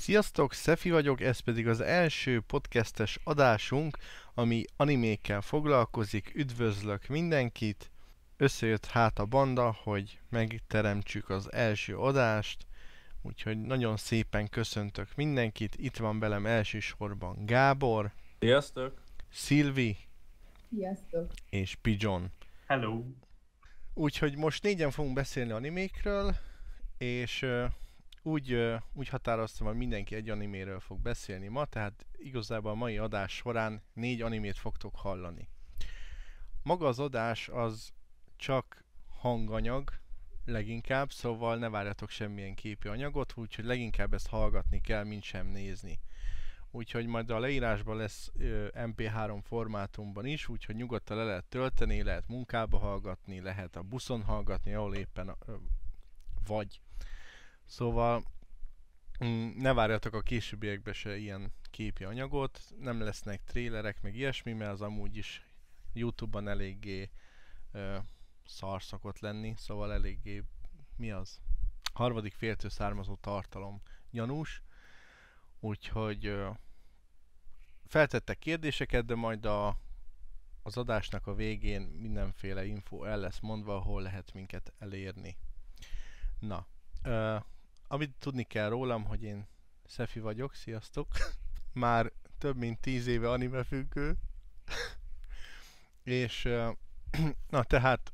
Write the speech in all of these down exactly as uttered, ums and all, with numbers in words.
Sziasztok, Szefi vagyok, ez pedig az első podcastes adásunk, ami animékkel foglalkozik. Üdvözlök mindenkit! Összejött hát a banda, hogy megteremtsük az első adást, úgyhogy nagyon szépen köszöntök mindenkit. Itt van velem elsősorban Gábor, Sziasztok! Szilvi Sziasztok! és Pigeon. Hello! Úgyhogy most négyen fogunk beszélni animékről, és uh, úgy, uh, úgy határoztam, hogy mindenki egy animéről fog beszélni ma, tehát igazából a mai adás során négy animét fogtok hallani. Maga az adás az csak hanganyag leginkább, szóval ne várjatok semmilyen képi anyagot, úgyhogy leginkább ezt hallgatni kell, mint sem nézni. Úgyhogy majd a leírásban lesz ö, em pé három formátumban is, úgyhogy nyugodtan le lehet tölteni, lehet munkába hallgatni, lehet a buszon hallgatni, ahol éppen ö, vagy. Szóval mm, ne várjatok a későbbiekben se ilyen képi anyagot, nem lesznek trélerek meg ilyesmi, mert az amúgy is YouTube-ban eléggé ö, szar szokott lenni, szóval eléggé, mi az? Harmadik féltől származó tartalom gyanús, úgyhogy ö, feltettek kérdéseket, de majd a, az adásnak a végén mindenféle info el lesz mondva, hol lehet minket elérni. Na, uh, amit tudni kell rólam, hogy én Szefi vagyok, sziasztok! Már több mint tíz éve anime függő. És uh, na tehát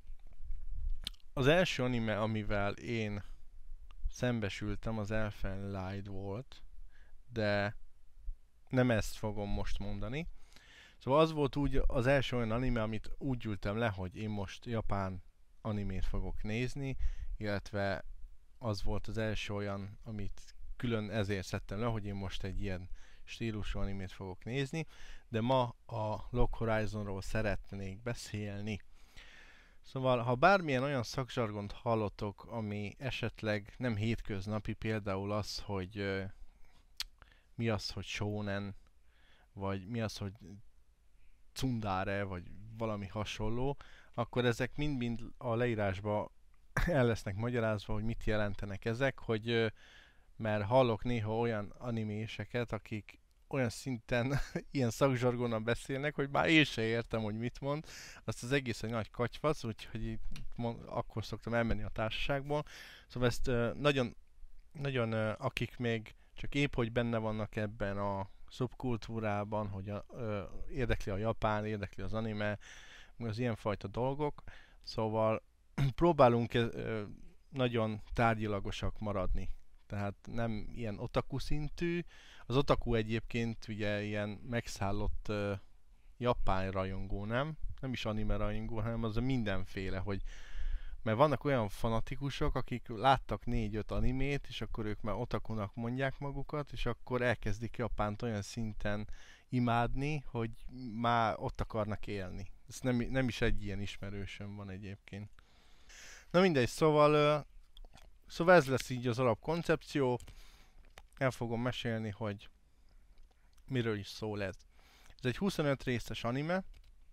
az első anime, amivel én szembesültem, az Elfen Lied volt, de nem ezt fogom most mondani. Szóval az volt úgy az első olyan anime, amit úgy ültem le, hogy én most japán animét fogok nézni, illetve az volt az első olyan, amit külön ezért szedtem le, hogy én most egy ilyen stílusú animét fogok nézni, de ma a Log Horizonról szeretnék beszélni. Szóval, ha bármilyen olyan szakzsargont hallotok, ami esetleg nem hétköznapi, például az, hogy uh, mi az, hogy shonen, vagy mi az, hogy tsundere, vagy valami hasonló, akkor ezek mind-mind a leírásba el lesznek magyarázva, hogy mit jelentenek ezek, hogy mert hallok néha olyan animéseket, akik olyan szinten ilyen szakzsargonan beszélnek, hogy már én se értem, hogy mit mond. Azt az egész egy nagy katyvasz, úgyhogy itt mond, akkor szoktam elmenni a társaságból. Szóval ezt nagyon, nagyon akik még csak épp, hogy benne vannak ebben a szubkultúrában, hogy a, ö, érdekli a japán, érdekli az anime, az ilyenfajta dolgok. Szóval próbálunk ö, nagyon tárgyilagosak maradni. Tehát nem ilyen otaku szintű. Az otaku egyébként ugye ilyen megszállott ö, japán rajongó, nem? Nem is anime rajongó, hanem az a mindenféle, hogy mert vannak olyan fanatikusok, akik láttak négy-öt animét, és akkor ők már otakunak mondják magukat, és akkor elkezdik Japánt olyan szinten imádni, hogy már ott akarnak élni. Ez nem, nem is egy ilyen ismerősöm van egyébként. Na mindegy, szóval, szóval ez lesz így az alapkoncepció. El fogom mesélni, hogy miről is szól ez. Ez egy huszonöt részes anime.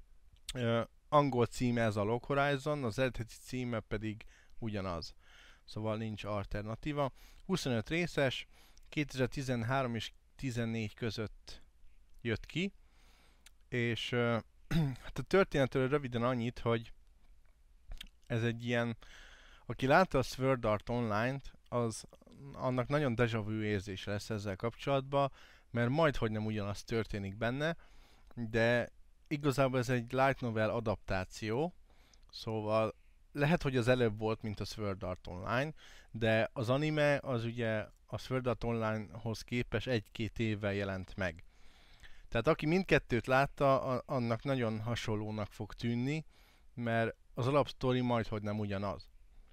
Angol címe ez a Log Horizon, az eredeti címe pedig ugyanaz. Szóval nincs alternatíva. huszonöt részes, kétezer-tizenhárom és tizennégy között jött ki, és uh, hát a történetről röviden annyit, hogy ez egy ilyen, aki látta a Sword Art Online-t, az annak nagyon déjà vu érzése lesz ezzel kapcsolatban, mert majdhogy nem ugyanaz történik benne, de igazából ez egy light novel adaptáció, szóval lehet, hogy az előbb volt, mint a Sword Art Online, de az anime az ugye a Sword Art Online-hoz képest egy-két évvel jelent meg. Tehát aki mindkettőt látta, annak nagyon hasonlónak fog tűnni, mert az alapsztori majdhogy nem ugyanaz.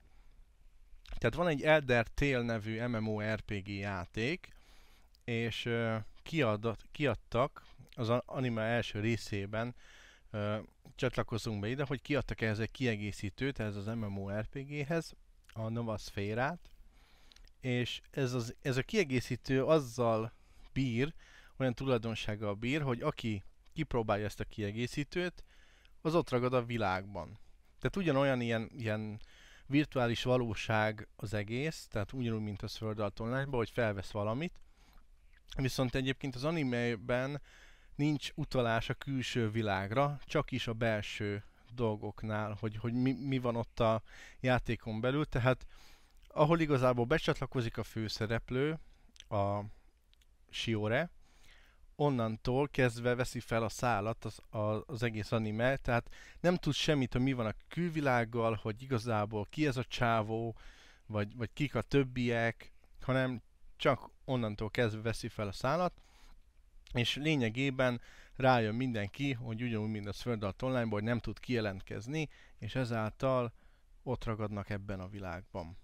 Tehát van egy Elder Tale nevű MMORPG játék, és uh, kiadat, kiadtak az anime első részében, uh, csatlakozunk be ide, hogy kiadtak ehhez egy kiegészítőt, ez az MMORPG-hez, a Nova Sphere-át, és ez, az, ez a kiegészítő azzal bír, olyan tulajdonsággal bír, hogy aki kipróbálja ezt a kiegészítőt, az ott ragad a világban. Tehát ugyanolyan ilyen, ilyen virtuális valóság az egész, tehát ugyanúgy, mint a Sword Art Online-ban, hogy felvesz valamit, Viszont egyébként az animében nincs utalás a külső világra, csak is a belső dolgoknál, hogy, hogy mi, mi van ott a játékon belül, tehát ahol igazából becsatlakozik a főszereplő, a Shiore, onnantól kezdve veszi fel a szálat az, az, az egész anime, tehát nem tud semmit, hogy mi van a külvilággal, hogy igazából ki ez a csávó, vagy, vagy kik a többiek, hanem csak onnantól kezdve veszi fel a szálat, és lényegében rájön mindenki, hogy ugyanúgy, mint a Sword Art Online-ban, hogy nem tud kijelentkezni, és ezáltal ott ragadnak ebben a világban.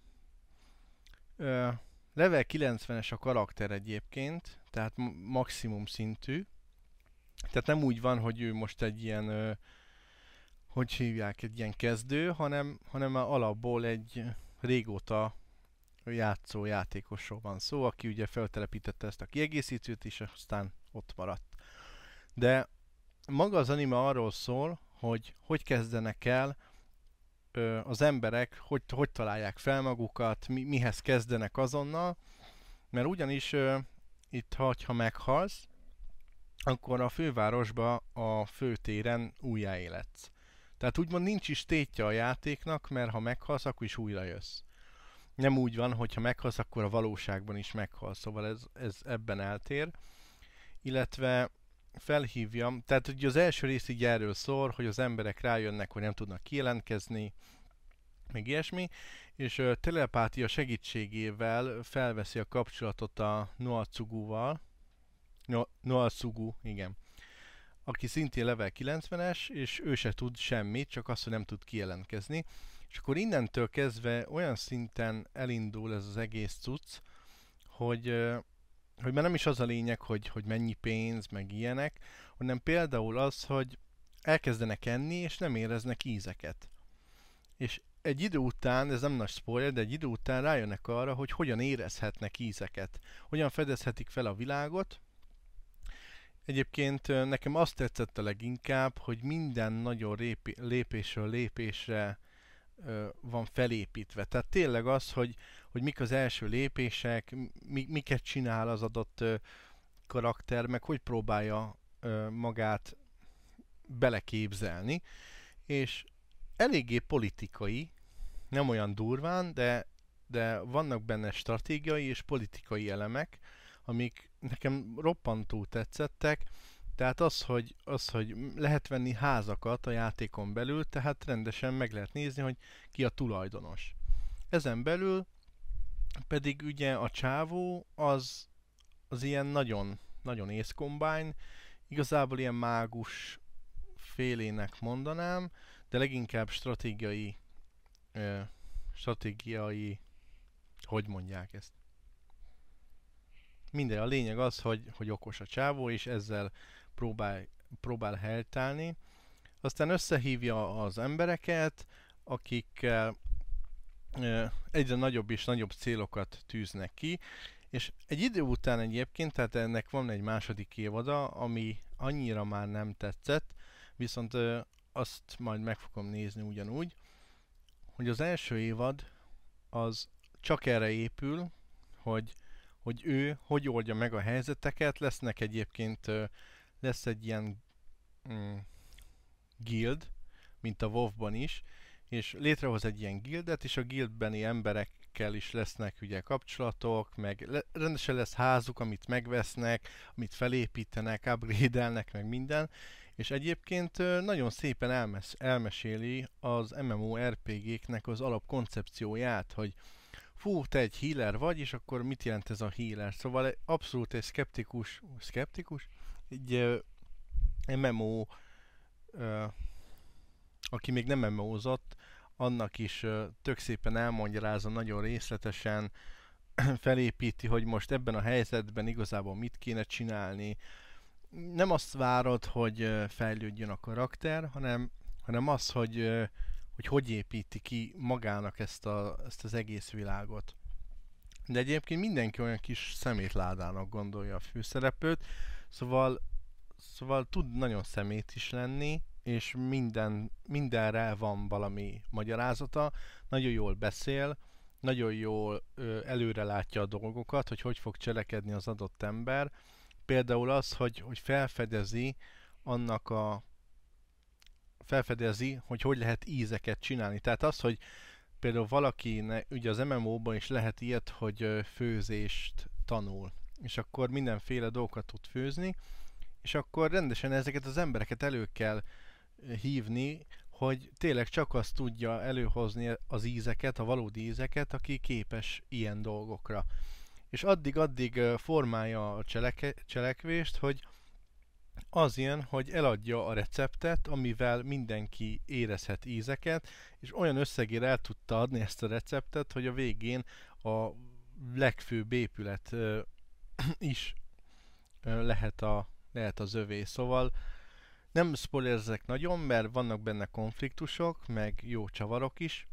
Ö, level kilencvenes a karakter egyébként, tehát maximum szintű. Tehát nem úgy van, hogy ő most egy ilyen, ö, hogy hívják, egy ilyen kezdő, hanem, hanem alapból egy régóta játszó játékosról van szó, aki ugye feltelepítette ezt a kiegészítőt, és aztán ott maradt. De maga az anime arról szól, hogy hogy kezdenek el ö, az emberek, hogy, hogy találják fel magukat, mi, mihez kezdenek azonnal, mert ugyanis ö, itt, ha, ha meghalsz, akkor a fővárosba, a főtéren újjáéledsz. Tehát úgymond nincs is tétje a játéknak, mert ha meghalsz, akkor is újra jössz. Nem úgy van, hogy ha meghalsz, akkor a valóságban is meghalsz, szóval ez, ez ebben eltér. Illetve felhívja, tehát ugye az első rész így erről szól, hogy az emberek rájönnek, hogy nem tudnak kijelentkezni, meg ilyesmi, és uh, telepátia segítségével felveszi a kapcsolatot a Noatsugu-val, no, Noatsugu, igen, aki szintén level kilencvenes, és ő se tud semmit, csak azt, hogy nem tud kijelentkezni. És akkor innentől kezdve olyan szinten elindul ez az egész cucc, hogy, uh, hogy már nem is az a lényeg, hogy, hogy mennyi pénz, meg ilyenek, hanem például az, hogy elkezdenek enni, és nem éreznek ízeket. És egy idő után, ez nem nagy spoiler, de egy idő után rájönnek arra, hogy hogyan érezhetnek ízeket, hogyan fedezhetik fel a világot. Egyébként nekem azt tetszett a leginkább, hogy minden nagyon répi, lépésről lépésre ö, van felépítve. Tehát tényleg az, hogy, hogy mik az első lépések, mi, miket csinál az adott ö, karakter, meg hogy próbálja ö, magát beleképzelni, és eléggé politikai, nem olyan durván, de, de vannak benne stratégiai és politikai elemek, amik nekem roppantú tetszettek. Tehát az hogy, az, hogy lehet venni házakat a játékon belül, tehát rendesen meg lehet nézni, hogy ki a tulajdonos. Ezen belül pedig ugye a csávó az, az ilyen nagyon, nagyon Ace Combine, igazából ilyen mágus félének mondanám, de leginkább stratégiai, ö, stratégiai, hogy mondják ezt? Minden, a lényeg az, hogy, hogy okos a csávó, és ezzel próbál, próbál helytállni. Aztán összehívja az embereket, akik ö, egyre nagyobb és nagyobb célokat tűznek ki, és egy idő után egyébként, tehát ennek van egy második évada, ami annyira már nem tetszett, viszont ö, azt majd meg fogom nézni ugyanúgy, hogy az első évad az csak erre épül, hogy, hogy ő hogy oldja meg a helyzeteket, lesznek egyébként, ö, lesz egy ilyen mm, guild, mint a WoW-ban is, és létrehoz egy ilyen guildet, és a guildbeni emberekkel is lesznek ugye kapcsolatok, meg le, rendesen lesz házuk, amit megvesznek, amit felépítenek, upgrade-elnek, meg minden, és egyébként nagyon szépen elmes- elmeséli az MMORPG-knek az alapkoncepcióját, hogy fú, te egy healer vagy, és akkor mit jelent ez a healer? Szóval abszolút egy szkeptikus, szkeptikus? Egy uh, em em o, uh, aki még nem em em o-zott, annak is uh, tök szépen elmagyarázza nagyon részletesen, felépíti, hogy most ebben a helyzetben igazából mit kéne csinálni. Nem azt várod, hogy uh, fejlődjön a karakter, hanem, hanem az, hogy, uh, hogy hogy építi ki magának ezt, a, ezt az egész világot. De egyébként mindenki olyan kis szemétládának gondolja a főszereplőt, szóval, szóval tud nagyon szemét is lenni, és minden, mindenre van valami magyarázata, nagyon jól beszél, nagyon jól ö, előre látja a dolgokat, hogy hogy fog cselekedni az adott ember. Például az, hogy, hogy felfedezi annak a felfedezi, hogy hogy lehet ízeket csinálni. Tehát az, hogy például valaki, ne, ugye az em em o-ban is lehet ilyet, hogy ö, főzést tanul, és akkor mindenféle dolgokat tud főzni, és akkor rendesen ezeket az embereket elő kell hívni, hogy tényleg csak azt tudja előhozni az ízeket, a valódi ízeket, aki képes ilyen dolgokra. És addig-addig formálja a cseleke, cselekvést, hogy az ilyen, hogy eladja a receptet, amivel mindenki érezhet ízeket, és olyan összegére el tudta adni ezt a receptet, hogy a végén a legfőbb épület is lehet, a, lehet az övé. Szóval nem spoilerzek nagyon, mert vannak benne konfliktusok, meg jó csavarok is,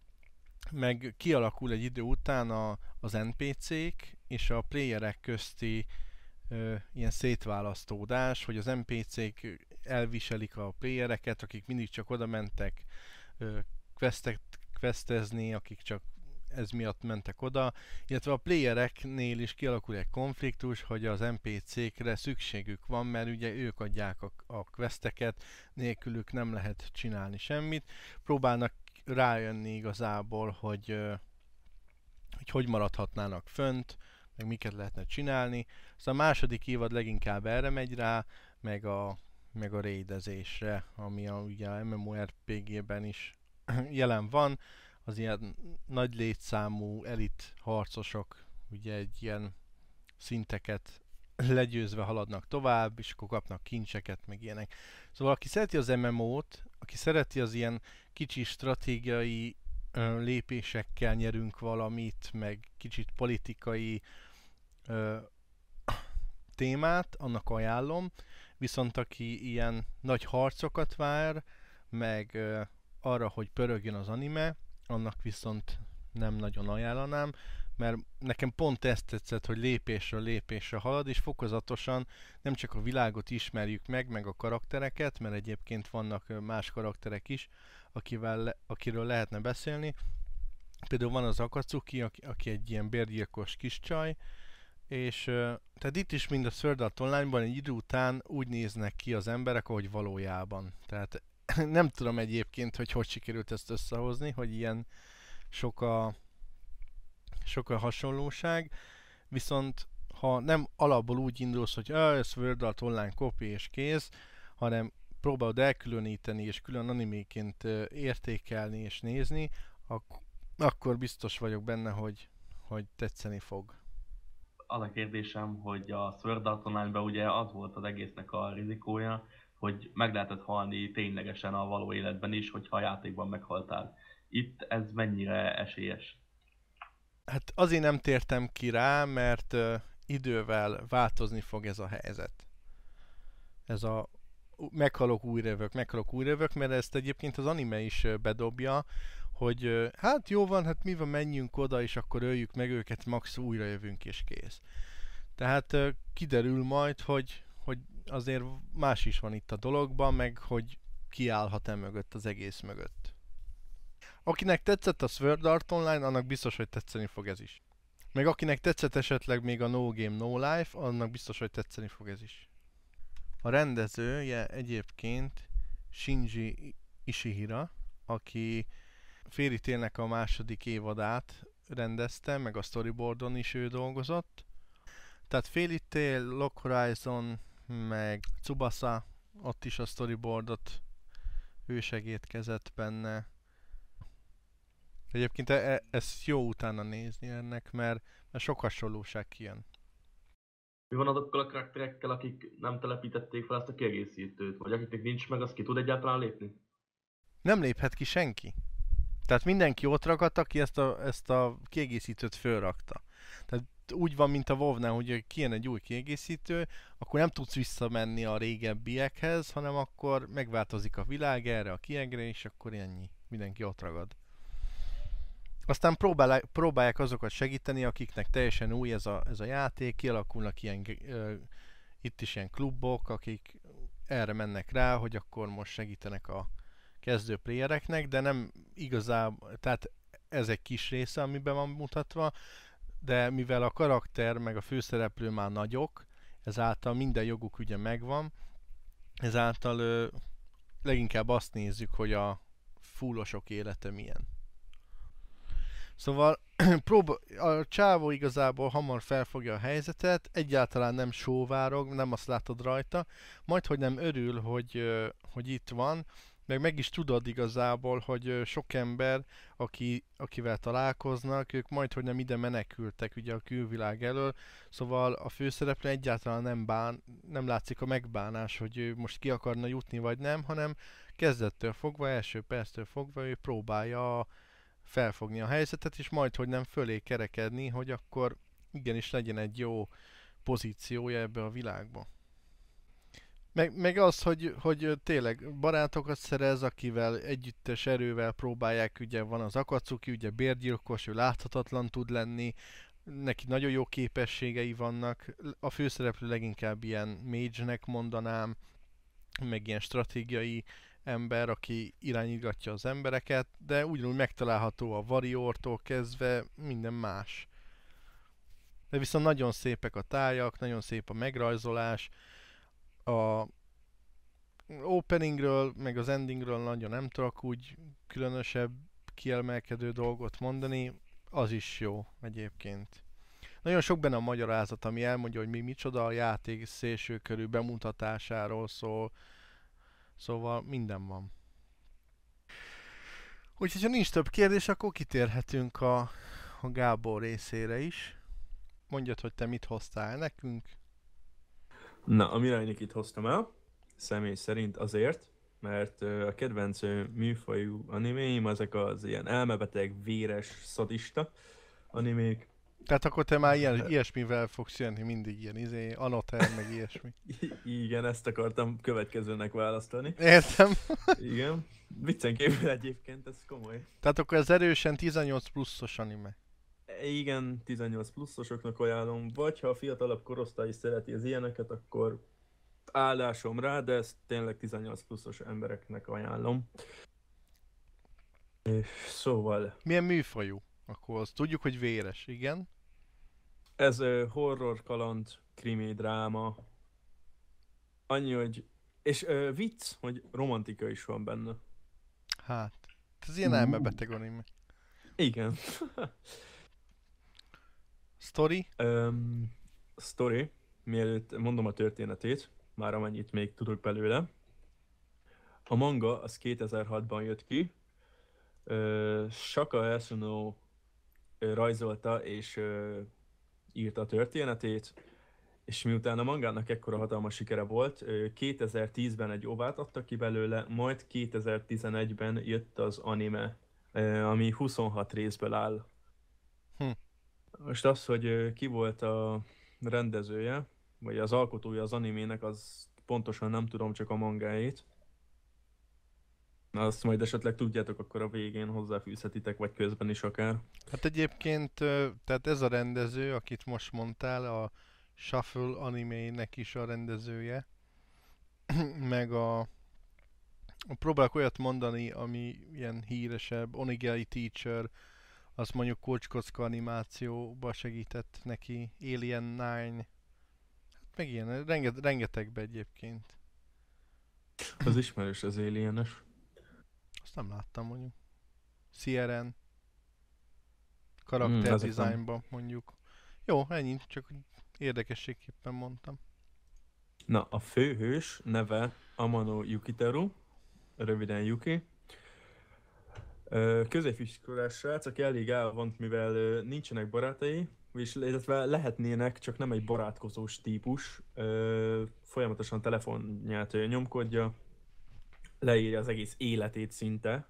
meg kialakul egy idő után a, az en pé cé-k és a playerek közti ö, ilyen szétválasztódás, hogy az en pé cé-k elviselik a playereket, akik mindig csak oda mentek ö, questet, questezni, akik csak ez miatt mentek oda, illetve a playereknél is kialakul egy konfliktus, hogy az en pé cé-kre szükségük van, mert ugye ők adják a, a questeket, nélkülük nem lehet csinálni semmit. Próbálnak rájönni igazából, hogy, hogy hogy maradhatnának fönt, meg miket lehetne csinálni. Szóval a második évad leginkább erre megy rá, meg a, meg a raidezésre, ami a, ugye a MMORPG-ben is jelen van. Az ilyen nagy létszámú elit harcosok ugye egy ilyen szinteket legyőzve haladnak tovább, és akkor kapnak kincseket, meg ilyenek. Szóval aki szereti az em em o-t, aki szereti az ilyen kicsi stratégiai ö, lépésekkel nyerünk valamit, meg kicsit politikai ö, témát, annak ajánlom. Viszont aki ilyen nagy harcokat vár, meg ö, arra, hogy pörögjön az anime, annak viszont nem nagyon ajánlanám, mert nekem pont ezt tetszett, hogy lépésről lépésre halad, és fokozatosan nem csak a világot ismerjük meg, meg a karaktereket, mert egyébként vannak más karakterek is, akivel, akiről lehetne beszélni. Például van az Akatsuki, aki, aki egy ilyen bérgyilkos kis csaj, és tehát itt is, mind a Sword Art Online-ban egy idő után úgy néznek ki az emberek, ahogy valójában. Tehát nem tudom egyébként, hogy hogy sikerült ezt összehozni, hogy ilyen sok a, sok a hasonlóság, viszont ha nem alapból úgy indulsz, hogy ez Sword Art Online copy és kész, hanem próbálod elkülöníteni és külön animéként értékelni és nézni, ak- akkor biztos vagyok benne, hogy, hogy tetszeni fog. Az a kérdésem, hogy a Sword Art Online-ben ugye az volt az egésznek a rizikója, hogy meg lehetett halni ténylegesen a való életben is, hogyha a játékban meghaltál. Itt ez mennyire esélyes? Hát azért nem tértem ki rá, mert uh, idővel változni fog ez a helyzet. Ez a meghalok újra jövök, meghalok újra jövök, mert ezt egyébként az anime is uh, bedobja, hogy uh, hát jó van, hát mi van, menjünk oda, és akkor öljük meg őket, max újra jövünk és kész. Tehát uh, kiderül majd, hogy, hogy azért más is van itt a dologban, meg hogy kiállhat-e mögött az egész mögött. Akinek tetszett a Sword Art Online, annak biztos, hogy tetszeni fog ez is. Meg akinek tetszett esetleg még a No Game No Life, annak biztos, hogy tetszeni fog ez is. A rendezője egyébként Shinji Ishihira, aki Fairy Tail-nek a második évadát rendezte, meg a storyboardon is ő dolgozott. Tehát Fairy Tail, Lock Horizon, meg Tsubasa, ott is a storyboardot ő segítkezett benne. Egyébként e- e- ezt jó utána nézni ennek, mert, mert sok hasonlóság kijön. Mi van azokkal a karakterekkel, akik nem telepítették fel ezt a kiegészítőt? Vagy akiknek nincs meg, az ki tud egyáltalán lépni? Nem léphet ki senki. Tehát mindenki ott ragadt, aki ezt a, ezt a kiegészítőt fölrakta. Tehát úgy van, mint a WoW-nál, hogy kijön egy új kiegészítő, akkor nem tudsz visszamenni a régebbiekhez, hanem akkor megváltozik a világ erre a kiegre, és akkor ennyi. Mindenki ott ragad. Aztán próbálják, próbálják azokat segíteni, akiknek teljesen új ez a, ez a játék, kialakulnak ilyen, ö, itt is ilyen klubok, akik erre mennek rá, hogy akkor most segítenek a kezdő playereknek, de nem igazából, tehát ez egy kis része, amiben van mutatva, de mivel a karakter meg a főszereplő már nagyok, ezáltal minden joguk ugye megvan, ezáltal ö, leginkább azt nézzük, hogy a fullosok élete milyen. Szóval próba, a csávó igazából hamar felfogja a helyzetet, egyáltalán nem sóvárog, nem azt látod rajta, majd hogy nem örül, hogy, hogy itt van, meg meg is tudod igazából, hogy sok ember, aki, akivel találkoznak, ők majd hogy nem ide menekültek ugye a külvilág elől, szóval a főszereplő egyáltalán nem, bán, nem látszik a megbánás, hogy ő most ki akarna jutni vagy nem, hanem kezdettől fogva, első perctől fogva ő próbálja felfogni a helyzetet, és majd hogy nem fölé kerekedni, hogy akkor igenis legyen egy jó pozíciója ebbe a világba. Meg, meg az, hogy, hogy tényleg barátokat szerez, akivel együttes erővel próbálják, ugye van az Akatsuki, ugye bérgyilkos, ő láthatatlan tud lenni, neki nagyon jó képességei vannak, a főszereplő leginkább ilyen mage-nek mondanám, meg ilyen stratégiai ember, aki irányítgatja az embereket, de ugyanúgy megtalálható a Warrior-tól kezdve minden más. De viszont nagyon szépek a tájak, nagyon szép a megrajzolás, a openingről, meg az endingről nagyon nem tudok úgy különösebb kiemelkedő dolgot mondani, az is jó egyébként. Nagyon sok benne a magyarázat, ami elmondja, hogy mi micsoda a játék szélső körű bemutatásáról szól, szóval minden van. Úgyhogy ha nincs több kérdés, akkor kitérhetünk a, a Gábor részére is. Mondjad, hogy te mit hoztál nekünk. Na, a Mirai Nikit hoztam el, személy szerint azért, mert a kedvenc műfajú animéim ezek az ilyen elmebeteg, véres, szadista animék. Tehát akkor te már ilyen, ilyesmivel fogsz jönni, mindig ilyen izé, Anoter, meg ilyesmi. I- igen, ezt akartam következőnek választani. Értem. Igen. Viccen kívül egyébként, ez komoly. Tehát akkor ez erősen tizennyolc pluszos anime. Igen, tizennyolc pluszosoknak ajánlom, vagy ha a fiatalabb korosztály is szereti az ilyeneket, akkor áldásom rá, de ezt tényleg tizennyolc pluszos embereknek ajánlom. És szóval... Milyen műfajú? Akkor azt tudjuk, hogy véres, igen. Ez uh, horror, kaland, krimi, dráma. Annyi, hogy... És uh, vicc, hogy romantika is van benne. Hát, ez ilyen elmebeteg anime. Igen. Story? Um, story, mielőtt mondom a történetét, már amennyit még tudok belőle. A manga az kétezer-hatban jött ki. Uh, Shaka Asuno uh, rajzolta és uh, írta a történetét, és miután a mangának ekkora hatalmas sikere volt, uh, kétezer-tízben egy ovát adtak ki belőle, majd kétezer-tizenegyben jött az anime, uh, ami huszonhat részből áll. Hm. Most az, hogy ki volt a rendezője, vagy az alkotója az animének, az pontosan nem tudom, csak a mangáét. Azt majd esetleg tudjátok, akkor a végén hozzáfűzhetitek, vagy közben is akár. Hát egyébként, tehát ez a rendező, akit most mondtál, a Shuffle anime-nek is a rendezője, meg a, a próbálok olyat mondani, ami ilyen híresebb, Onigiri Teacher, az mondjuk Kocskocka animációba segített neki, Alien Nine, hát meg ilyen, renget, rengetegbe egyébként. Az ismerős, az Alien-es. Azt nem láttam mondjuk. C R N, karakter mm, designban mondjuk. Jó, ennyi, csak érdekességképpen mondtam. Na, a főhős neve Amano Yukiteru, röviden Yuki. Középiskolás srác, aki elég elvont, mivel nincsenek barátai, és illetve lehetnének, csak nem egy barátkozós típus. Folyamatosan telefonját nyomkodja, leírja az egész életét szinte.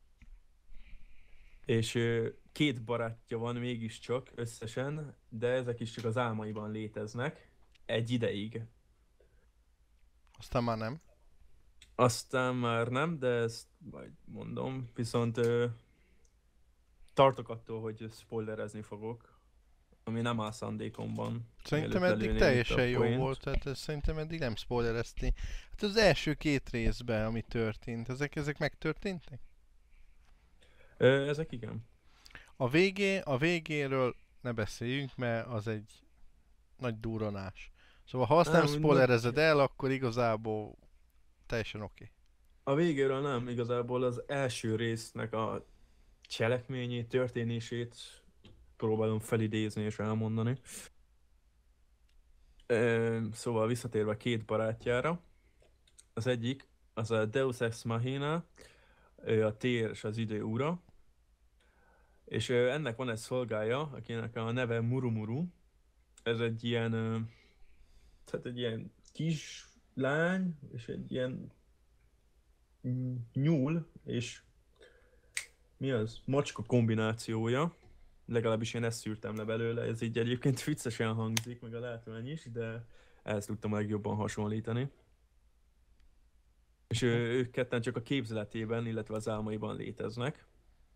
És két barátja van mégiscsak összesen, de ezek is csak az álmaiban léteznek. Egy ideig. Aztán már nem. Aztán már nem, de ezt majd mondom. Viszont ö, tartok attól, hogy spoilerezni fogok, ami nem áll szándékomban. Szerintem eddig teljesen jó point. volt, tehát ez szerintem eddig nem spoilerezti. Hát az első két részben, ami történt, ezek, ezek megtörténtek? Ö, ezek igen. A végé, a végéről ne beszéljünk, mert az egy nagy durranás. Szóval ha azt nem, Nem, nem úgy spoilerezed el, akkor igazából teljesen oké. A végéről nem, igazából az első résznek a cselekményét, történését próbálom felidézni és elmondani. Ö, Szóval visszatérve két barátjára, az egyik az a Deus Ex Machina, ő a tér és az idő ura, és ö, ennek van egy szolgája, akinek a neve Murumuru. Ez egy ilyen, ö, tehát egy ilyen kis lány, és egy ilyen mm, nyúl, és mi az? Macska kombinációja. Legalábbis én ezt szűrtem le belőle, ez így egyébként viccesen hangzik, meg a látvány is, de ezt tudtam a legjobban hasonlítani. És ő, ők ketten csak a képzeletében, illetve az álmaiban léteznek.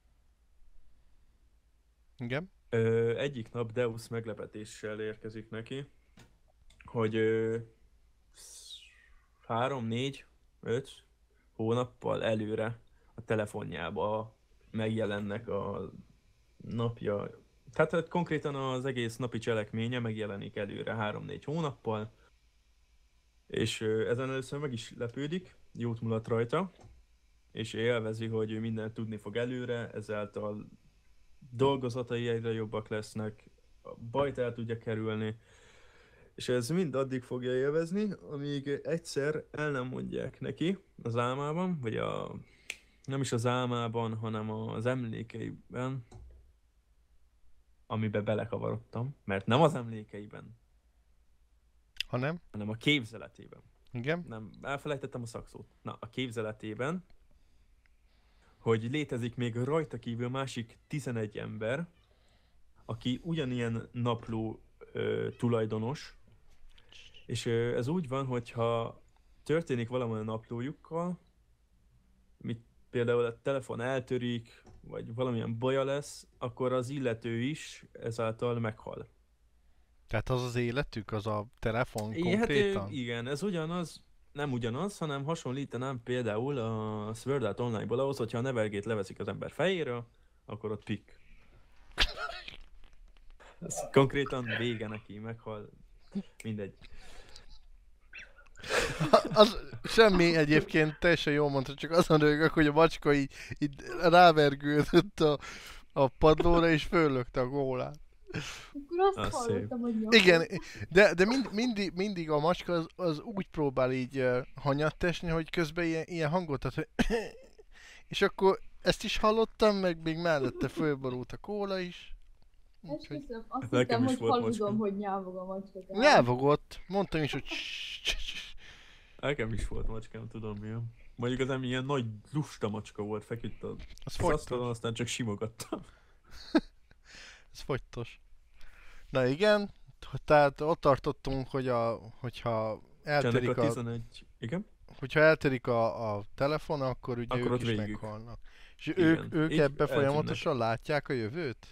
Igen. Ö, egyik nap Deus meglepetéssel érkezik neki, hogy ö, három, négy, öt hónappal előre a telefonjába megjelennek a napja, tehát hát konkrétan az egész napi cselekménye megjelenik előre három-négy hónappal, és ö, ezen először meg is lepődik, jót mulat rajta, és élvezi, hogy ő mindent tudni fog előre, ezáltal dolgozatai egyre jobbak lesznek, a bajt el tudja kerülni, és ez mind addig fogja élvezni, amíg egyszer el nem mondják neki az álmában, vagy a, nem is az álmában, hanem az emlékeiben, amiben belekavarodtam, mert nem az emlékeiben, Ha nem? hanem a képzeletében. Igen. Nem, elfelejtettem a szakszót. Na, a képzeletében, hogy létezik még rajta kívül másik tizenegy ember, aki ugyanilyen napló ö, tulajdonos, és ö, ez úgy van, hogyha történik valami a naplójukkal, mit például a telefon eltörik, vagy valamilyen baja lesz, akkor az illető is ezáltal meghal. Tehát az az életük, az a telefon I- Hát, konkrétan? ö, igen, ez ugyanaz, nem ugyanaz, hanem hasonlítanám például a Sword Art Online-ból ahhoz, hogyha a nevergét leveszik az ember fejéről, akkor ott pik. Ez konkrétan vége neki, meghal, mindegy. Az semmi egyébként, teljesen jól mondta, csak azon rögök, hogy a macska így, így rávergődött a, a padlóra és föllökte a gólát. Akkor azt Az hallottam, hogy nyomod. Igen, de, de mind, mindig, mindig a macska az, az úgy próbál így uh, hanyattesni, hogy közben ilyen, ilyen hangot ad, hogy és akkor ezt is hallottam, meg még mellette fölborult a kóla is. Úgyhogy Esküszöm, azt Nekem hittem, is hogy volt haludom, macska. hogy nyávog a macska. tehát- nyávogott, mondtam is, hogy Nekem is volt macskám, tudom milyen. Mondjuk az nem ilyen nagy lusta macska volt, feküdt a az szasztalon, fogytos. aztán csak simogattam. Ez fogytos. Na igen, tehát ott tartottunk, hogy a, hogyha És ennek eltörik a a, tizenegy... Igen? hogyha eltörik a, a telefon, akkor ugye Akkor ők ott is végig. meghalnak. És Igen. ők, ők Így ebbe eltűnnek. folyamatosan látják a jövőt?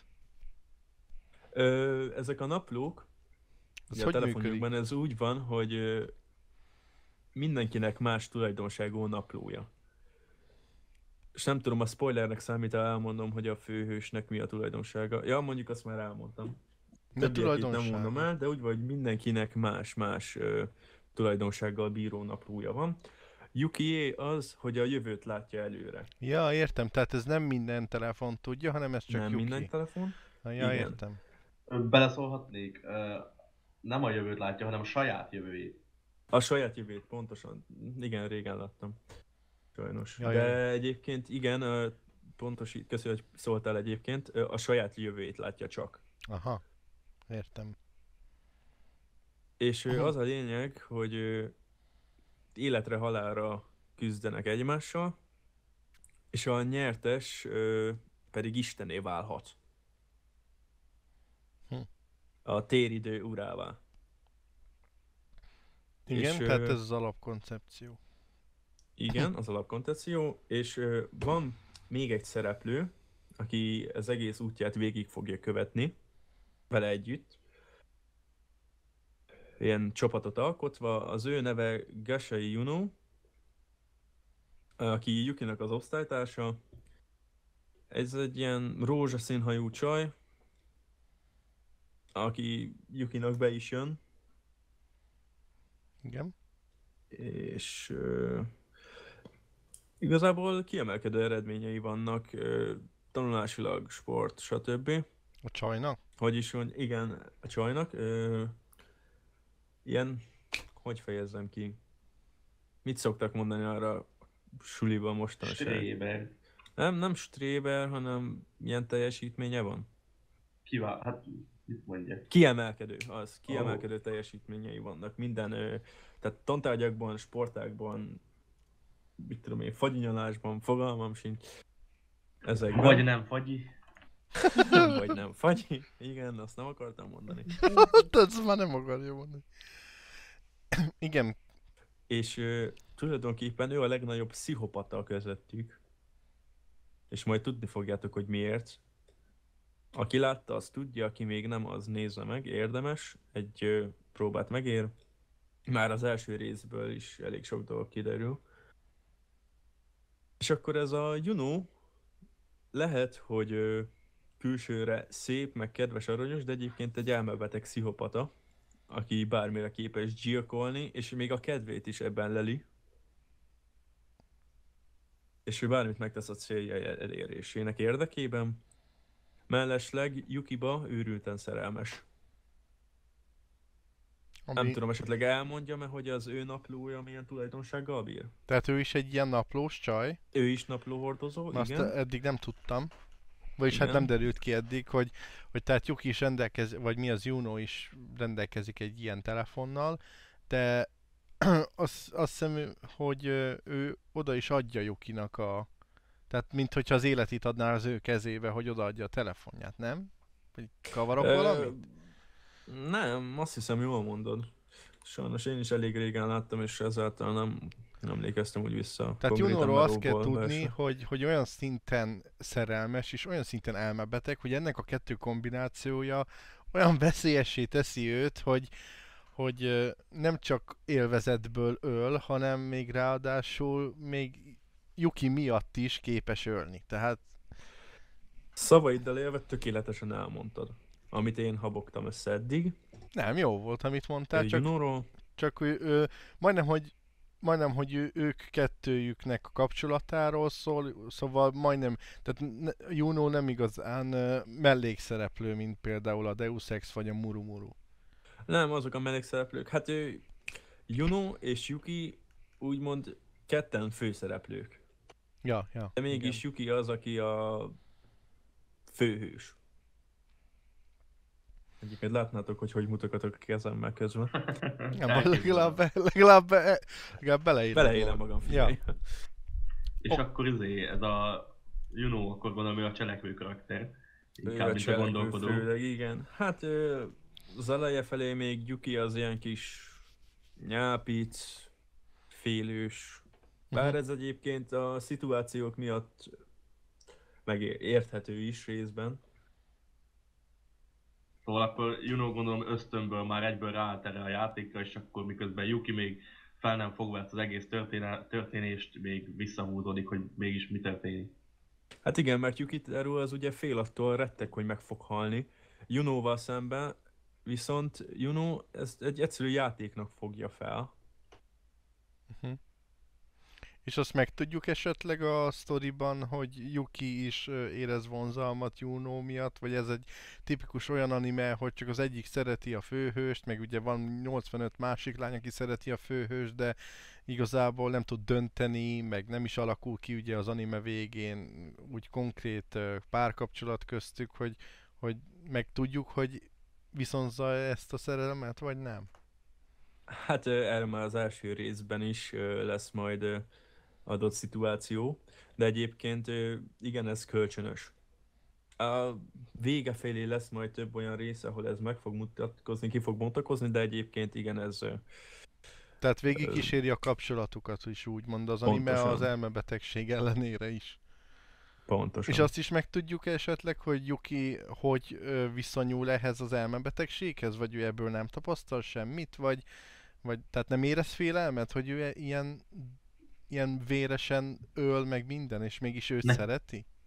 Ö, ezek a naplók, Ez ugye a hogy telefonjukban ez úgy van, hogy ö, mindenkinek más tulajdonságú a naplója. És nem tudom, a spoilernek számít, ha elmondom, hogy a főhősnek mi a tulajdonsága. Ja, mondjuk azt már elmondtam. Mi a Többieket nem mondom tulajdonsága? el, de úgy vagy mindenkinek más-más ö, tulajdonsággal bíró naplója van. Yukié az, hogy a jövőt látja előre. Ja, értem, tehát ez nem minden telefon tudja, hanem ez csak nem Yuki. minden telefon. Na, ja, igen. értem. Ö, Beleszólhatnék, Ö, nem a jövőt látja, hanem a saját jövőjét. A saját jövőt, pontosan. Igen, régen láttam. Sajnos. Jaj, De jaj. egyébként igen, ö, pontos, köszönöm, hogy szóltál egyébként, ö, a saját jövőjét látja csak. Aha, értem. És ö, Aha. az a lényeg, hogy ö, életre halálra küzdenek egymással, és a nyertes ö, pedig istené válhat. Hm. A téridő urává. Igen, És, tehát ö, ez az alapkoncepció. Igen, az alapkoncepció, és ö, van még egy szereplő, aki az egész útját végig fogja követni, vele együtt. Ilyen csapatot alkotva, az ő neve Gashai Juno, aki Yukinak az osztálytársa, Ez egy ilyen rózsaszín hajú csaj, aki Yukinak be is jön, Igen. és uh, igazából kiemelkedő eredményei vannak, uh, tanulásilag, sport, stb. A csajnak? Hogy is mondj, igen, a csajnak. Uh, ilyen, hogy fejezzem ki? Mit szoktak mondani arra suliban mostanság? Stréber. Nem, nem stréber, hanem milyen teljesítménye van? Kivál, hát mit mondjak? Kiemelkedő, az. Kiemelkedő oh. teljesítményei vannak. Minden, ö, tehát tantárgyakban, sportákban, mit tudom én, fagyinyalásban, fogalmam sincs. Ezekben. Vagy nem fagyi. Vagy nem fagyi. Igen, azt nem akartam mondani. Ezt már nem akarja mondani. Igen. És ö, tulajdonképpen ő a legnagyobb pszichopata közöttük. És majd tudni fogjátok, hogy miért. Aki látta, az tudja, aki még nem, az nézze meg, érdemes. Egy ö, próbát megér. Már az első részből is elég sok dolog kiderül. És akkor ez a Juno lehet, hogy ö, külsőre szép, meg kedves, aranyos, de egyébként egy elmebeteg pszichopata, aki bármire képes gyilkolni, és még a kedvét is ebben leli. És ő bármit megtesz a célja elérésének érdekében. Mellesleg Yukiba őrülten szerelmes. Ami... Nem tudom, esetleg elmondja, mert hogy az ő naplója milyen tulajdonsággal bír? Tehát ő is egy ilyen naplós csaj. Ő is naplóhordozó, Azt igen. eddig nem tudtam. Vagyis Igen. hát nem derült ki eddig, hogy, hogy tehát Yuki is rendelkezik, vagy mi az Juno is rendelkezik egy ilyen telefonnal, de azt, azt hiszem, hogy ő oda is adja Yukinak a... Tehát minthogyha az életét adná az ő kezébe, hogy odaadja a telefonját, nem? Vagy kavarok Ö, valamit? Nem, azt hiszem jól mondod. Sajnos én is elég régen láttam, és ezáltal nem, nem emlékeztem úgy vissza. Tehát konkrétan Junóról azt kell Maróból tudni, belső. hogy, hogy olyan szinten szerelmes és olyan szinten elmebeteg, hogy ennek a kettő kombinációja olyan veszélyessé teszi őt, hogy, hogy ö, nem csak élvezetből öl, hanem még ráadásul még Yuki miatt is képes ölni. Tehát Szavaiddal élve tökéletesen elmondtad, amit én habogtam össze eddig. nem, jó volt, amit mondtál, csak, Junóról. csak ő, ő, majdnem, hogy majdnem, hogy ő, ők kettőjüknek a kapcsolatáról szól, szóval majdnem, tehát ne, Juno nem igazán uh, mellékszereplő, mint például a Deus Ex vagy a Murumuru. Nem, azok a mellékszereplők. Hát ő, Juno és Yuki úgymond ketten főszereplők. Ja, ja. De mégis igen. Yuki az, aki a főhős. Egyébként látnátok, hogy hogy mutogatok a kezemmel közben. Nem, legalább, be, legalább, be, legalább beleélem. Beleélem magam, figyelj. Ja. És Oh. akkor izé, ez a Juno, akkor gondolom, ő a cselekvő karakter. Ő Inkább, a mint a cselekvő gondolkodó. főleg, igen. Hát ő, az eleje felé még Yuki az ilyen kis nyápic, félős. Bár Mhm. ez egyébként a szituációk miatt megérthető is részben. Szóval akkor Juno gondolom ösztönből már egyből ráállt erre a játékra, és akkor miközben Yuki még fel nem fogva ezt az egész történe- történést, még visszahúzódik, hogy mégis mi történik. Hát igen, mert Yuki erről az ugye fél attól rettek, hogy meg fog halni. Junoval szemben viszont Juno ezt egy egyszerű játéknak fogja fel. Uh-huh. És azt megtudjuk esetleg a sztoriban, hogy Yuki is ö, érez vonzalmat Juno miatt, vagy ez egy tipikus olyan anime, hogy csak az egyik szereti a főhőst, meg ugye van nyolcvanöt másik lány, aki szereti a főhőst, de igazából nem tud dönteni, meg nem is alakul ki ugye az anime végén úgy konkrét ö, párkapcsolat köztük, hogy, hogy megtudjuk, hogy viszonzza ezt a szerelmet, vagy nem? Hát ö, erre már az első részben is ö, lesz majd ö, adott szituáció, de egyébként ö, igen, ez kölcsönös. A vége felé lesz majd több olyan rész, ahol ez meg fog mutatkozni, ki fog bontakozni, de egyébként igen, ez ö, Tehát végig kíséri a kapcsolatukat is úgymond az anime Pontosan. az elmebetegség ellenére is. pontosan. És azt is megtudjuk esetleg, hogy Yuki hogy ö, viszonyul ehhez az elmebetegséghez, vagy ő ebből nem tapasztal semmit, vagy, vagy tehát nem érez félelmet, hogy ő ilyen, ilyen véresen öl meg minden, és mégis őt Ne. szereti?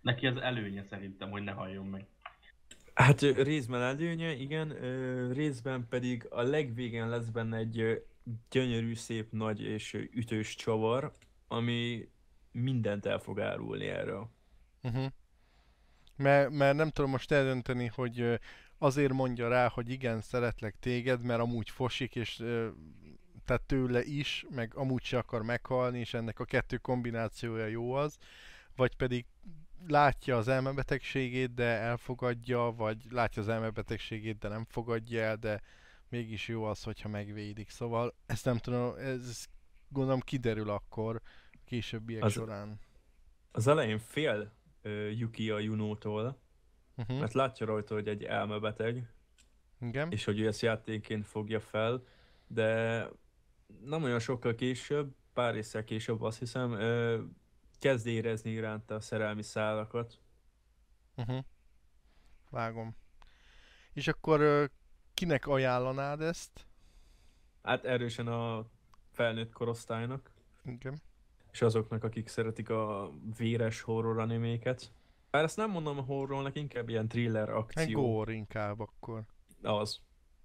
Neki az előnye szerintem, hogy ne halljon meg. Hát ö, részben előnye, igen, ö, részben pedig a legvégén lesz benne egy ö, gyönyörű, szép, nagy és ö, ütős csavar, ami mindent el fog árulni erről. Uh-huh. Mert, mert nem tudom most eldönteni, hogy ö, azért mondja rá, hogy igen, szeretlek téged, mert amúgy fosik, és ö, tehát tőle is, meg amúgy se akar meghalni, és ennek a kettő kombinációja jó az, vagy pedig látja az elmebetegségét, de elfogadja, vagy látja az elmebetegségét, de nem fogadja el, de mégis jó az, hogyha megvédik. Szóval ezt nem tudom, ez gondolom kiderül akkor a későbbiek Az- során. Az elején fél ö, Yuki a Junótól, Uh-huh. mert látja rajta, hogy egy elmebeteg, Igen. és hogy ő ezt játékként fogja fel, de nem olyan sokkal később, pár észre később azt hiszem, ö, kezd érezni iránta a szerelmi szálakat. Uh-huh. Vágom. És akkor ö, kinek ajánlanád ezt? Hát erősen a felnőtt korosztálynak, Igen. és azoknak, akik szeretik a véres horror animéket. Bár ezt nem mondom horrornak, inkább ilyen thriller Egy akció. gór inkább akkor. Az.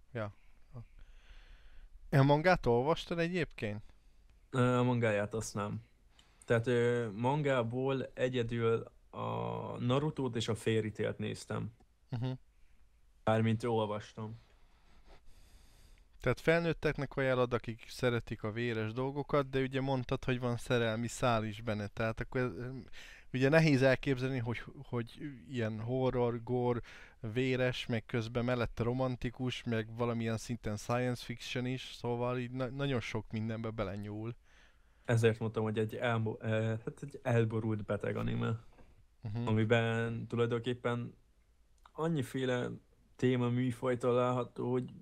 A mangát olvastad egyébként? Ö, A mangáját azt nem. Tehát ö, mangából egyedül a Narutót és a Fairy Tail-t néztem. Uh-huh. Bármint olvastam. Tehát felnőtteknek ajánlod, akik szeretik a véres dolgokat, de ugye mondtad, hogy van szerelmi szál is benne, tehát akkor ez, ugye nehéz elképzelni, hogy, hogy ilyen horror, gore, véres, meg közben mellette romantikus, meg valamilyen szinten science fiction is, szóval így na- nagyon sok mindenbe belenyúl. Ezért mondtam, hogy egy, elmo- eh, hát egy elborult beteg anime, Uh-huh. amiben tulajdonképpen annyiféle téma műfaj található, hogy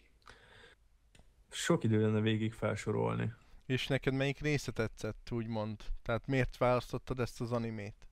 sok idő lenne végig felsorolni. És neked melyik része tetszett, úgymond? Tehát miért választottad ezt az animét?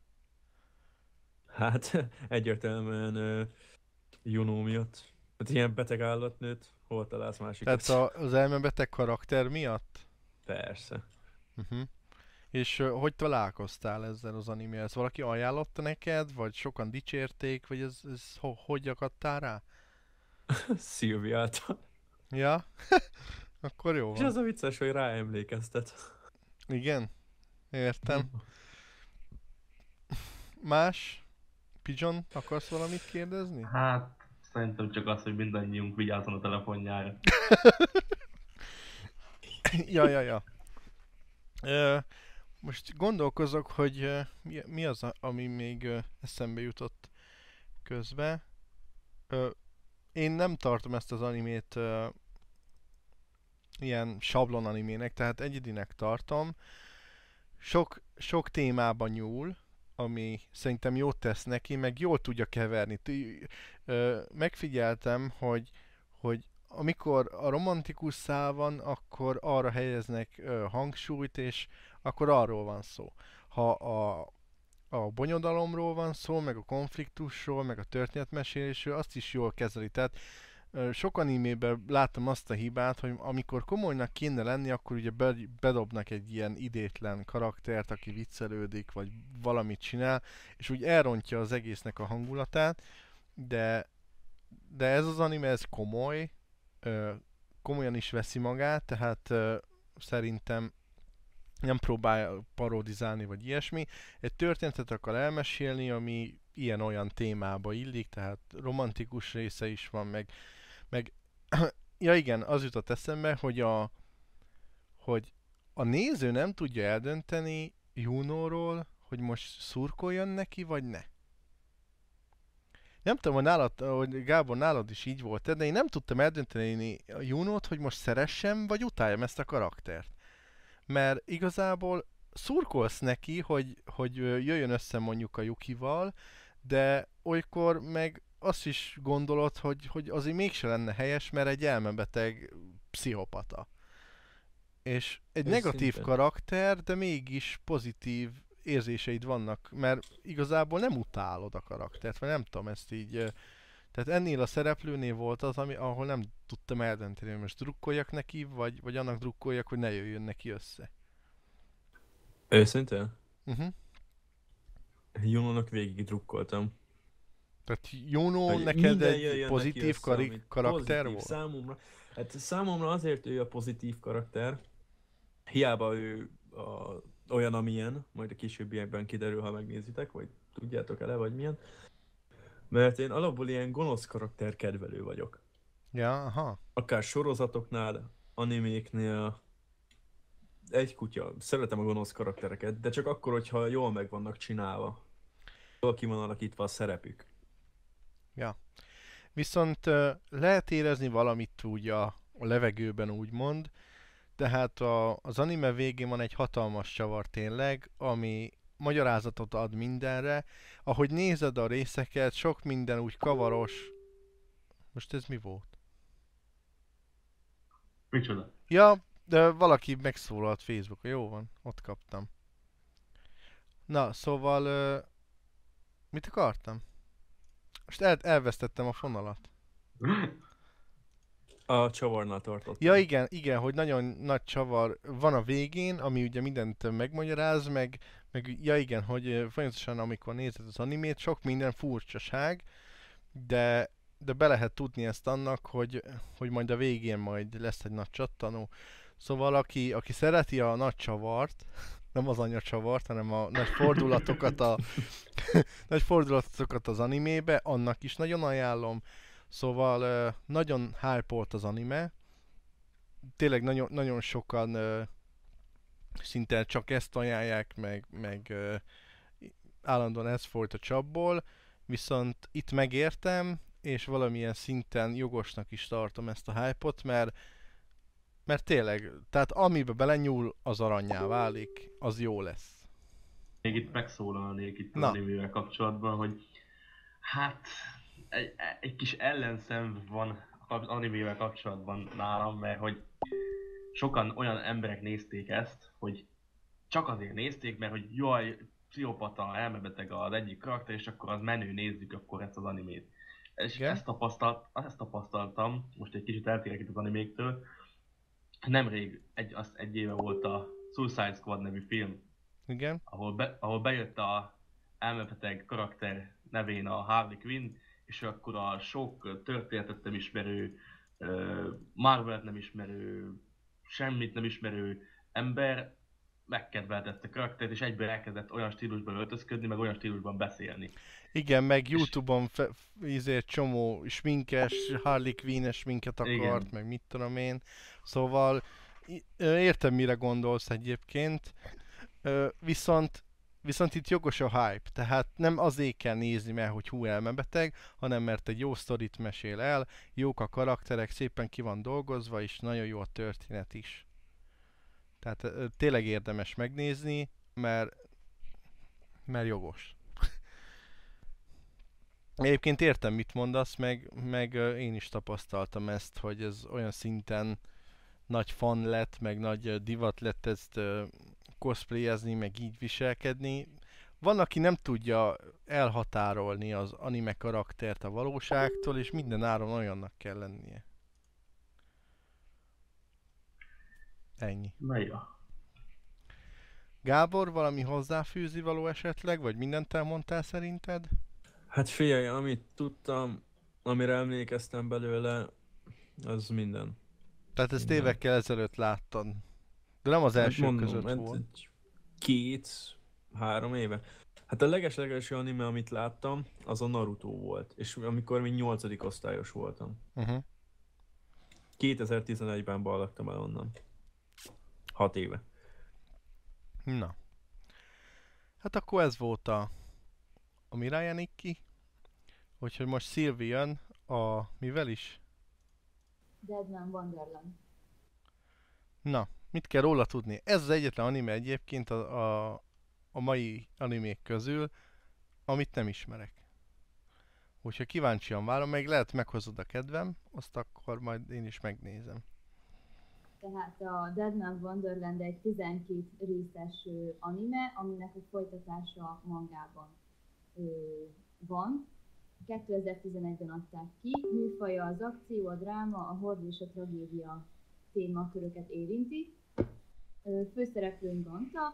Hát egyértelműen uh, Juno miatt. Hát ilyen beteg állatnőt, hol találsz másikat? Tehát a, az elmebeteg karakter miatt? Persze. Uh-huh. És uh, hogy találkoztál ezzel az animével? Ez valaki ajánlotta neked, vagy sokan dicsérték, vagy ez, ez ho- hogy akadtál rá? Szilviától. Ja? Akkor jó És van. az a vicces, hogy ráemlékeztet. Igen? Értem. Más? Pigeon, akarsz valamit kérdezni? Hát, szerintem csak az, hogy mindannyiunk vigyázzon a telefonjára. ja, ja, ja. Ö, most gondolkozok, hogy ö, mi, mi az, a- ami még ö, eszembe jutott közbe. Ö, én nem tartom ezt az animét ö, ilyen sablon animének, tehát egyedinek tartom. Sok, sok témában nyúl, ami szerintem jót tesz neki, meg jól tudja keverni. T- ö, megfigyeltem, hogy, hogy amikor a romantikus szál van, akkor arra helyeznek ö, hangsúlyt, és akkor arról van szó. Ha a, a bonyodalomról van szó, meg a konfliktusról, meg a történetmesélésről, azt is jól kezeli. Tehát ö, sok animében látom azt a hibát, hogy amikor komolynak kéne lenni, akkor ugye be, bedobnak egy ilyen idétlen karaktert, aki viccelődik, vagy valamit csinál, és úgy elrontja az egésznek a hangulatát, de, de ez az anime, ez komoly, ö, komolyan is veszi magát, tehát ö, szerintem nem próbál parodizálni, vagy ilyesmi. Egy történetet akar elmesélni, ami ilyen-olyan témába illik, tehát romantikus része is van, meg, meg ja igen, az jutott eszembe, hogy a, hogy a néző nem tudja eldönteni Junóról, hogy most szurkoljon neki, vagy ne. Nem tudom, hogy nálad, hogy Gábor, nálad is így volt, de én nem tudtam eldönteni a Junót, hogy most szeressem, vagy utáljam ezt a karaktert. Mert igazából szurkolsz neki, hogy, hogy ö, jöjjön össze mondjuk a Yukival, de olykor meg azt is gondolod, hogy, hogy azért mégse lenne helyes, mert egy elmebeteg pszichopata. És egy negatív Őszintén. karakter, de mégis pozitív érzéseid vannak, mert igazából nem utálod a karaktert, vagy nem tudom ezt így... ö, Tehát ennél a szereplőnél volt az, ami, ahol nem tudtam eldönteni, hogy most drukkoljak neki, vagy, vagy annak drukkoljak, hogy ne jöjjön neki össze. Őszintén? Uh-huh. Junónak végig drukkoltam. Tehát Juno Hogy neked minden egy jöjjön neki pozitív össze, kari- amit karakter pozitív volt? számomra. Hát számomra azért ő a pozitív karakter. Hiába ő a, olyan, amilyen, majd a későbbiekben kiderül, ha megnézitek, vagy tudjátok ele, vagy milyen. Mert én alapból ilyen gonosz karakter kedvelő vagyok. Ja, aha. Akár sorozatoknál, animéknél, egy kutya. Szeretem a gonosz karaktereket, de csak akkor, hogyha jól meg vannak csinálva. Jól ki van alakítva a szerepük. Ja. Viszont ö, lehet érezni valamit úgy a, a levegőben úgymond, tehát a, az anime végén van egy hatalmas csavar tényleg, ami magyarázatot ad mindenre. Ahogy nézed a részeket, sok minden úgy kavaros. Most ez mi volt? Micsoda? Ja, de valaki megszólalt Facebookon. Jó van, ott kaptam. Na, szóval... Ö, mit akartam? Most el, elvesztettem a fonalat. A csavarnál tartottam. Ja igen, igen, hogy nagyon nagy csavar van a végén, ami ugye mindent megmagyaráz, meg, meg ja igen, hogy ö, folyamatosan amikor nézed az animét, sok minden furcsaság, de, de be lehet tudni ezt annak, hogy, hogy majd a végén majd lesz egy nagy csattanó. Szóval aki, aki szereti a nagy csavart, nem az anyacsavart, hanem a nagy fordulatokat, a nagy fordulatokat az animébe, annak is nagyon ajánlom. Szóval ö, nagyon hype-olt az anime. Tényleg nagyon, nagyon sokan ö, szinte csak ezt ajánlják, meg, meg ö, állandóan ez folyt a csapból. Viszont itt megértem, és valamilyen szinten jogosnak is tartom ezt a hype-ot, mert mert tényleg, tehát amibe belenyúl, az aranyá válik, az jó lesz. Még itt megszólalnék itt az Na. animével kapcsolatban, hogy hát egy, egy kis ellenszem van az animével kapcsolatban nálam, mert hogy sokan olyan emberek nézték ezt, hogy csak azért nézték, mert hogy jaj, pszichopata, elmebeteg az egyik karakter, és akkor az menő, nézzük akkor ezt az animét. És Igen. ezt, tapasztalt, ezt tapasztaltam, most egy kicsit eltérek itt az animéktől, nemrég, egy, az egy éve volt a Suicide Squad nevű film, Igen. ahol, be, ahol bejött a elmebeteg karakter nevén a Harley Quinn, és akkor a sok történetet nem ismerő, Marvelet nem ismerő, semmit nem ismerő ember megkedvelte ezt a karaktert, és egyből elkezdett olyan stílusban öltözködni, meg olyan stílusban beszélni. Igen, meg Youtube-on fe, izé, csomó sminkes, Harley Quinn-es sminket akart, Igen. meg mit tudom én. Szóval i- ö, értem, mire gondolsz egyébként. Ö, viszont, viszont itt jogos a hype, tehát nem azért kell nézni, mert hogy hú elmebeteg, hanem mert egy jó sztorit mesél el, jók a karakterek, szépen ki van dolgozva, és nagyon jó a történet is. Tehát ö, tényleg érdemes megnézni, mert, mert jogos. Egyébként értem, mit mondasz, meg, meg ö, én is tapasztaltam ezt, hogy ez olyan szinten nagy fan lett, meg nagy ö, divat lett ezt ö, cosplayezni, meg így viselkedni. Van, aki nem tudja elhatárolni az anime karaktert a valóságtól, és minden áron olyannak kell lennie. Ennyi. Na jó. Gábor, valami hozzáfűzi való esetleg, vagy mindent elmondtál szerinted? Hát figyelj, amit tudtam, amire emlékeztem belőle, az minden. Tehát ezt Igen. évekkel ezelőtt láttad. De nem az Hát első mondom, között hát volt. egy két, három éve. Hát a leges-legelső anime, amit láttam, az a Naruto volt. És amikor még nyolcadik osztályos voltam. Uh-huh. kétezer-tizenegyben ballagtam el onnan. Hat éve. Na. Hát akkor ez volt a, a Mirai Nikki. Úgyhogy most Szilvi jön a... mivel is? Deadman Wonderland. Na, mit kell róla tudni? Ez az egyetlen anime egyébként a, a, a mai animék közül, amit nem ismerek. Úgyhogy kíváncsian várom, meg lehet meghozod a kedvem, azt akkor majd én is megnézem. Tehát a Deadman Wonderland egy tizenkét részes ö, anime, aminek a folytatása mangában ö, van. kétezer-tizenegyben adták ki, műfaja az akció, a dráma, a horror és a tragédia témaköröket érinti. Ö, Főszereplőnk Ganta,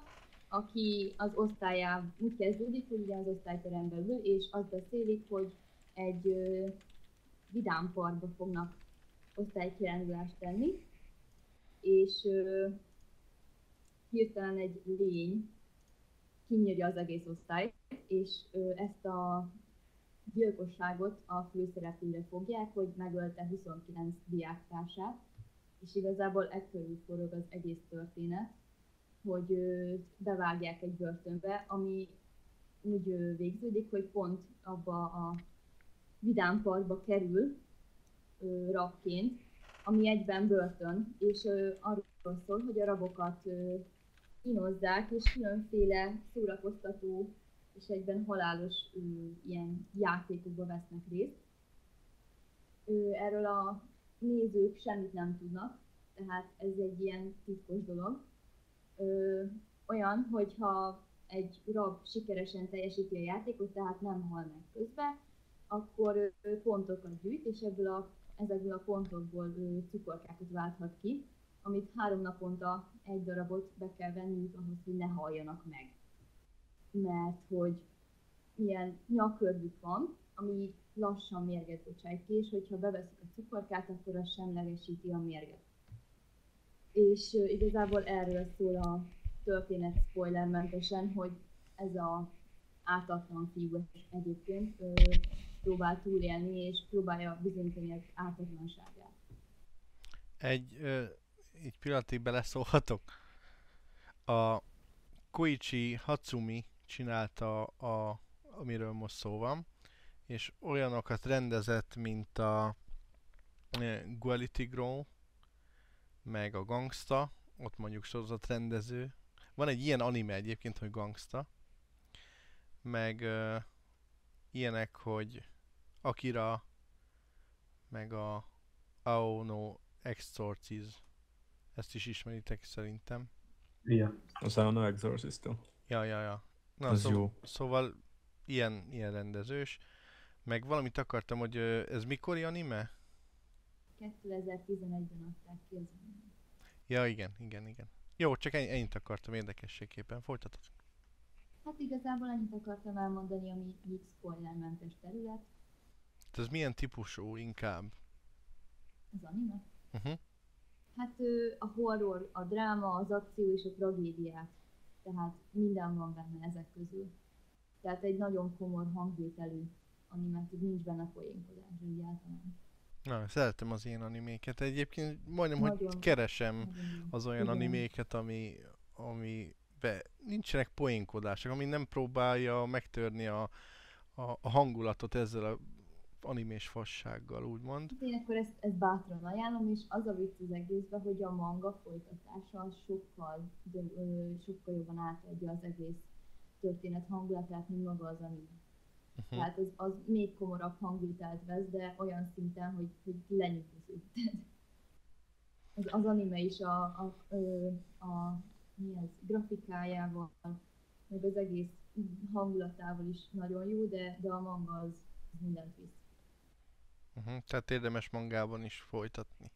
aki az osztályán úgy kezdődik, hogy ugye az osztályteremben ül, és azt beszélik, hogy egy ö, vidám parkba fognak osztálykirándulást tenni, és ö, hirtelen egy lény kinyírja az egész osztályt, és ö, ezt a gyilkosságot a főszereplőre fogják, hogy megölte huszonkilenc diáktársát, és igazából ekkörül forog az egész történet, hogy ö, bevágják egy börtönbe, ami úgy ö, végződik, hogy pont abba a vidám parkba kerül ö, rabként, ami egyben börtön, és ö, arról szól, hogy a rabokat ö, kínozzák, és különféle szórakoztató és egyben halálos ö, ilyen játékokba vesznek részt. Ö, erről a nézők semmit nem tudnak, tehát ez egy ilyen titkos dolog. Ö, olyan, hogyha egy rab sikeresen teljesíti a játékot, tehát nem hal meg közben, akkor ö, pontokat gyűjt, és ebből a, ezekből a pontokból ö, cukorkákat válthat ki, amit három naponta egy darabot be kell venniük ahhoz, hogy ne haljanak meg. Mert hogy ilyen nyakörvük van, ami lassan mérget bocsájt ki, és hogyha beveszik a cukorkát, akkor az semlegesíti a mérget. És uh, igazából erről szól a történet spoilermentesen, hogy ez a ártatlan fiú egyébként uh, próbál túlélni, és próbálja bizonyítani az ártatlanságát. Egy, ö, egy pillanatig beleszólhatok. A Koichi Hatsumi csinálta, a, amiről most szó van, és olyanokat rendezett, mint a e, Guality Grow, meg a Gangsta, ott mondjuk sorozatrendező. Van egy ilyen anime egyébként, hogy Gangsta, meg ö, ilyenek, hogy Akira, meg a Aono Exorcism. Ezt is ismeritek szerintem. Igen. Az Aono Exorcism. Ja, ja, ja. Na, Az szó, jó. Szóval ilyen, ilyen rendezős. Meg valamit akartam, hogy ö, ez mikori anime? kétezer-tizenegyben adták ki az anime. Ja, igen, igen, igen. Jó, csak ennyi, ennyit akartam érdekességképpen. Folytatod. Hát igazából ennyit akartam elmondani, ami így spoilermentes terület, Ez milyen típusú inkább? az anime. Uh-huh. Hát ö, a horror, a dráma, az akció és a tragédiát. Tehát minden van benne ezek közül. Tehát egy nagyon komor hangvételű anime, így nincs benne poénkodás egyáltalán. Na, szeretem az ilyen animéket. Egyébként majdnem, hogy Nagyon. keresem Nagyon- az olyan Igen. animéket, ami, ami be, nincsenek poénkodások, ami nem próbálja megtörni a, a, a hangulatot ezzel a animés fassággal, úgymond. Hát én akkor ezt, ezt bátran ajánlom, és az a vicc az egészben, hogy a manga folytatása az sokkal, de, ö, sokkal jobban átadja az egész történet hangulatát, mint maga az anime. Uh-huh. Tehát az, az még komorabb hangvételt vesz, de olyan szinten, hogy, hogy lenyűgöződted. Az, az anime is a, a, ö, a mi ez, grafikájával, meg az egész hangulatával is nagyon jó, de, de a manga az, az mindent visz. Uh-huh. Tehát érdemes mangában is folytatni.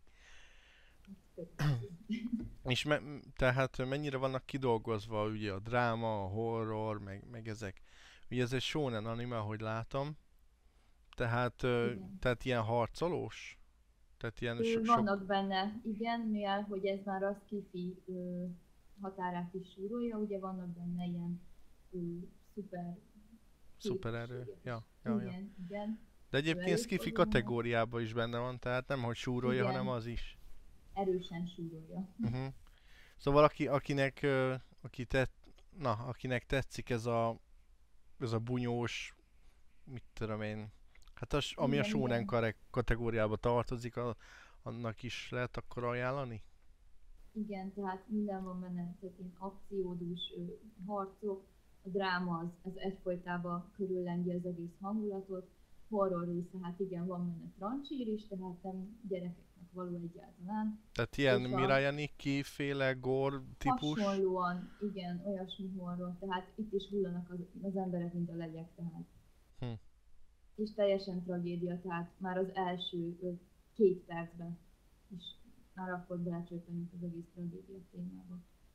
Köszönöm. És me, tehát mennyire vannak kidolgozva ugye a dráma, a horror, meg, meg ezek. Ugye ez egy shonen anime, ahogy látom. Tehát, ö, Igen. tehát ilyen harcolós? Tehát ilyen Ö, so, sok... Vannak benne, igen, mivel hogy ez már a sci-fi ö, határát is súrolja, ugye vannak benne ilyen ö, szuper Szupererő. képességek is. Ja, ja, ja. Igen, igen. De egyébként elég skifi fordulnak. kategóriában is benne van, tehát nem hogy súrolja, Igen. hanem az is. Erősen súrolja. Uh-huh. Szóval aki, akinek, ö, aki tett, na, akinek tetszik ez a, ez a bunyós, mit tudom én, hát az, ami Igen, a shonen igen. kare- kategóriába tartozik, a, annak is lehet akkor ajánlani? Igen, tehát minden van benne, tehát ilyen akciódús ö, harcok, a dráma az, az egyfolytában körüllengi az egész hangulatot, horror része, hát igen, van benne trancsír is, tehát nem gyerekeknek való egyáltalán. Tehát ilyen És a- Mirai Nikki féle gore típus? Hasonlóan, igen, olyasmi horror, tehát itt is hullanak az, az emberek, mint a legyek, tehát. Hm. És teljesen tragédia, tehát már az első ö, két percben is már akkor belecsöppenünk az egész tragédia témába.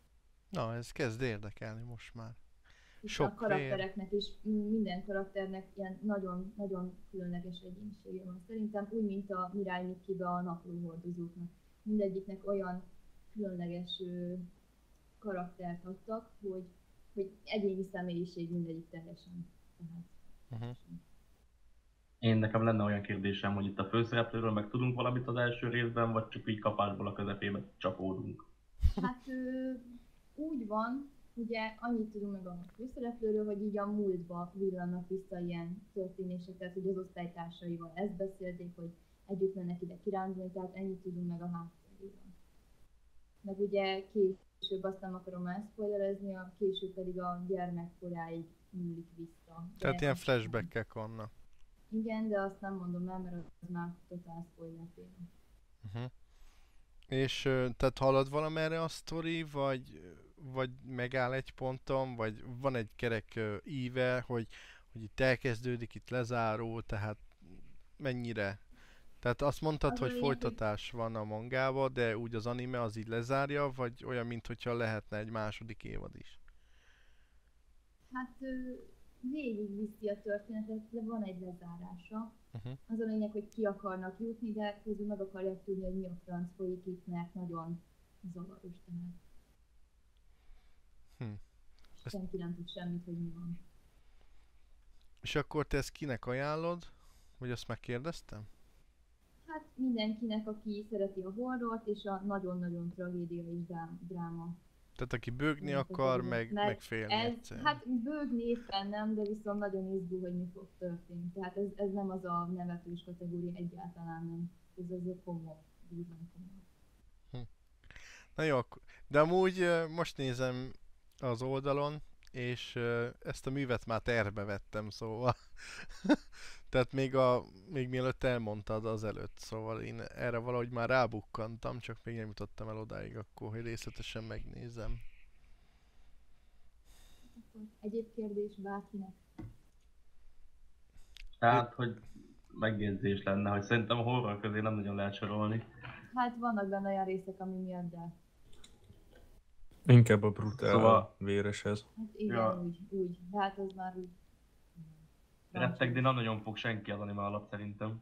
Na, ez kezd érdekelni most már. És Sok a karaktereknek is, minden karakternek ilyen nagyon-nagyon különleges egyénisége van. Szerintem úgy, mint a Mirai Nikkibe a naplóhordozóknak. Mindegyiknek olyan különleges ö, karaktert adtak, hogy, hogy egyéni személyiség mindegyik teljesen. Tehát, Uh-huh. Én nekem lenne olyan kérdésem, hogy itt a főszereplőről meg tudunk valamit az első részben, vagy csak így kapásból a közepébe csapódunk? Hát ö, úgy van, ugye annyit tudunk meg a főszereplőről, hogy így a múltba villannak vissza ilyen történések, tehát hogy az osztálytársaival ezt beszélték, hogy együtt mennek ide kirándulni, tehát ennyit tudunk meg a hátteréről. Meg ugye később, azt nem akarom elszpoilerezni, a később pedig a gyermekkoráig nyúlik vissza. De Tehát ilyen azt nem- flashback-ek vannak. Igen, de azt nem mondom el, mert az már totál spoiler téma. Uh-huh. És ö, tehát halad valamerre a sztori, vagy, vagy megáll egy ponton, vagy van egy kerek ö, íve, hogy, hogy itt elkezdődik, itt lezáró, tehát mennyire? Tehát azt mondtad, Az hogy a lényeg, hogy- folytatás van a mangába, de úgy az anime az így lezárja, vagy olyan, mintha lehetne egy második évad is? Hát ö, végigviszi a történetet, de van egy lezárása. Uh-huh. Az a lényeg, hogy ki akarnak jutni, de közül meg akarják tudni, hogy mi a franc folyik itt, mert nagyon zavaros tehát. Hm. Ezt- Senki nem tud semmit, hogy mi van. És akkor te ezt kinek ajánlod? Vagy azt megkérdeztem? Hát mindenkinek, aki szereti a horrort és a nagyon-nagyon tragédiai drám- dráma. Tehát aki bőgni Ennek az akar, egész. meg, Mert meg félni Ez, egyszerűen. hát bőgni éppen nem, de viszont nagyon izgul, hogy mi fog történni. Tehát ez, ez nem az a nevetős kategória, egyáltalán nem. Ez az a komoly, durván komoly. Na jó, akkor- de amúgy ö, most nézem az oldalon, és ö, ezt a művet már terve vettem, szóval. Tehát még, a, még mielőtt elmondtad az előtt, szóval én erre valahogy már rábukkantam, csak még nem jutottam el odáig akkor, hogy részletesen megnézem. Akkor egyéb kérdés bárkinek? Tehát, hogy megjegyzés lenne, hogy szerintem a horror közé nem nagyon lehet sorolni. Hát vannak benne olyan részek, ami miatt, de Inkább a brutál Szóval- véreshez. hát igen, Ja. úgy, úgy. De hát az már úgy... Rettegni nem nagyon fog senki az anime alatt szerintem.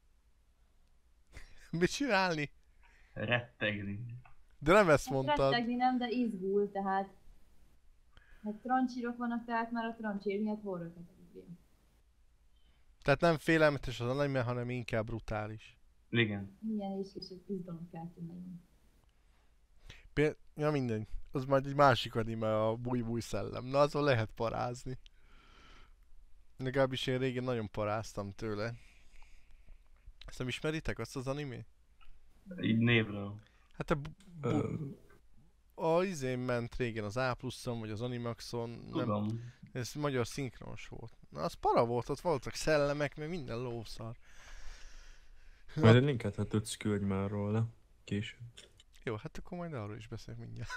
Mit csinálni? Rettegni. De nem ezt Hát mondtad. rettegni nem, de izgul, tehát... Hát trancsírok vannak, tehát már a trancsír miatt horror kategória. Tehát nem félelmetes az anime, hanem inkább brutális. Igen. Milyen és, és egy izgalomkeltő nagyon. Péld... Ja mindegy. Az majd egy másik anime, a Búj Búj Szellem. Na azon lehet parázni. Legalábbis én régen nagyon paráztam tőle. Ezt nem ismeritek azt az animét? Így névről. Hát a, bu- bu- Ö, a izén ment régen az A pluszon, vagy az Animaxon, nem, Tudom. ez magyar szinkronos volt. Na az para volt, ott voltak szellemek, meg minden lószar. Majd egy linket, ha tudsz, küldj már róla. Később. Jó, hát akkor majd arról is beszélek mindjárt.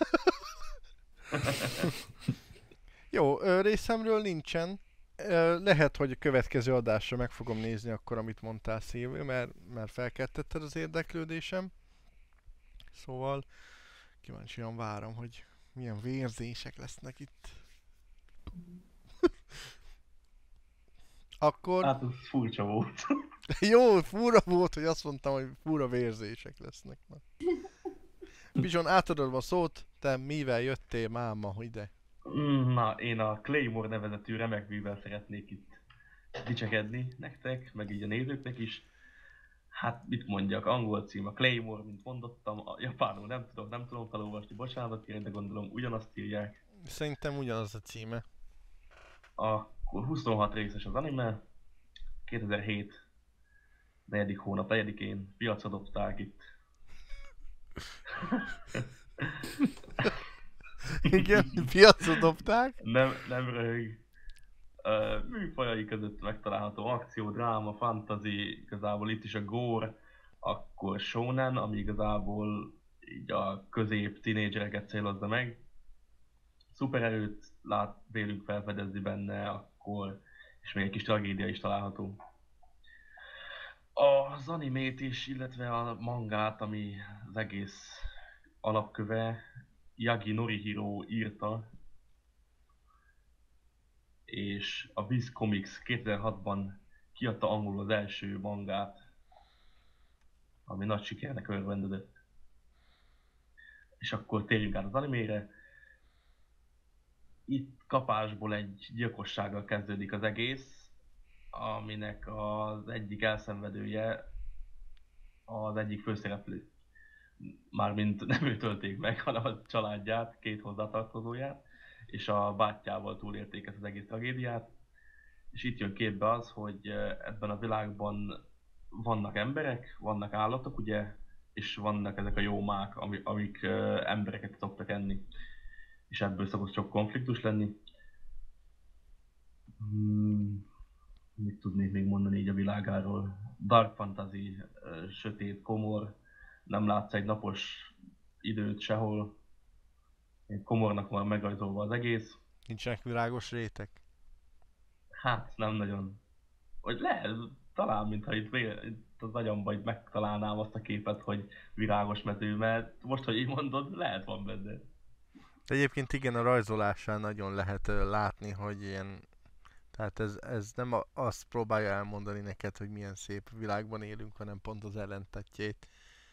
Jó, ö, részemről nincsen. Ö, Lehet, hogy a következő adásra meg fogom nézni akkor, amit mondtál, Szilvi, mert, mert felkeltetted az érdeklődésem. Szóval kíváncsian várom, hogy milyen vérzések lesznek itt. Akkor Hát ez furcsa volt. jó, fura volt, hogy azt mondtam, hogy fura vérzések lesznek. Na. Bizson, átadom a szót, te mivel jöttél máma ide? Mm, Na, én a Claymore nevezetű remek művel szeretnék itt dicsekedni nektek, meg így a nézőknek is. Hát mit mondjak, angol cím a Claymore, mint mondottam, a japánul nem tudok, nem tudom felolvasni, bocsánat kérem, de gondolom ugyanazt írják. Szerintem ugyanaz a címe. Akkor huszonhat részes az anime, kétezer-hét negyedik hónap negyedikén piacra dobták itt. Igen, piacra dobták. Nem, nem röhög. Uh, műfajai között megtalálható akció, dráma, fantasy, igazából itt is a gore, akkor shonen, ami igazából így a közép tínédzsereket célozza meg. Szupererőt lát, vélünk felfedezni benne, akkor és még egy kis tragédia is található. Az animét is, illetve a mangát, ami az egész alapköve, Yagi Norihiro írta, és a Viz Comics kétezer-hatban kiadta angolul az első mangát, ami nagy sikernek örvendett. És akkor térjünk át az animére. Itt kapásból egy gyilkossággal kezdődik az egész, aminek az egyik elszenvedője az egyik főszereplő. Mármint nem őt ölték meg, hanem a családját, két hozzátartozóját, és a bátyjával túlélték ezt az egész tragédiát. És itt jön képbe az, hogy ebben a világban vannak emberek, vannak állatok, ugye, és vannak ezek a jómák, amik embereket szoktak enni. És ebből szokott sok konfliktus lenni. Hmm, mit tudnék még mondani így a világáról? Dark fantasy, sötét, komor, nem látsz egy napos időt sehol. Egy komornak van megrajzolva az egész. Nincsenek világos rétek? Hát nem nagyon. Vagy lehet, talán mintha itt, itt az agyamban itt megtalálnám azt a képet, hogy virágos mező, mert most, hogy így mondod, lehet van benne. De egyébként igen, a rajzolásán nagyon lehet ö, látni, hogy ilyen... Tehát ez, ez nem a, azt próbálja elmondani neked, hogy milyen szép világban élünk, hanem pont az ellentetjét.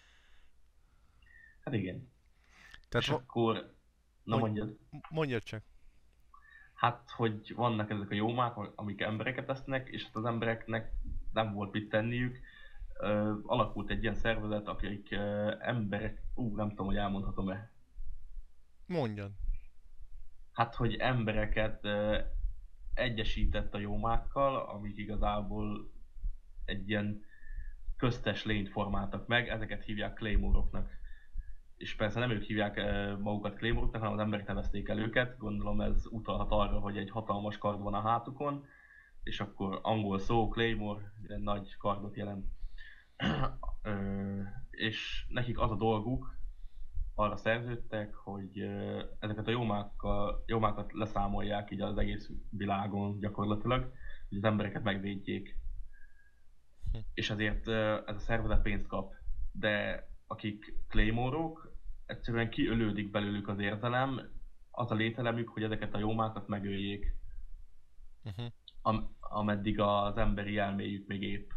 Hát igen. Tehát és mo- akkor... Na mondj- mondjad. mondjad csak. Hát, hogy vannak ezek a jómák, amik embereket esznek, és hát az embereknek nem volt mit tenniük. Ö, alakult egy ilyen szervezet, akik ö, emberek... Ú, nem tudom, hogy elmondhatom-e. Mondjad. Hát, hogy embereket ö, egyesített a jómákkal, amik igazából egy ilyen köztes lényt formáltak meg, ezeket hívják Claymore-oknak. És persze nem ők hívják uh, magukat Claymore-oknak, hanem az emberek nevezték el őket. Gondolom ez utalhat arra, hogy egy hatalmas kard van a hátukon, és akkor angol szó, Claymore, egy nagy kardot jelent. uh, és nekik az a dolguk, arra szerződtek, hogy uh, ezeket a jómákkal, jómákat leszámolják így az egész világon gyakorlatilag, hogy az embereket megvédjék. Hm. És ezért uh, ez a szervezet pénzt kap. De akik Claymore-ok, egyszerűen kiölődik belőlük az érzelem, az a lételemük, hogy ezeket a jómákat megöljék, Uh-huh. am- ameddig az emberi elméjük még épp.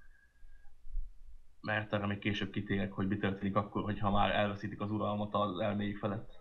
Mert arra még később kitérek, hogy mi történik akkor, hogyha már elveszítik az uralmat az elméjük felett.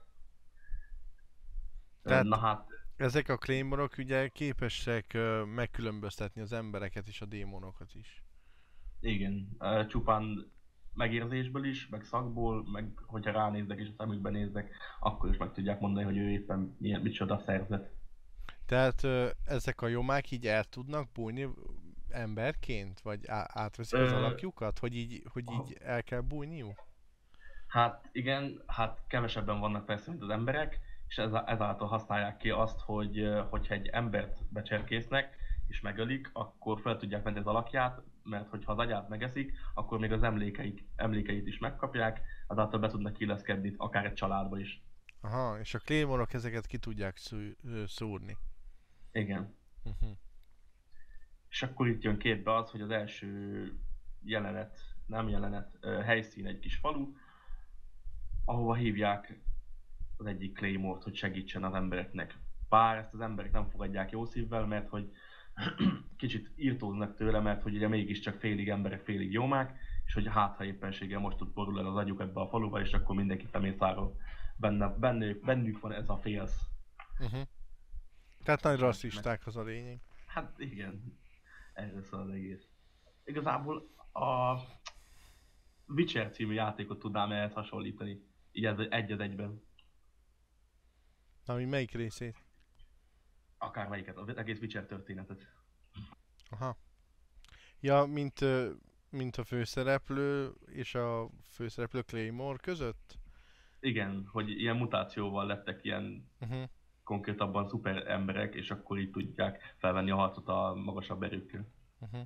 Tehát- Na hát, Ezek a Claymore-ok ugye képesek ö, megkülönböztetni az embereket és a démonokat is. igen, ö, csupán megérzésből is, meg szakból, meg hogyha ránéznek és a szemükbe néznek, akkor is meg tudják mondani, hogy ő éppen milyen, micsoda szerzet. Tehát ö, ezek a jomák így el tudnak bújni emberként? Vagy á- átveszik az Ö, alakjukat? Hogy így, hogy így el kell bújniuk? Hát igen, hát kevesebben vannak persze, mint az emberek, és ez- ezáltal használják ki azt, hogy ö, hogyha egy embert becserkésznek és megölik, akkor fel tudják venni az alakját, mert hogyha az agyát megeszik, akkor még az emlékeit, emlékeit is megkapják, azáltal be tudnak illeszkedni akár egy családba is. Aha, és a Claymore-ok ezeket ki tudják szú- ö, szúrni. Igen. Uh-huh. És akkor itt jön képbe az, hogy az első jelenet, nem jelenet, ö, helyszín egy kis falu, ahova hívják az egyik Claymore-t, hogy segítsen az embereknek. Bár ezt az emberek nem fogadják jó szívvel, mert hogy kicsit írtóznak tőle, mert hogy ugye mégiscsak félig emberek, félig jómák, és hogy hát ha éppenséggel most tud borul el az agyuk ebbe a faluba, és akkor mindenki femészárol. Benne, bennük, bennük van ez a félsz. Uh-huh. Tehát nagy rasszisták az a lényeg. Hát igen, erről szól az egész. Igazából a Witcher című játékot tudnám ehhez hasonlítani, így ez egy az egyben. Ami melyik részét? Akármelyiket, az egész Witcher történetet. Aha. Ja, mint, ö, mint a főszereplő és a főszereplő Claymore között? Igen, hogy ilyen mutációval lettek ilyen Uh-huh. konkrétabban szuper emberek, és akkor így tudják felvenni a harcot a magasabb erőkkel. Uh-huh.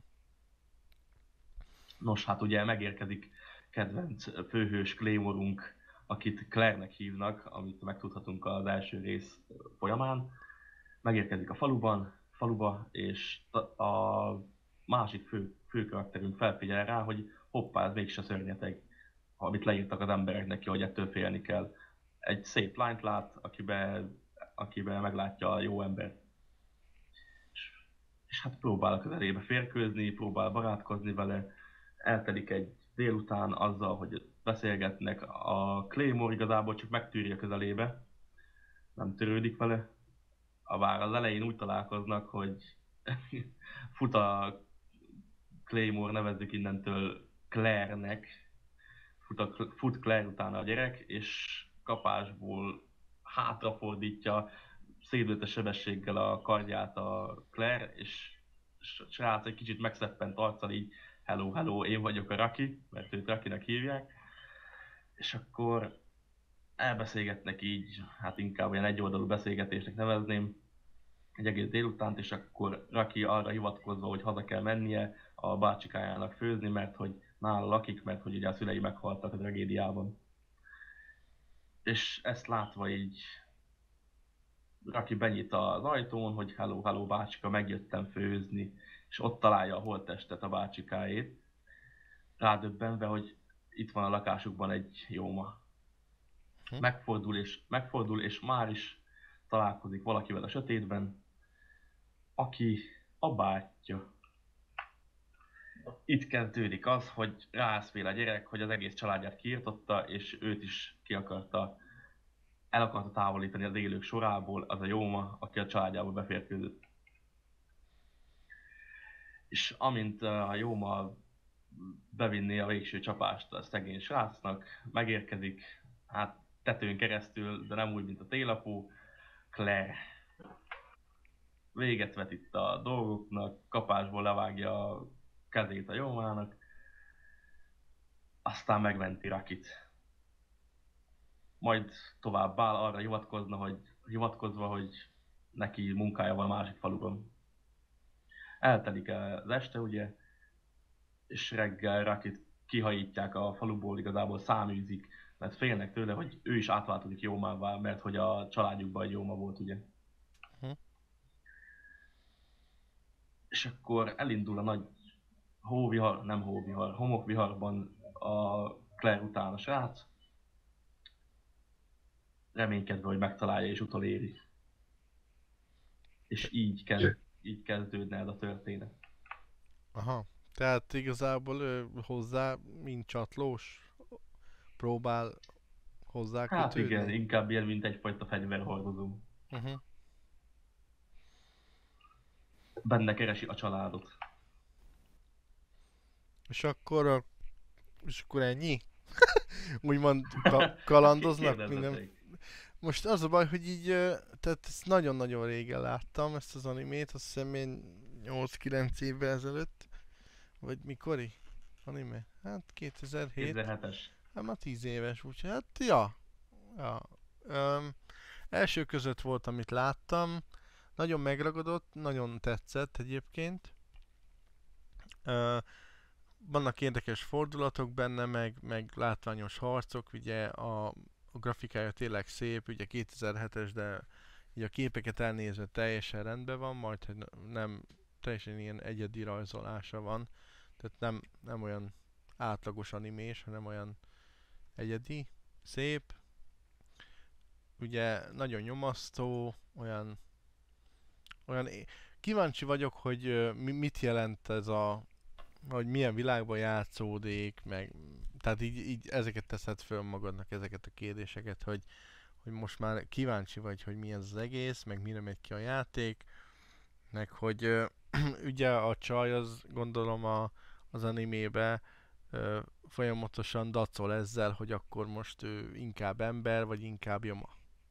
Nos, hát ugye megérkezik kedvenc főhős Claymore-unk, akit Claire-nek hívnak, amit megtudhatunk az első rész folyamán. Megérkezik a faluban, faluba, és a a másik fő, fő karakterünk felfigyel rá, hogy hoppá, ez mégse szörnyeteg, amit leírtak az emberek neki, hogy ettől félni kell. egy szép lányt lát, akiben, akiben meglátja a jó embert. És, és hát próbál a közelébe férkőzni, próbál barátkozni vele, eltelik egy délután azzal, hogy beszélgetnek, a Claymore igazából csak megtűri a közelébe, nem törődik vele. A bár az elején úgy találkoznak, hogy fut a Claymore, nevezzük innentől Claire-nek, fut, a, fut Claire utána a gyerek, és kapásból hátrafordítja szédültes sebességgel a kardját a Claire, és a srác egy kicsit megszeppent arccal így hello, hello, én vagyok a Rocky, mert őt Rockynak hívják, és akkor elbeszélgetnek így, hát inkább olyan egyoldalú beszélgetésnek nevezném, egy egész délutánt, és akkor Rocky arra hivatkozva, hogy haza kell mennie a bácsikájának főzni, mert hogy nála lakik, mert hogy ugye a szülei meghaltak a tragédiában. És ezt látva így Rocky benyit az ajtón, hogy hello, hello bácsika, megjöttem főzni, és ott találja a holttestet a bácsikáét, rádöbbenve, hogy itt van a lakásukban egy jóma. Hm. Megfordul és, megfordul, és már is találkozik valakivel a sötétben, aki a bátyja. Itt kezdődik az, hogy rászfél a gyerek, hogy az egész családját kiirtotta, és őt is ki akarta, el akarta távolítani az élők sorából, az a jóma, aki a családjába beférkőzött. És amint a jóma bevinné a végső csapást a szegény srácnak, megérkezik, hát tetőn keresztül, de nem úgy, mint a télapó, Claire. Véget vet itt a dolgoknak, kapásból levágja a kezét a jómának, aztán megmenti Rockit. Majd tovább áll arra hivatkozna, hogy, hivatkozva, hogy neki munkája van a másik faluban. Eltelik az este, ugye, és reggel Rockit kihajítják a faluból, igazából száműzik, mert félnek tőle, hogy ő is átváltozik jómává, mert hogy a családjukban egy jóma volt, ugye. Hm. És akkor elindul a nagy hóvihar, nem hóvihar, homokviharban a Claire után a srác, reménykedve, hogy megtalálja és utoléri. És így, kezd, így kezdődne ez a történet. Aha. Tehát igazából ő hozzá, mint csatlós, próbál hozzá Hát kötődni? igen, inkább ilyen, mint egyfajta fegyverhordozó. Uh-huh. Benne keresi a családot. És akkor, a, és akkor ennyi? Úgymond ka- kalandoznak minden. Kérdezzetek. Most az a baj, hogy így, ö, tehát ezt nagyon-nagyon régen láttam, ezt az animét, azt hiszem én nyolc-kilenc évvel ezelőtt, vagy mikori anime? Hát kétezer-hét, kétezer-hetes. hát már tíz éves, úgyhogy hát ja. ja. Öm, első között volt, amit láttam, nagyon megragadott, nagyon tetszett egyébként. Ö, vannak érdekes fordulatok benne, meg, meg látványos harcok, ugye a, a grafikája tényleg szép, ugye kétezer-hetes, de így a képeket elnézve teljesen rendben van, majd hogy nem teljesen ilyen egyedi rajzolása van, tehát nem, nem olyan átlagos animés, hanem olyan egyedi, szép, ugye nagyon nyomasztó, olyan, olyan é- kíváncsi vagyok, hogy ö, mi, mit jelent ez a, hogy milyen világban játszódik, meg tehát így, így ezeket teszed föl magadnak, ezeket a kérdéseket, hogy, hogy most már kíváncsi vagy, hogy mi ez az egész, meg mire megy ki a játék, meg hogy ö, ugye a csaj az gondolom a, az animébe ö, folyamatosan dacol ezzel, hogy akkor most ő inkább ember, vagy inkább joma.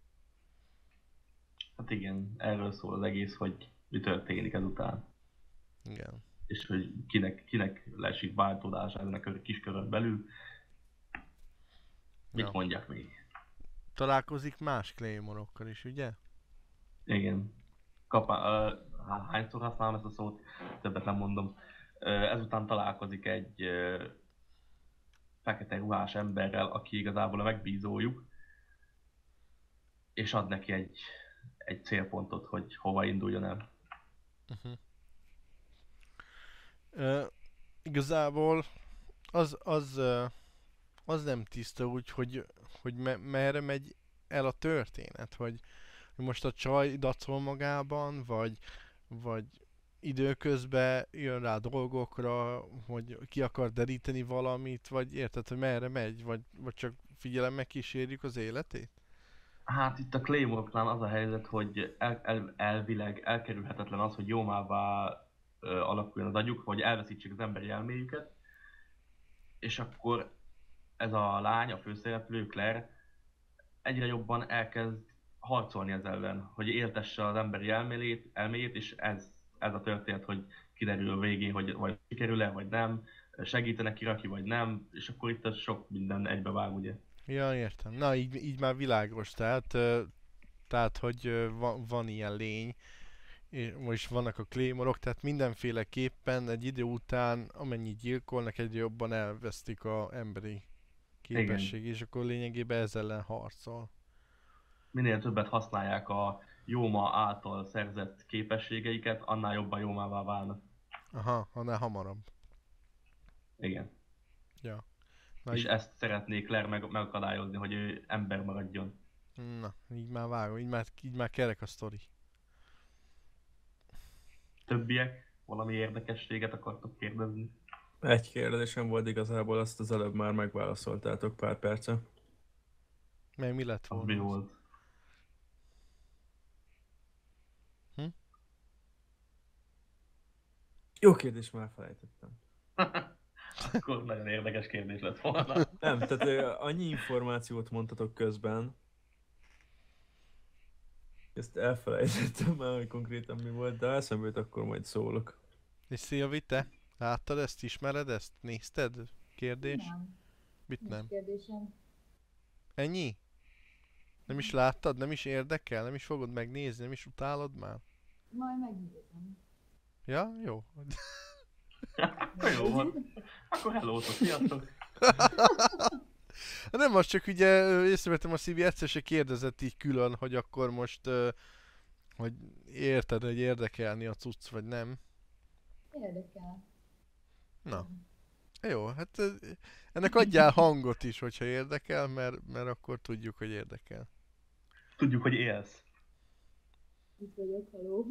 Hát igen, erről szól az egész, hogy mi történik ezután. Igen. És hogy kinek, kinek lesik változás ennek a kis körön belül. Mit Ja. mondjak még? Találkozik más Claymore-okkal is, ugye? Igen. Kapá, uh, hányszor használom ezt a szót? Többet nem mondom. Uh, ezután találkozik egy uh, fekete ruhás emberrel, aki igazából a megbízójuk, és ad neki egy, egy célpontot, hogy hova induljon el. Uh-huh. Uh, igazából az, az, uh, az nem tiszta úgy, hogy, hogy me- merre megy el a történet, hogy most a csaj dacol magában, vagy, vagy időközben jön rá dolgokra, hogy ki akar deríteni valamit, vagy érted, hogy merre megy, vagy, vagy csak figyelemmel kísérjük az életét? Hát itt a Claymore-nál az a helyzet, hogy el, el, elvileg elkerülhetetlen az, hogy jómává ö, alakuljon az agyuk, hogy elveszítsék az emberi elméjüket, és akkor ez a lány, a főszereplő, Claire, egyre jobban elkezd harcolni ez ellen, hogy éltesse az emberi elmélét, elméjét, és ez, ez a történet, hogy kiderül a végén, hogy vagy sikerül-e, vagy nem, segítenek Kiraki, vagy nem, és akkor itt ez sok minden egybevág, ugye. Ja, értem. Na, így, így már világos. Tehát, ö, tehát hogy ö, van, van ilyen lény, és most vannak a Claymore-ok, tehát mindenféleképpen egy idő után, amennyit gyilkolnak, egyre jobban elvesztik a emberi képesség, és akkor lényegében ez ellen harcol. Minél többet használják a Jóma által szerzett képességeiket, annál jobban Jómává válnak. Aha, annál hamarabb. Igen. Ja. Na, És így, ezt szeretnék Claire meg, megakadályozni, hogy ő ember maradjon. na, így már vágom, így már, így már kerek a sztori. Többiek valami érdekességet akartok kérdezni? Egy kérdésem volt igazából, azt az előbb már megválaszoltátok pár perce. Meg mi lett Az volna? mi volt? Jó kérdés, már felejtettem. Akkor nagyon érdekes kérdés lett volna. Nem, tehát ö, annyi információt mondtatok közben, ezt elfelejtettem már, hogy konkrétan mi volt, de eszembe jut, akkor majd szólok. És Szilvi, te? Láttad ezt? Ismered ezt? Nézted? Kérdés? Nem, Mit nincs nem? kérdésem. Ennyi? Nem is láttad? Nem is érdekel? Nem is fogod megnézni? Nem is utálod már? Majd megnézem. Ja? Jó. Akkor jó van. Akkor hello, sziasztok! Nem, az csak ugye ö, észrevettem, a Szilvi egyszer se kérdezett így külön, hogy akkor most, ö, hogy érted, hogy érdekelni a cucc, vagy nem. Érdekel. Na. Jó, hát ö, ennek adjál hangot is, hogyha érdekel, mert, mert akkor tudjuk, hogy érdekel. Tudjuk, hogy élsz. Itt vagyok, haló.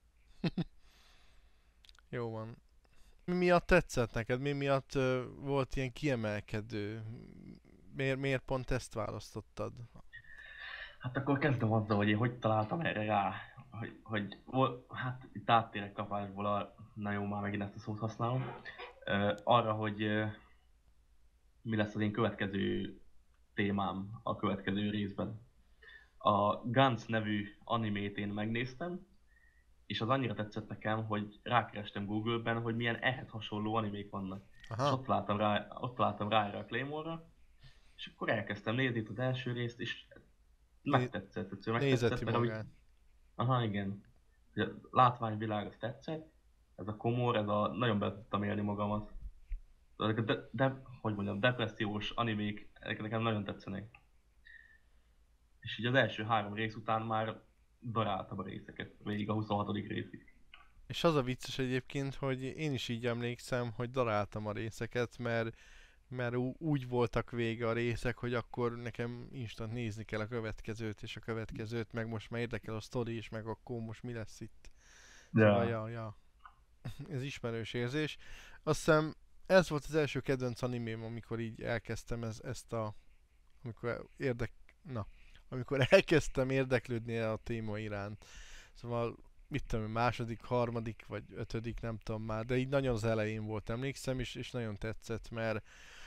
Jó van. Mi miatt tetszett neked? Mi miatt ö, volt ilyen kiemelkedő? Miért, miért pont ezt választottad? Hát akkor kezdem azzal, hogy én hogy találtam erre rá. Hogy, hogy vol- hát itt áttérek kapásból, a, na jó, már megint ezt a szót használom. Uh, arra, hogy uh, mi lesz az én következő témám a következő részben. A Guns nevű animét én megnéztem, és az annyira tetszett nekem, hogy rákerestem Google-ben, hogy milyen ehhez hasonló animék vannak. És Aha, ott találtam rá, ott találtam rá erre a Claymore-ra, és akkor elkezdtem nézni itt az első részt, és megtetszett, egyszerűen megtetszett, nézeti mert ahogy... magát. Aha, igen. Hogy a látványvilág az tetszett, ez a komor, ez a... nagyon be tudtam élni magamat. Ezek a de, de, hogy mondjam, depressziós animék, ezek nekem nagyon tetszenek. És így az első három rész után már daráltam a részeket, végig a huszonhatodik részig. És az a vicces egyébként, hogy én is így emlékszem, hogy daráltam a részeket, mert, mert ú- úgy voltak vége a részek, hogy akkor nekem instant nézni kell a következőt, és a következőt, meg most már érdekel a sztori is, meg akkor most mi lesz itt. Szóval, ja, ja. Ez ismerős érzés. Azt hiszem, ez volt az első kedvenc animém, amikor így elkezdtem ez, ezt a... Amikor érdek... Na, amikor elkezdtem érdeklődni a téma iránt. Szóval, mit tudom, én, második, harmadik, vagy ötödik, nem tudom már, de így nagyon az elején volt, emlékszem, és, és nagyon tetszett, mert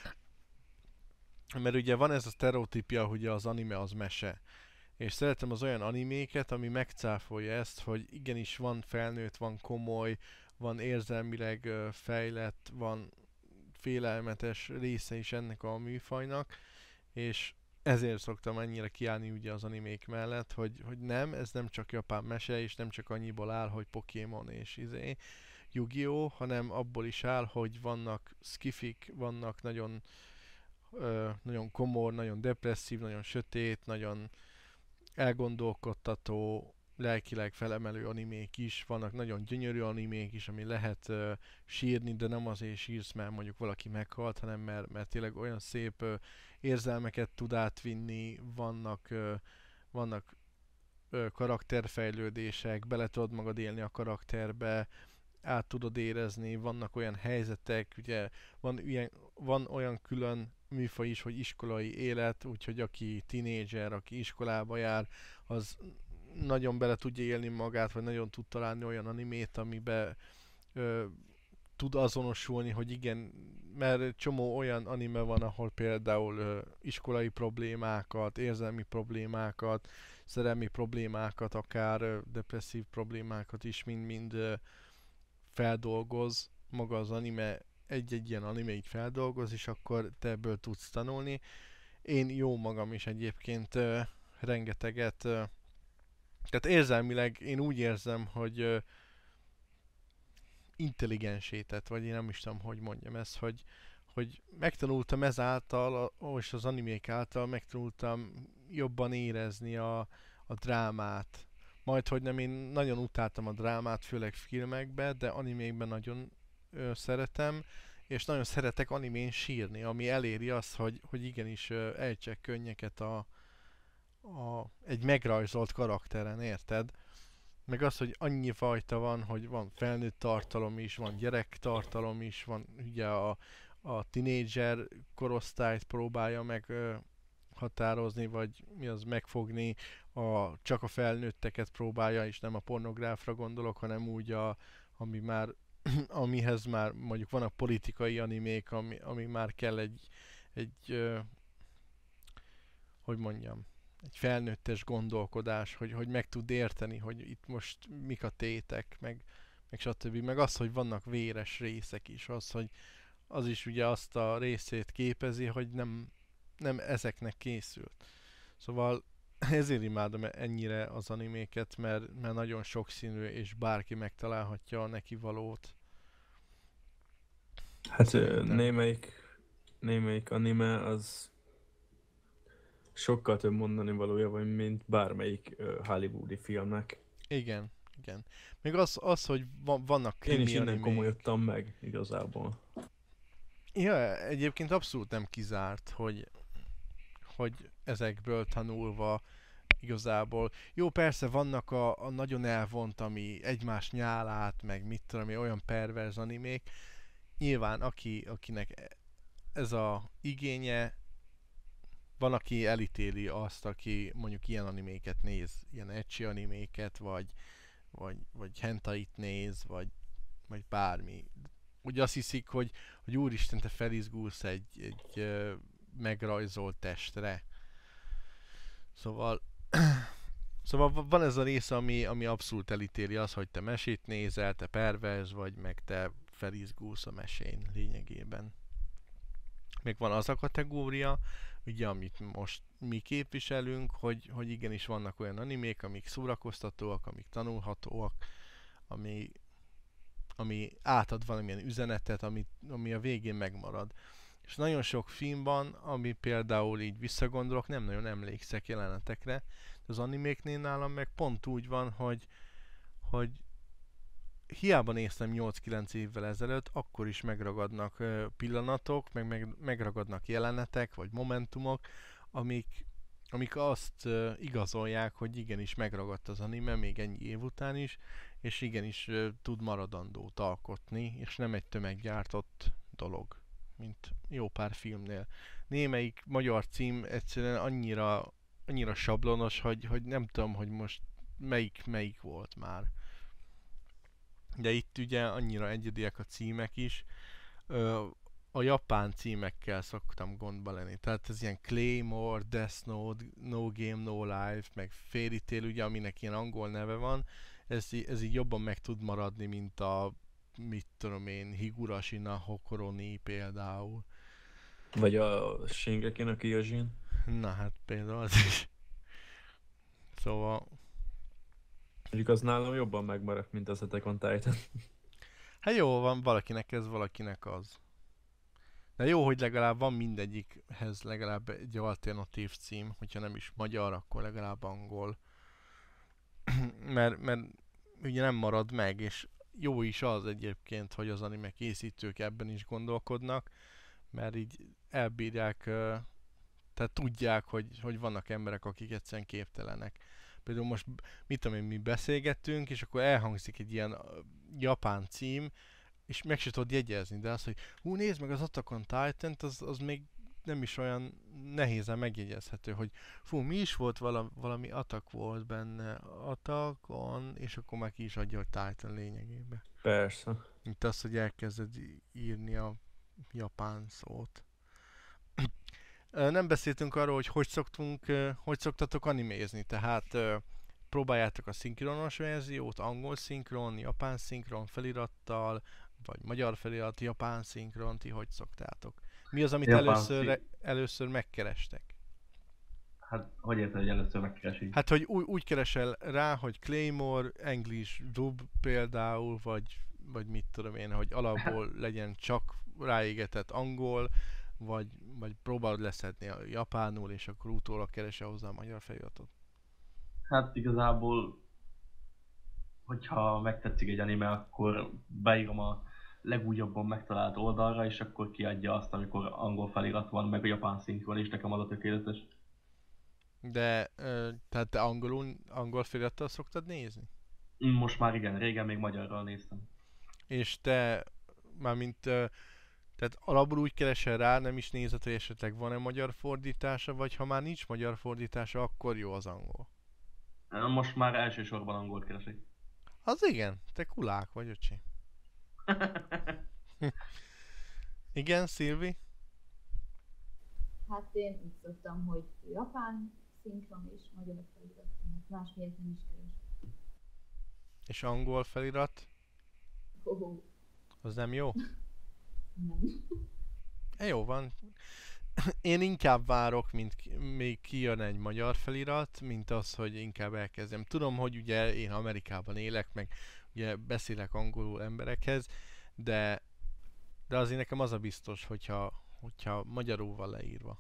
mert ugye van ez a sztereotípia, hogy az anime az mese. És szeretem az olyan animéket, ami megcáfolja ezt, hogy igenis van felnőtt, van komoly, van érzelmileg ö, fejlett, van félelmetes része is ennek a műfajnak, és ezért szoktam ennyire kiállni ugye az animék mellett, hogy, hogy nem, ez nem csak japán mese, és nem csak annyiból áll, hogy Pokémon és izé, Yu-Gi-Oh, hanem abból is áll, hogy vannak skifik, vannak nagyon, ö, nagyon komor, nagyon depresszív, nagyon sötét, nagyon elgondolkodtató, lelkileg felemelő animék is, vannak nagyon gyönyörű animék is, ami lehet uh, sírni, de nem azért sírsz, mert mondjuk valaki meghalt, hanem mert, mert tényleg olyan szép uh, érzelmeket tud átvinni, vannak, uh, vannak uh, karakterfejlődések, bele tudod magad élni a karakterbe, át tudod érezni, vannak olyan helyzetek, ugye van, ilyen, van olyan külön műfaj is, hogy iskolai élet, úgyhogy aki tinédzser, aki iskolába jár, az nagyon bele tudja élni magát, vagy nagyon tud találni olyan animét, amiben ö, tud azonosulni, hogy igen, mert csomó olyan anime van, ahol például ö, iskolai problémákat, érzelmi problémákat, szerelmi problémákat, akár ö, depresszív problémákat is mind-mind ö, feldolgoz maga az anime, egy-egy ilyen anime így feldolgoz, és akkor te ebből tudsz tanulni. Én jó magam is egyébként ö, rengeteget, ö, tehát érzelmileg én úgy érzem, hogy ö, intelligensített, vagy én nem is tudom, hogy mondjam ezt, hogy, hogy megtanultam ezáltal, és az animék által megtanultam jobban érezni a, a drámát. Majd, hogy nem, én nagyon utáltam a drámát, főleg filmekben, de animékben nagyon ö, szeretem, és nagyon szeretek animén sírni, ami eléri azt, hogy, hogy igenis ö, ejtsek könnyeket a, a, egy megrajzolt karakteren, érted? Meg az, hogy annyi fajta van, hogy van felnőtt tartalom is, van gyerek tartalom is, van ugye a, a tinédzser korosztályt próbálja meg ö, határozni, vagy mi az megfogni, a, csak a felnőtteket próbálja, és nem a pornográfra gondolok, hanem úgy, a, ami már, amihez már mondjuk vannak politikai animék, ami, ami már kell egy, egy ö, hogy mondjam, egy felnőttes gondolkodás, hogy, hogy meg tud érteni, hogy itt most mik a tétek, meg, meg stb. Meg az, hogy vannak véres részek is, az, hogy az is ugye azt a részét képezi, hogy nem, nem ezeknek készült. Szóval ezért imádom ennyire az animéket, mert, mert nagyon sokszínű, és bárki megtalálhatja a neki valót. Hát Szerintem. némelyik, némelyik anime az sokkal több mondani valója van, mint bármelyik uh, hollywoodi filmnek. Igen, igen. Még az, az hogy van, vannak krimi Én is innen animék. komolyodtam meg, igazából. Ja, egyébként abszolút nem kizárt, hogy, hogy ezekből tanulva igazából. Jó, persze vannak a, a nagyon elvont, ami egymás nyálát, meg mit tudom, ami olyan perverz animék. Nyilván, aki, akinek ez a igénye, van, aki elítéli azt, aki mondjuk ilyen animéket néz, ilyen ecchi animéket, vagy, vagy, vagy hentait néz, vagy, vagy bármi. Ugye azt hiszik, hogy, hogy úristen, te felizgulsz egy, egy uh, megrajzolt testre. Szóval szóval van ez a rész, ami, ami abszolút elítéli az, hogy te mesét nézel, te perverz vagy, meg te felizgulsz a mesén lényegében. Még van az a kategória, ugye, amit most mi képviselünk, hogy, hogy igenis vannak olyan animék, amik szórakoztatóak, amik tanulhatóak, ami, ami átad valamilyen üzenetet, ami, ami a végén megmarad. És nagyon sok film van, ami például így visszagondolok, nem nagyon emlékszek jelenetekre, de az animéknél nálam meg pont úgy van, hogy, hogy hiába néztem nyolc-kilenc évvel ezelőtt, akkor is megragadnak uh, pillanatok, meg, meg megragadnak jelenetek, vagy momentumok, amik, amik azt uh, igazolják, hogy igenis megragadt az anime, még ennyi év után is, és igenis uh, tud maradandót alkotni, és nem egy tömeggyártott dolog, mint jó pár filmnél. Némelyik magyar cím egyszerűen annyira, annyira sablonos, hogy, hogy nem tudom, hogy most melyik, melyik volt már. De itt ugye annyira egyediek a címek is. Ö, a japán címekkel szoktam gondba lenni. Tehát ez ilyen Claymore, Death Note, No Game, No Life, meg Fairy Tail, ugye, aminek ilyen angol neve van. Ez, ez így jobban meg tud maradni, mint a, mit tudom én, Higurashi no Hokoro ni például. Vagy a Shingeki no Kyojin. Na hát például az is. Szóval... Mondjuk az nálam jobban megmaradt, mint az Attack on Titan. Hát jó, van valakinek ez, valakinek az. De jó, hogy legalább van mindegyikhez legalább egy alternatív cím, hogyha nem is magyar, akkor legalább angol. mert, mert ugye nem marad meg, és jó is az egyébként, hogy az anime készítők ebben is gondolkodnak, mert így elbírják, ö, tehát tudják, hogy, hogy vannak emberek, akik egyszerűen képtelenek. Például most, mit tudom én, mi beszélgettünk, és akkor elhangzik egy ilyen ö, japán cím, és meg se tudod jegyezni, de az, hogy hú, nézd meg az Attack on Titan-t, az, az még nem is olyan nehézen megjegyezhető, hogy fú, mi is volt valami, valami Attack volt benne, Attack on, és akkor már ki is adja a Titan lényegében. Persze. Mint az, hogy elkezded írni a japán szót. Nem beszéltünk arról, hogy hogy szoktunk, hogy szoktatok animézni, tehát próbáljátok a szinkronos verziót, angol szinkron, japán szinkron felirattal, vagy magyar felirat, japán szinkron, ti hogy szoktátok? Mi az, amit Japán először, szink- először megkerestek? Hát, hogy érted, hogy először megkeresi? Hát, hogy úgy, úgy keresel rá, hogy Claymore, English dub például, vagy, vagy mit tudom én, hogy alapból legyen csak ráégetett angol, vagy, vagy próbálod leszedni a japánul, és akkor utólag keresel hozzá a magyar feliratot. Hát igazából, hogyha megtetszik egy anime, akkor beírom a legújabban megtalált oldalra, és akkor kiadja azt, amikor angol felirat van, meg a japán szinkron, és nekem az a tökéletes. De, ö, tehát te angolul, angol felirattal szoktad nézni? Most már igen, régen még magyarral néztem. És te, mármint, ö, tehát alapból úgy keresel rá, nem is nézed, hogy esetleg van-e magyar fordítása, vagy ha már nincs magyar fordítása, akkor jó az angol. Most már elsősorban angolt keresek. Az igen, te kulák vagy, öcsi. Igen, Szilvi? Hát én úgy szoktam, hogy japán szinkron és magyar felirat, más miért nem is keres. És angol felirat? Hoho, Az nem jó? nem. E, jó van. Én inkább várok, mint ki, még kijön egy magyar felirat, mint az, hogy inkább elkezdjem. Tudom, hogy ugye én Amerikában élek, meg ugye beszélek angolul emberekhez, de, de azért nekem az a biztos, hogyha, hogyha magyarul van leírva.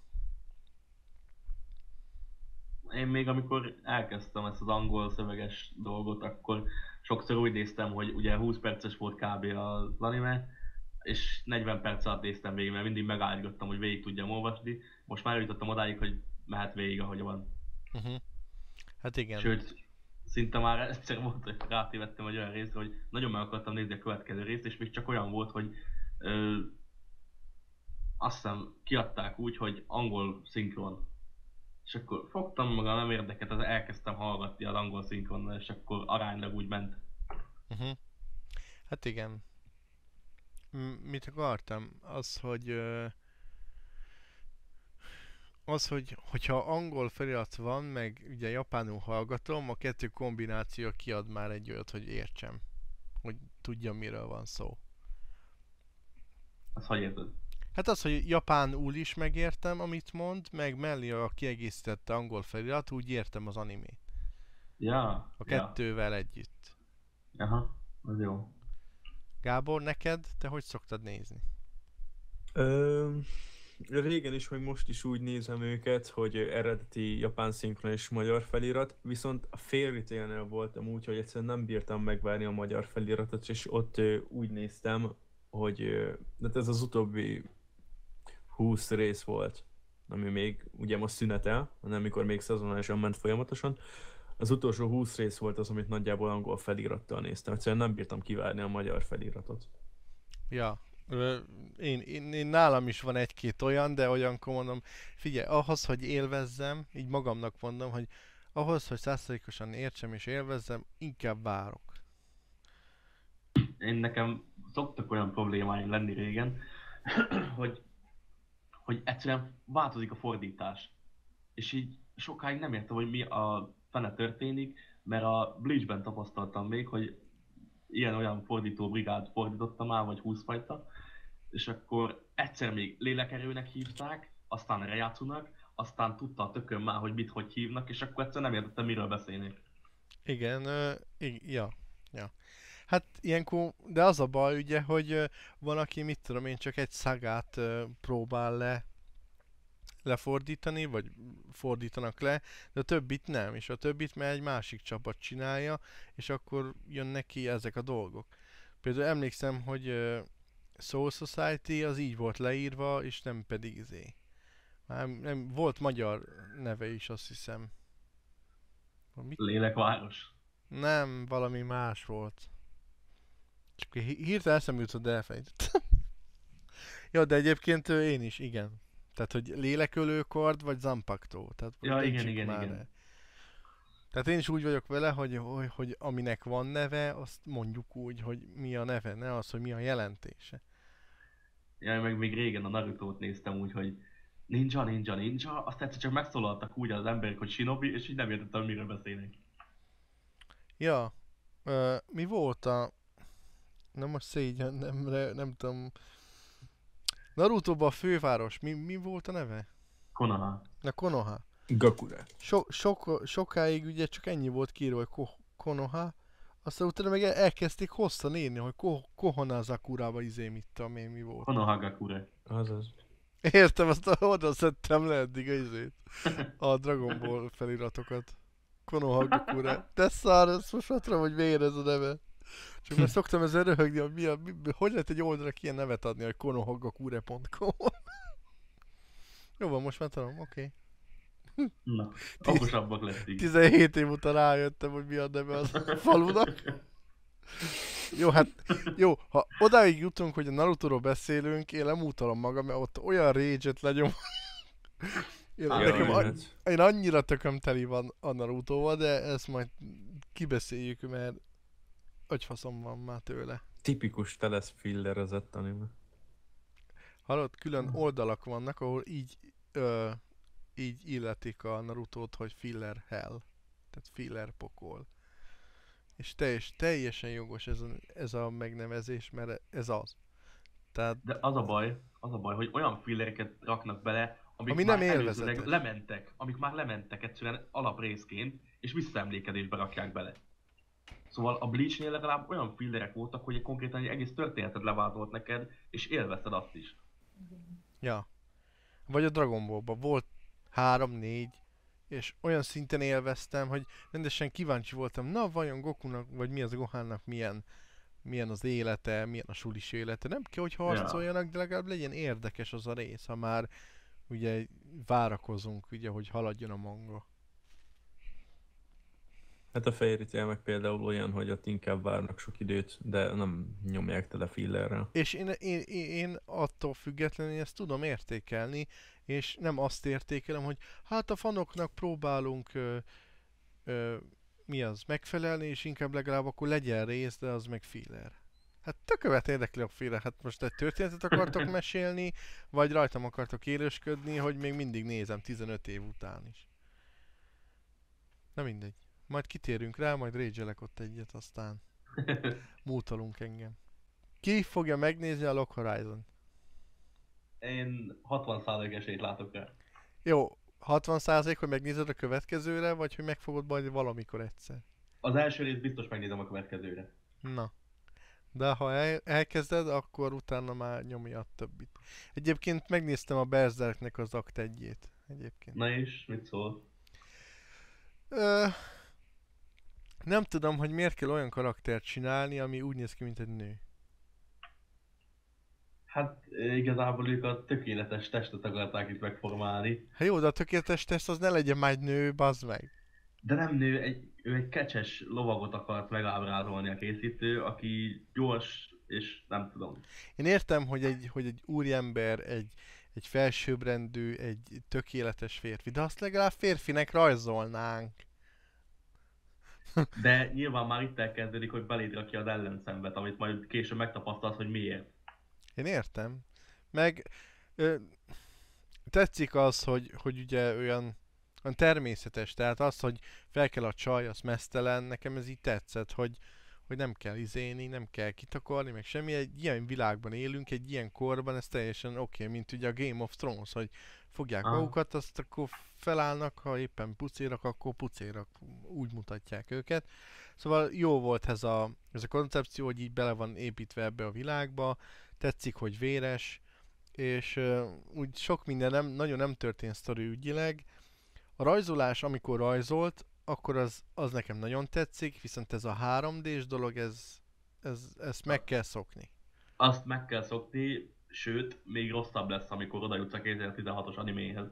Én még amikor elkezdtem ezt az angol szöveges dolgot, akkor sokszor úgy néztem, hogy ugye húsz perces volt kb. Az anime, és negyven perc alatt néztem végig, mert mindig megállítottam, hogy végig tudjam olvasni. Most már eljutottam odáig, hogy mehet végig, ahogy van. Uh-huh. Hát igen. Sőt, szinte már egyszer volt, hogy rátévettem egy olyan részre, hogy nagyon meg akartam nézni a következő részt, és még csak olyan volt, hogy ö, azt hiszem kiadták úgy, hogy angol szinkron. És akkor fogtam magam, nem érdekelt, az elkezdtem hallgatni az angol szinkronnal, és akkor aránylag úgy ment. Uh-huh. Hát igen. M- mit akartam? Az, hogy ö, az, hogy hogyha angol felirat van, meg ugye japánul hallgatom, a kettő kombináció kiad már egy olyat, hogy értsem. Hogy tudjam, miről van szó. Azt hogy érted? Hát az, hogy japánul is megértem, amit mond, meg mellé a kiegészítette angol felirat, úgy értem az animét. Ja, A ja. kettővel együtt. Aha, az jó. Gábor, neked? Te hogy szoktad nézni? Ö, régen is, meg most is úgy nézem őket, hogy eredeti japán szinkron és magyar felirat, viszont a Fairy Tail-nél voltam úgy, hogy egyszerűen nem bírtam megvárni a magyar feliratot, és ott ö, úgy néztem, hogy ö, hát ez az utóbbi húsz rész volt, ami még ugye most szünetel, nem mikor még szezonálisan ment folyamatosan. Az utolsó húsz rész volt az, amit nagyjából angol felirattal néztem. Egyszerűen nem bírtam kivárni a magyar feliratot. Ja, ö, én, én, én nálam is van egy-két olyan, de olyankor mondom, figyelj, ahhoz, hogy élvezzem, így magamnak mondom, hogy ahhoz, hogy százszerékosan értsem és élvezzem, inkább várok. Én nekem szoktak olyan problémáim lenni régen, hogy, hogy egyszerűen változik a fordítás. És így sokáig nem értem, hogy mi a fene történik, mert a Bleachben tapasztaltam még, hogy ilyen-olyan fordító brigád fordítottam már, vagy húsz fajta, és akkor egyszer még lélekerőnek hívták, aztán Rejátsunak, aztán tudta a tököm már, hogy mit hogy hívnak, és akkor egyszer nem értettem, miről beszélnék. Igen, ö, ig- ja, ja. Hát ilyenkor, de az a baj ugye, hogy ö, van, aki mit tudom én, csak egy szagát ö, próbál le lefordítani, vagy fordítanak le, de a többit nem, és a többit már egy másik csapat csinálja, és akkor jön neki ezek a dolgok. Például emlékszem, hogy uh, Soul Society az így volt leírva, és nem pedig izé. Már nem, volt magyar neve is, azt hiszem. Mit? Lélekváros. Nem, valami más volt. Csak hirtelen eszembe jutott, de elfelejtettem. Ja, de egyébként én is, igen. Tehát, hogy lélekölő kard, vagy Zanpakuto. Tehát, ja, igen, igen, már igen. El. Tehát én is úgy vagyok vele, hogy, hogy, hogy aminek van neve, azt mondjuk úgy, hogy mi a neve, ne az, hogy mi a jelentése. Ja, meg még régen a Narutót néztem úgy, hogy ninja, ninja, ninja, azt egyszer csak megszólaltak úgy az emberek, hogy shinobi, és így nem értettem, miről beszélnek. Ja, uh, mi volt a... Nem most szégyen, nem, nem tudom... Narutóban a főváros, mi, mi volt a neve? Konoha. Na, Konoha. Gakure. So, sok, sokáig ugye csak ennyi volt kiírva, hogy ko, Konoha. Aztán utána meg el, elkezdték hosszan írni, hogy ko, Kohonazakura-ba izé mit tudom én mi volt. Konoha Gakure. Azaz. Értem, azt oda szedtem le eddig a izét. A Dragon Ball feliratokat. Konoha Gakure. De szár, ez most ott hogy miért ez a neve. Csak már szoktam ezzel röhögni, hogy mi a, mi, hogy lehet egy oldalra ilyen nevet adni, hogy konohagakure pont com. Jó van, most már tudom, oké. Okay. Na, okosabbak lettünk. tizenhét év után rájöttem, hogy mi a neve az a falunak. Jó, hát jó, ha odáig jutunk, hogy a Narutóról beszélünk, én lemútalom magam, mert ott olyan rage-et legyom. Én, Á, nekem, jaj, a, hát. én annyira tököm teli van a Narutóval, de ezt majd kibeszéljük, mert agyfaszom van már tőle. Tipikus telesz fillerezett anime. Hallod, külön oldalak vannak, ahol így, ö, így illetik a Narutót, hogy filler hell. Tehát filler pokol. És teljes, teljesen jogos ez a, ez a megnevezés, mert ez az. Tehát, De az a baj, az a baj, hogy olyan fillereket raknak bele, amik Ami már nem előzőleg élvezetes. lementek, amik már lementek egyszerűen alaprészként, és visszaemlékezésbe rakják bele. Szóval a Bleachnél legalább olyan fillerek voltak, hogy konkrétan egy egész történetet levázolt neked, és élvezted azt is. ja. Vagy a Dragon Ballban volt három, négy, és olyan szinten élveztem, hogy rendesen kíváncsi voltam, na vajon Gokunak, vagy mi az Gohannak milyen, milyen az élete, milyen a sulis élete. Nem kell, hogy harcoljanak, de legalább legyen érdekes az a rész, ha már ugye várakozunk, ugye, hogy haladjon a manga. Hát a Fairy Tail meg például olyan, hogy ott inkább várnak sok időt, de nem nyomják tele fillerrel. És én, én, én, én attól függetlenül ezt tudom értékelni, és nem azt értékelem, hogy hát a fanoknak próbálunk ö, ö, mi az, megfelelni, és inkább legalább akkor legyen rész, de az meg filler. Hát tökövet érdekli a filler. Hát most egy történetet akartok mesélni, vagy rajtam akartok élősködni, hogy még mindig nézem tizenöt év után is. Na mindegy. Majd kitérünk rá, majd rage-elek ott egyet, aztán mútolunk engem. Ki fogja megnézni a Log Horizon? Én hatvan százalék esélyt látok rá. Jó, hatvan százalék, hogy megnézed a következőre, vagy hogy megfogod majd valamikor egyszer? Az első részt biztos megnézem a következőre. Na. De ha el, elkezded, akkor utána már nyomja a többit. Egyébként megnéztem a Berserknek az akt egyét. Egyébként. Na és, mit szól? Ö, nem tudom, hogy miért kell olyan karaktert csinálni, ami úgy néz ki, mint egy nő. Hát igazából ők a tökéletes testet akarták itt megformálni. Hát jó, de a tökéletes teszt az ne legyen már egy nő, bazd meg. De nem nő, egy, ő egy kecses lovagot akart megábrázolni a készítő, aki gyors, és nem tudom. Én értem, hogy egy, hogy egy úriember, egy, egy felsőbbrendű, egy tökéletes férfi, de azt legalább férfinek rajzolnánk. De nyilván már itt elkezdődik, hogy beléd rakja az ellenszenvet, amit majd később megtapasztalsz, hogy miért. Én értem. Meg ö, tetszik az, hogy, hogy ugye olyan, olyan természetes, tehát az, hogy fel kell a csaj, az meztelen, nekem ez így tetszett, hogy, hogy nem kell izéni, nem kell kitakarni, meg semmi, egy ilyen világban élünk, egy ilyen korban, ez teljesen oké, okay, mint ugye a Game of Thrones, hogy fogják Aha. magukat, azt akkor felállnak, ha éppen pucérak, akkor pucérak, úgy mutatják őket. Szóval jó volt ez a, ez a koncepció, hogy így bele van építve ebbe a világba, tetszik, hogy véres, és uh, úgy sok minden nem, nagyon nem történt sztori ügyileg. A rajzolás, amikor rajzolt, akkor az, az nekem nagyon tetszik, viszont ez a három dés dolog, ez, ez, ezt meg kell szokni. Azt meg kell szokni, sőt, még rosszabb lesz, amikor oda jutsz a kétezer-tizenhatos animéhez.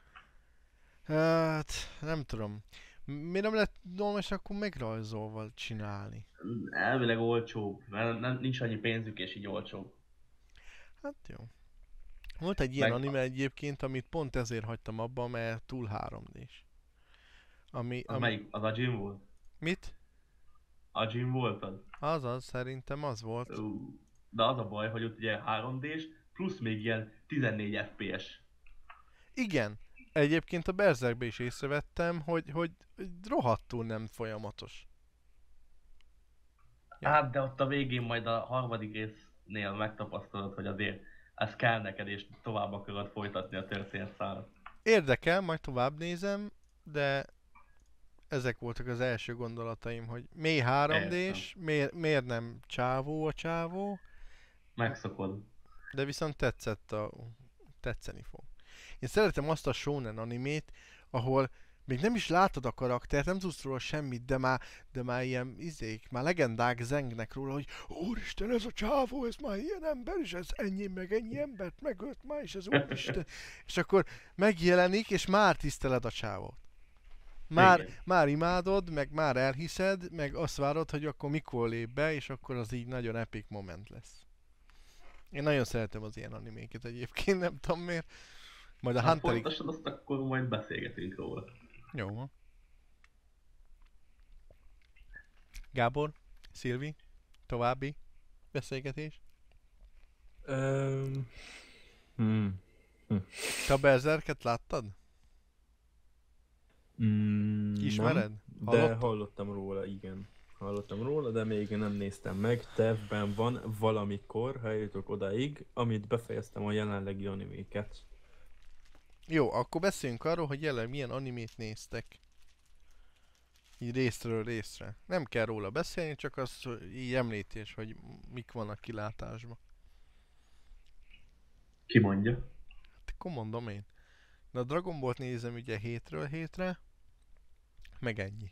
Hát, nem tudom. Miért nem lett normális akkor megrajzolva csinálni? Elvileg olcsóbb, mert nem, nincs annyi pénzük és így olcsóbb. Hát jó. Volt egy ilyen Meg- anime egyébként, amit pont ezért hagytam abba, mert túl három dés. Ami, Az ami... melyik? Az a Jim volt? Mit? A Jim volt az? Azaz, szerintem az volt. Ú, de az a baj, hogy ott ugye három dés, plusz még ilyen tizennégy ef pé es. Igen. Egyébként a Berserkbe is észrevettem, hogy, hogy hogy rohadtul nem folyamatos. Ja. Hát, de ott a végén majd a harmadik résznél megtapasztalod, hogy azért ez kell neked, és tovább akarod folytatni a történetszálat. Érdekel, majd tovább nézem, de ezek voltak az első gondolataim, hogy mély három dés, miért, miért nem csávó a csávó, Megszokod. de viszont tetszett a... tetszeni fog. Én szeretem azt a shonen animét, ahol még nem is látod a karaktert, nem tudsz róla semmit, de már, de már ilyen izék, már legendák zengnek róla, hogy úristen, ez a csávó, ez már ilyen ember, és ez ennyi meg ennyi embert megölt már, és ez úristen. És akkor megjelenik, és már tiszteled a csávót. Már, Igen. már imádod, meg már elhiszed, meg azt várod, hogy akkor mikor lép be, és akkor az így nagyon epic moment lesz. Én nagyon szeretem az ilyen animéket egyébként, nem tudom miért. Majd a Ha Hunterig... folytassad, azt akkor majd beszélgetünk róla. Jó van. Gábor, Szilvi, további beszélgetés. Um, hmm. Te a Berserket láttad? Mm, Ismered? Nem, de Hallottad? hallottam róla, igen. Hallottam róla, de még nem néztem meg. Tervben van valamikor, ha eljutok odáig, amit befejeztem a jelenlegi animéket. Jó, akkor beszéljünk arról, hogy jelenleg milyen animét néztek. Így részről részre. Nem kell róla beszélni, csak az hogy így említés, hogy mik vannak kilátásban. Ki mondja? Hát akkor mondom én. De a Dragon Ball-t nézem ugye hétről hétre, meg ennyi.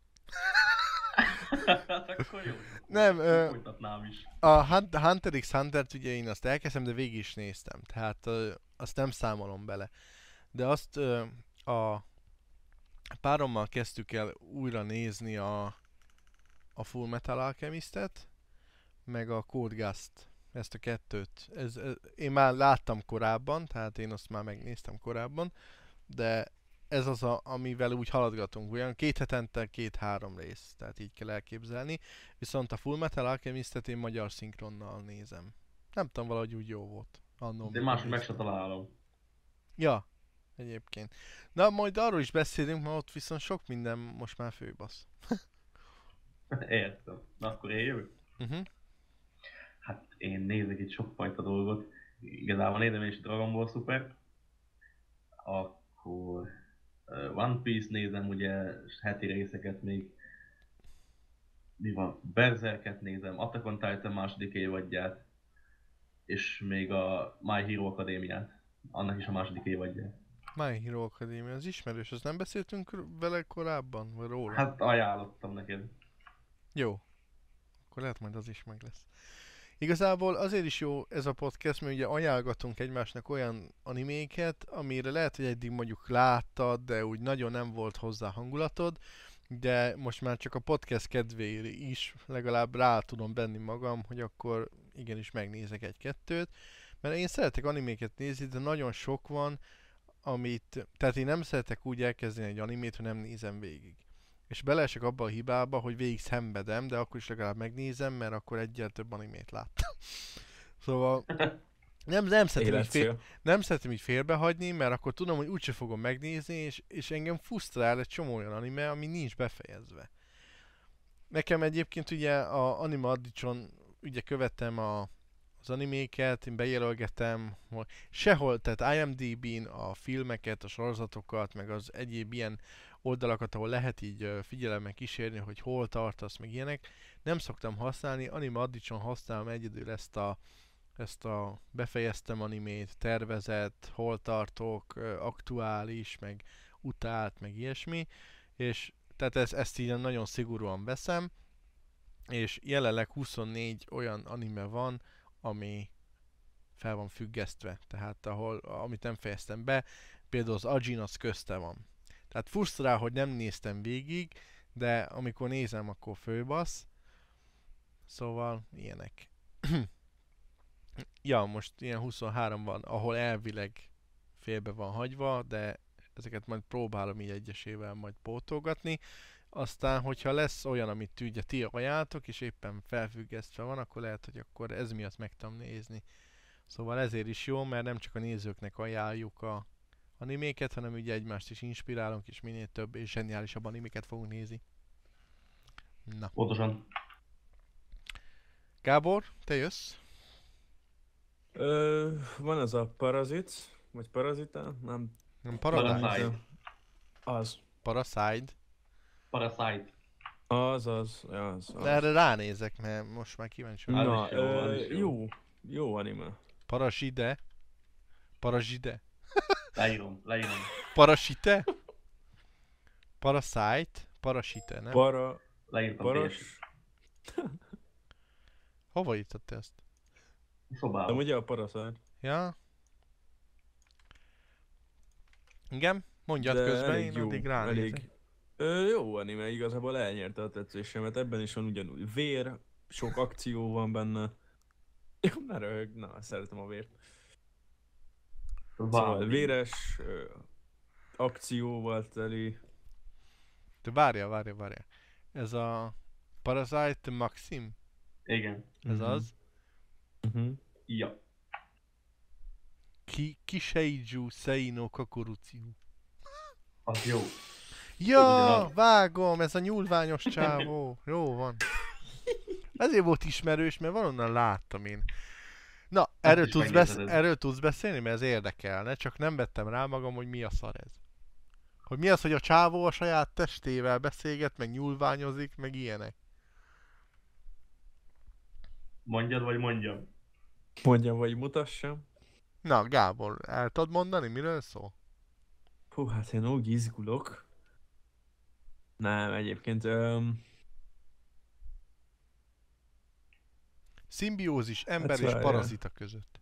Hát akkor jó. Nem, ö- Folytatnám is. A Hunt- Hunter x Hunter-t ugye én azt elkezdtem, de végig is néztem. Tehát ö, azt nem számolom bele. De azt ö, a párommal kezdtük el újra nézni a, a Full Metal Alchemist-et, meg a Code Geass-t. Ezt a kettőt. Ez, ez, én már láttam korábban, tehát én azt már megnéztem korábban, de ez az, a, amivel úgy haladgatunk. Olyan két hetente két-három rész, tehát így kell elképzelni. Viszont a Full Metal Alchemist-et én magyar szinkronnal nézem. Nem tudom, valahogy úgy jó volt. Annól, Én mikor máshogy meg néztem. se találom. Ja, egyébként. Na, majd arról is beszélünk, mert ott viszont sok minden most már főbasz. Értem. Na akkor én jövök? Uh-huh. Hát én nézek itt sokfajta dolgot. Igazából nézem is Dragon Ball Super. Akkor uh, One Piece nézem, ugye heti részeket még. Mi van? Berserket nézem, Attack on Titan második évadját. És még a My Hero Académiát. Annak is a második évadját. My Hero Academia, az ismerős, azt nem beszéltünk r- vele korábban, vagy róla? Hát ajánlottam neked. Jó. Akkor lehet majd az is meg lesz. Igazából azért is jó ez a podcast, mert ugye ajánlgatunk egymásnak olyan animéket, amire lehet, hogy eddig mondjuk láttad, de úgy nagyon nem volt hozzá hangulatod, de most már csak a podcast kedvéért is legalább rá tudom benni magam, hogy akkor igenis megnézek egy-kettőt, mert én szeretek animéket nézni, de nagyon sok van, amit, tehát én nem szeretek úgy elkezdeni egy animét, hogy nem nézem végig. És beleesek abba a hibába, hogy végig szenvedem, de akkor is legalább megnézem, mert akkor egyel több animét láttam. Szóval nem, nem, szeretem így fél, Életcél. nem szeretem így félbehagyni, mert akkor tudom, hogy úgyse fogom megnézni, és, és engem frusztrál egy csomó olyan anime, ami nincs befejezve. Nekem egyébként ugye a Anime Addicton ugye követtem a, az animéket, én bejelölgetem, hogy sehol, tehát IMDb-n a filmeket, a sorozatokat, meg az egyéb ilyen oldalakat, ahol lehet így ö, figyelemmel kísérni, hogy hol tartasz, meg ilyenek. Nem szoktam használni, Anime Addicton használom egyedül ezt a ezt a befejeztem animét, tervezett, hol tartok, ö, aktuális, meg utált, meg ilyesmi, és tehát ezt, ezt így nagyon szigorúan veszem, és jelenleg huszonnégy olyan anime van, ami fel van függesztve, tehát ahol, amit nem fejeztem be, például az Ajin az közte van. Tehát frusztrál, hogy nem néztem végig, de amikor nézem, akkor fölbasz. Szóval ilyenek. Ja, most ilyen huszonhárom van, ahol elvileg félbe van hagyva, de ezeket majd próbálom így egyesével majd pótolgatni. Aztán, hogyha lesz olyan, amit ugye ti ajánltok, és éppen felfüggesztve van, akkor lehet, hogy akkor ez miatt meg tudom nézni. Szóval ezért is jó, mert nem csak a nézőknek ajánljuk a animéket, hanem ugye egymást is inspirálunk, és minél több és zseniálisabb animéket fogunk nézni. Na. Pontosan. Gábor, te jössz? Ö, van ez a Parazit, vagy Parazita, nem... Nem Paradise? Parasite. Az. Parasite. Parasite. Az, az, az, az. De erre ránézek, mert most már kíváncsi vagyok. Na, Az is jó, az ö, is jó. jó, jó anime. Paraside? Paraside? Leírom, leírom. Parasite? Parasite? Parasite, nem? Para, Leírtam paras... tényleg. Hova írtad te ezt? De Szobában. ugye a Parasite. Ja? Igen? Mondjad De közben, elég én jó, addig ránézek. elég ö, jó anime, igazából elnyerte a tetszésemet, ebben is van ugyanúgy vér, sok akció van benne. Jó, ne röhög, na, szeretem a vért. Szóval Wow. véres, ö, akcióval teli. De várja, várja, várja. Ez a Parasite Maxim? Igen. Ez Mhm. az? Uh-huh. Ja. Ki, Kiseiju Seino Kakurutsu. Az jó. Ja, Ugyanaz. vágom, ez a nyúlványos csávó. Jó van. Ezért volt ismerős, mert valonnan láttam én. Na, erről is tudsz, besz- megnézed. erről tudsz beszélni, mert ez érdekelne, csak nem vettem rá magam, hogy mi a szar ez. Hogy mi az, hogy a csávó a saját testével beszélget, meg nyúlványozik, meg ilyenek. Mondjad, vagy mondjam? Mondjam, vagy mutassam. Na, Gábor, el tudod mondani, miről szól? Hú, hát én úgy izgulok. Nem, egyébként... Um, Szimbiózis ember és várjál. parazita között.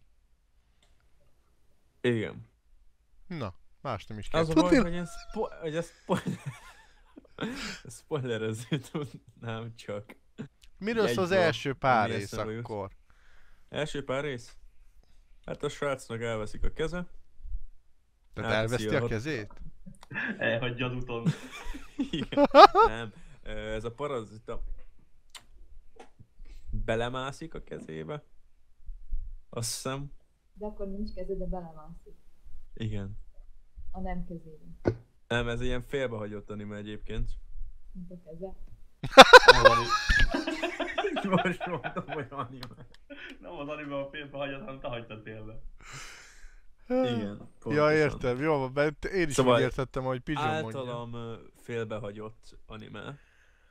igen. Na, más nem is kell Az a baj, tudni. hogy ez, spo- hogy ez spoiler... spoilerezni tudnám csak. Miről szól az Egyből, első pár ami rész eszembe jut. akkor? Első pár rész? Hát a srácnak elveszik a keze. Tehát Elveszi elveszti a a- kezét? Elhagyja az úton. Igen. Nem, ez a parazita belemászik a kezébe. Azt hiszem. De akkor nincs keze, de belemászik Igen. a nem kezébe, Nem, ez ilyen félbehagyott anime egyébként. mint a keze. Nem az anime- Most mondtam, hogy anime. Nem az anime a félbe hagyod, hanem te hagytad félbe. Igen, Ja, pontosan. értem, jó van, mert én is Szóval úgy értettem, hogy Pigeon mondja. Általam ö, félbehagyott anime.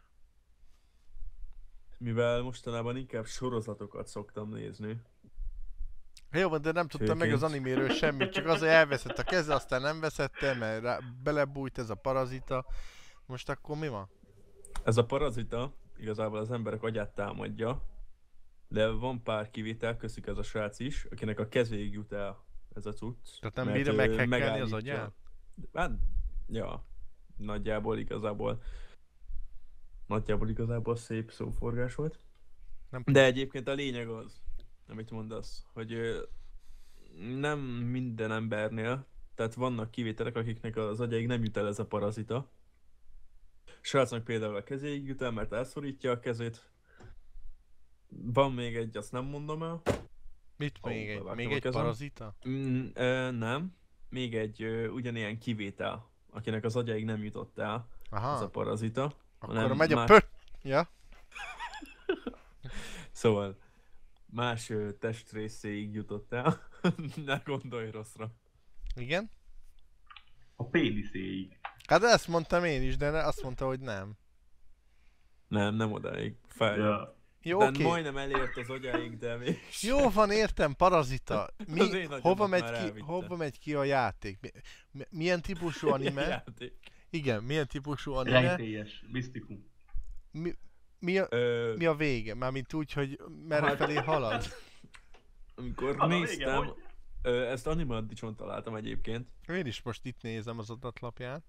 Mivel mostanában inkább sorozatokat szoktam nézni. Jó van, de nem tudtam meg az Főként. animéről semmit, csak az, hogy elveszett a keze, aztán nem veszette, mert rá, belebújt ez a parazita. Most akkor mi van? Ez a parazita igazából az emberek agyát támadja, de van pár kivétel, köszik ez a srác is, akinek a kezéig jut el ez a cucc. Tehát nem mert bírja ő meghekkelni az megállítja- agyát? Hát, ja, nagyjából igazából. Nagyjából igazából szép szóforgás volt. Nem De egyébként a lényeg az, amit mondasz, hogy ö, nem minden embernél, tehát vannak kivételek, akiknek az agyáig nem jut el ez a parazita. Srácnak például a kezéig jut el, mert elszorítja a kezét. Van még egy, azt nem mondom el. Mit Ó, még egy, bevágtam még a egy kezem. parazita? Mm, ö, nem. Még egy ö, ugyanilyen kivétel, akinek az agyáig nem jutott el ez a Aha, parazita. akkor hanem megy a más- pöt... Ja? Szóval más ö, testrészéig jutott el. Ne gondolj rosszra. Igen? A péniszéig. Hát ezt mondtam én is, de ne- azt mondta, hogy nem. Nem, nem odáig. Fel, Ja. Jó, de oké. majdnem elért az agyáig, de még... Jó van, értem, parazita. Az Mi, én agyamat hova, megy már ki, elvitte. hova megy ki a játék? Mi, mi, milyen típusú anime? Játék. Igen, milyen típusú anime? Rejtélyes, misztikum. Mi, mi, a, Ö, mi a vége? Mármint úgy, hogy merre Hát- felé halad? amikor Az a vége, néztem, hogy? ö, ezt Animaddison találtam egyébként. Én is most itt nézem az adatlapján.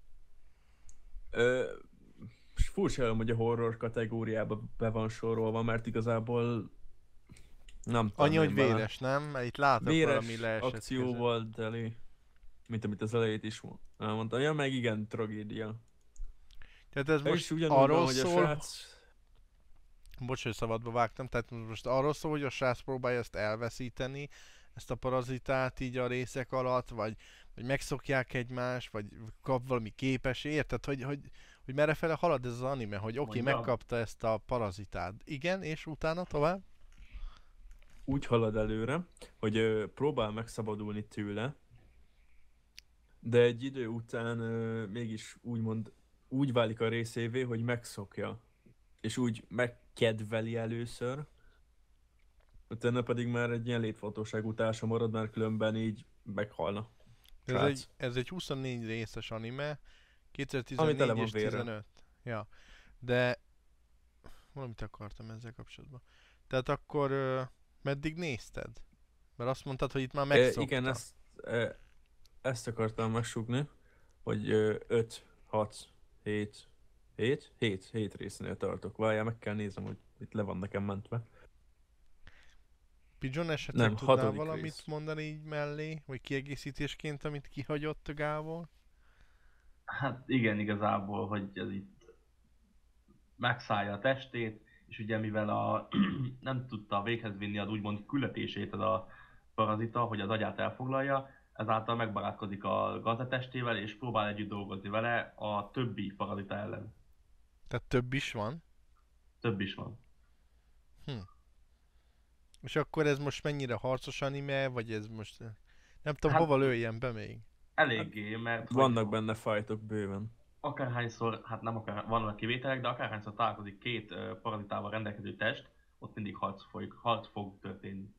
Ö, és furcsa, hogy a horror kategóriába be van sorolva, mert igazából nem tudom. Annyi, hogy én vele. véres, nem? Mert itt látok Véres valami leesett akció kezet. volt elé, mint amit az elejét is elmondtam. Ja, meg igen, tragédia. Tehát ez És most ugyanúgy arról van, hogy a szól, srác... bocs, hogy szabadba vágtam, tehát most arról szól, hogy a srác próbálja ezt elveszíteni, ezt a parazitát így a részek alatt, vagy, vagy megszokják egymást, vagy kap valami képesség, érted, hogy, hogy, hogy merre fele halad ez az anime, hogy oké, okay, Mondjam. megkapta ezt a parazitát. Igen, és utána tovább? úgy halad előre, hogy ö, próbál megszabadulni tőle, de egy idő után ö, mégis úgymond úgy válik a részévé, hogy megszokja, és úgy megkedveli először, utána pedig már egy ilyen létfontosságú társa marad, mert különben így meghalna. Ez Srác. egy, ez egy huszonnégy részes anime, Ami kétezer-tizennégy tele van és vérrel. tizenöt. Ja, de valamit akartam ezzel kapcsolatban. Tehát akkor ö, meddig nézted? Mert azt mondtad, hogy itt már E, megszokta. igen, ezt, e, ezt akartam megsugni, hogy öt, hat, hét, hét, hét, hét résznél tartok. Várjál, meg kell néznem, hogy itt le van nekem mentve. Pigeon, esetleg Nem, tudnál hatodik valamit rész. mondani így mellé, vagy kiegészítésként, amit kihagyott a Gábor? Hát igen, igazából, hogy ez itt megszállja a testét, és ugye mivel a, nem tudta véghez vinni az úgymond küldetését ez a parazita, hogy az agyát elfoglalja, ezáltal megbarátkozik a gazdatestével, és próbál együtt dolgozni vele a többi parazita ellen. Tehát több is van. Több is van. És akkor ez most mennyire harcos anime, vagy ez most... Nem tudom, Hát- hova lőjen be még. Eléggé, mert Vannak hogy benne fajtok bőven. akárhányszor, hát nem akár, vannak kivételek, de akárhányszor találkozik két uh, parazitával rendelkező test, ott mindig harc, folyik, harc fog történni.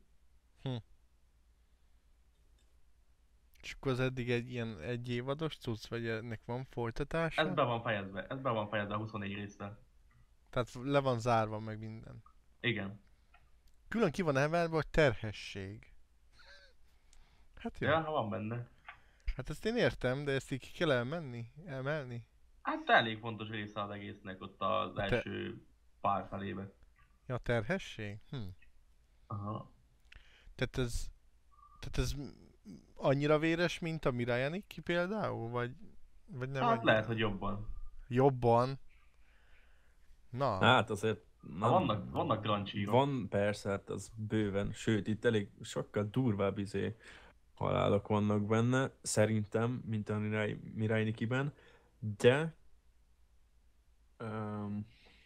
És akkor az eddig egy ilyen egy évados cucc, vagy ennek van folytatása? Ez be van fejezve, ez be van fejezve a huszonnégy részre. Tehát le van zárva meg minden. Igen. Külön ki van emelve, hogy terhesség. Hát jó. Ja, ha van benne. Hát ezt én értem, de ezt így ki kell elmenni, emelni. Hát elég fontos része az egésznek ott az te- első pár felébe. Ja, a terhesség? Hm. Aha. Tehát ez... Tehát ez annyira véres, mint a Mirai Nikki például? Vagy, vagy nem Hát annyira? lehet, hogy jobban. Jobban? Na, Hát azért... Ha vannak, vannak trancsírok. Van persze, hát az bőven, sőt itt elég sokkal durvább izé halálok vannak benne, szerintem, mint a Mirai, Mirai Nikkiben, de um,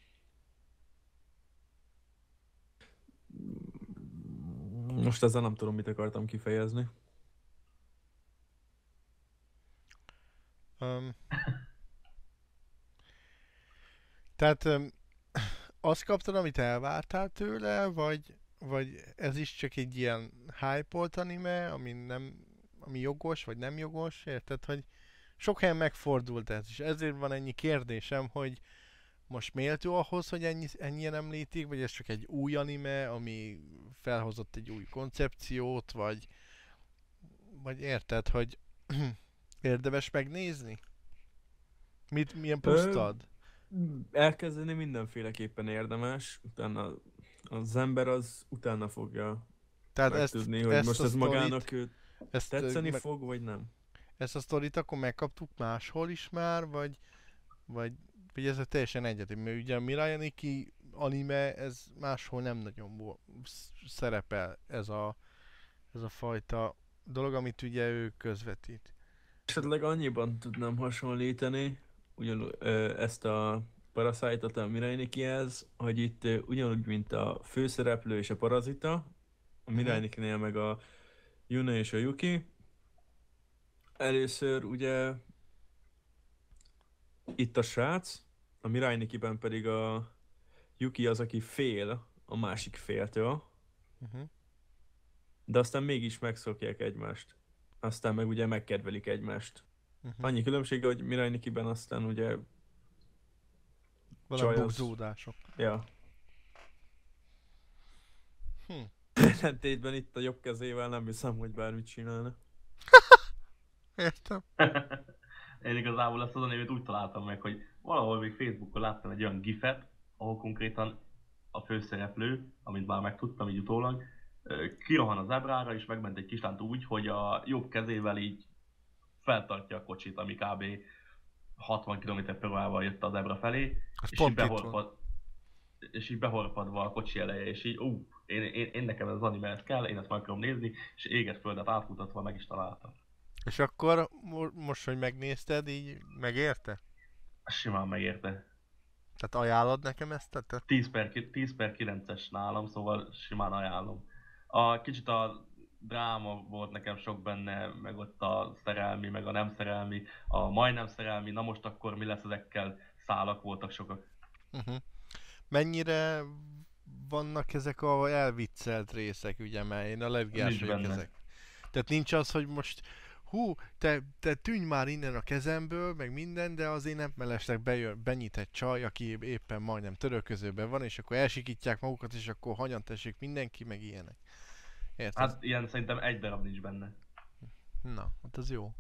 most ezzel nem tudom, mit akartam kifejezni. Um, tehát um, azt kaptad, amit elvártál tőle, vagy, vagy ez is csak egy ilyen hype-olt anime, ami nem, ami jogos, vagy nem jogos, érted, hogy sok helyen megfordult ez, és ezért van ennyi kérdésem, hogy most méltó ahhoz, hogy ennyi, ennyien említik, vagy ez csak egy új anime, ami felhozott egy új koncepciót, vagy, vagy érted, hogy érdemes megnézni? Mit, milyen pluszt Ö, ad? Elkezdeni mindenféleképpen érdemes, utána az ember az utána fogja Tehát ezt, megtudni, hogy ezt most a ez sztorit- magának ő ezt, ö, tetszeni meg- fog, vagy nem. ezt a sztorit akkor megkaptuk máshol is már, vagy, vagy, vagy ez a teljesen egyetlen, mert ugye a Mirai Nikki anime, ez máshol nem nagyon vo- sz- szerepel ez a, ez a fajta dolog, amit ugye ő közvetít. Esetleg annyiban tudnám hasonlítani ugyanúgy ö, ezt a Parasite-ot a Mirai Nikkihez, hogy itt ö, ugyanúgy, mint a főszereplő és a parazita, a Mirai Mhm. Nikkinél meg a Yuna és a Yuki. Először ugye itt a srác, a Mirai Nikkiben pedig a Yuki az, aki fél a másik féltől, Uh-huh. de aztán mégis megszokják egymást. Aztán meg ugye megkedvelik egymást. Uh-huh. Annyi különbsége, hogy Mirai Nikiben aztán ugye... Valami csaj az- bugzódások. Ja. Hm. Ellentétben itt a jobb kezével nem hiszem, hogy bármit csinálna. Értem. Én igazából ezt az animét úgy találtam meg, hogy valahol még Facebookon láttam egy olyan gifet, ahol konkrétan a főszereplő, amit már megtudtam így utólag, ö, kirohan az zebrára és megment egy kislányt úgy, hogy a jobb kezével így feltartja a kocsit, ami kb. hatvan kilométer per órával jött a zebra felé, Az és így, pont itt van. behorpad, és így behorpadva a kocsi eleje, és így ú, én, én, én nekem ez az anime ez kell, én ezt meg akarom nézni, és éget földet átmutatva meg is találtam. És akkor mo- most, hogy megnézted, így megérte? Simán megérte. Tehát ajánlod nekem ezt? Tehát tíz per, ki- tíz per kilences nálam, szóval simán ajánlom. A kicsit a dráma volt nekem sok benne, meg ott a szerelmi, meg a nem szerelmi, a majdnem szerelmi, na most akkor mi lesz ezekkel, szálak voltak sokak. uh-huh. Mennyire vannak ezek a elviccelt részek, ugye, mert én a leggyás Nincs vagyok benne. ezek. Tehát nincs az, hogy most hú, te, te tűnj már innen a kezemből, meg minden, de azért nem mellesleg bejön, benyit egy csaj, aki éppen majdnem törölközőben van, és akkor elsikítják magukat, és akkor hagyan tessék mindenki, meg ilyenek. Érted? Hát ilyen szerintem egy darab nincs benne. Na, hát az jó.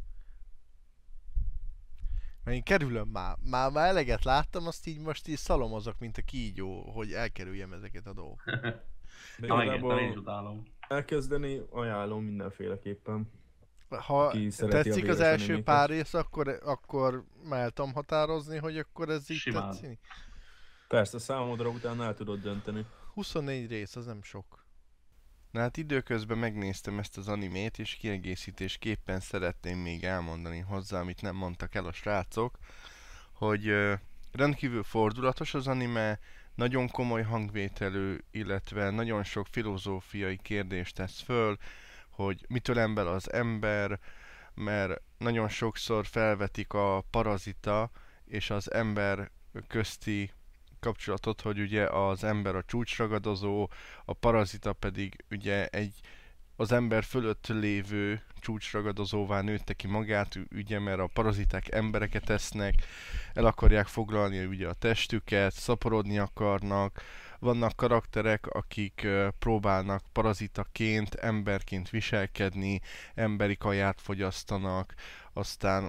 Mert én kerülöm már, már, már eleget láttam, azt így most így szalomozok, mint a kígyó, hogy elkerüljem ezeket a dolgokat. De Na megértem, én is igazából utálom. elkezdeni ajánlom mindenféleképpen. Ha Aki szereti a tetszik az véres első animéket. pár rész, akkor, akkor már el tudom határozni, hogy akkor ez így Simán. tetszik. Persze, számodra utána el tudod dönteni. huszonnégy rész, az nem sok. Na hát időközben megnéztem ezt az animét, és kiegészítésképpen szeretném még elmondani hozzá, amit nem mondtak el a srácok, hogy ö, rendkívül fordulatos az anime, nagyon komoly hangvételű, illetve nagyon sok filozófiai kérdést tesz föl, hogy mitől ember az ember, mert nagyon sokszor felvetik a parazita és az ember közti kapcsolatot, hogy ugye az ember a csúcsragadozó, a parazita pedig ugye egy az ember fölött lévő csúcsragadozóvá nőtte ki magát, ugye, mert a paraziták embereket esznek, el akarják foglalni ugye a testüket, szaporodni akarnak, vannak karakterek, akik uh, próbálnak parazitaként, emberként viselkedni, emberi kaját fogyasztanak, aztán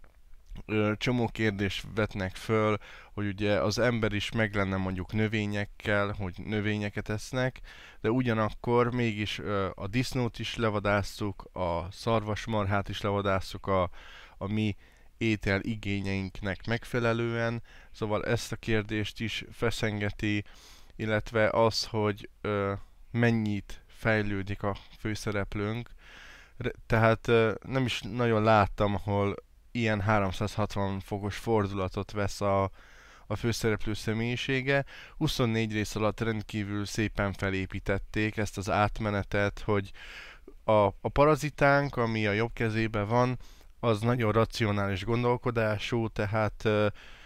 ö, csomó kérdést vetnek föl, hogy ugye az ember is meg lenne mondjuk növényekkel, hogy növényeket esznek, de ugyanakkor mégis ö, a disznót is levadásszuk, a szarvasmarhát is levadásszuk a, a mi étel igényeinknek megfelelően, szóval ezt a kérdést is feszengeti, illetve az, hogy ö, mennyit fejlődik a főszereplőnk. Re- Tehát ö, nem is nagyon láttam, ahol ilyen háromszázhatvan fokos fordulatot vesz a, a főszereplő személyisége. huszonnégy rész alatt rendkívül szépen felépítették ezt az átmenetet, hogy a, a parazitánk, ami a jobb kezében van, az nagyon racionális gondolkodású, tehát ö,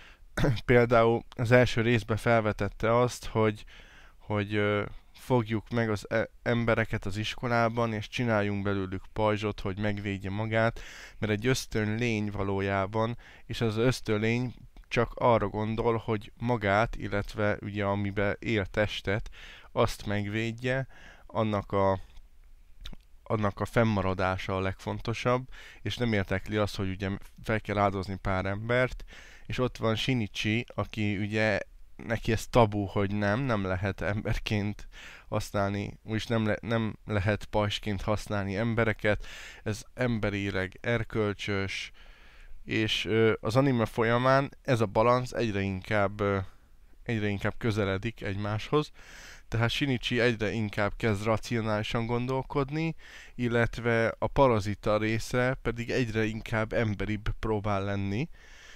például az első részben felvetette azt, hogy, hogy ö, fogjuk meg az e- embereket az iskolában, és csináljunk belőlük pajzsot, hogy megvédje magát, mert egy ösztön lény valójában, és az ösztön lény csak arra gondol, hogy magát, illetve ugye amiben él testet, azt megvédje, annak a annak a fennmaradása a legfontosabb, és nem értekli azt, hogy ugye fel kell áldozni pár embert, és ott van Shinichi, aki ugye neki ez tabu, hogy nem, nem lehet emberként használni, úgyis nem, le, nem lehet pajsként használni embereket, ez emberileg erkölcsös, és ö, az anime folyamán ez a balansz egyre inkább, ö, egyre inkább közeledik egymáshoz, tehát Shinichi egyre inkább kezd racionálisan gondolkodni, illetve a parazita része pedig egyre inkább emberibb próbál lenni,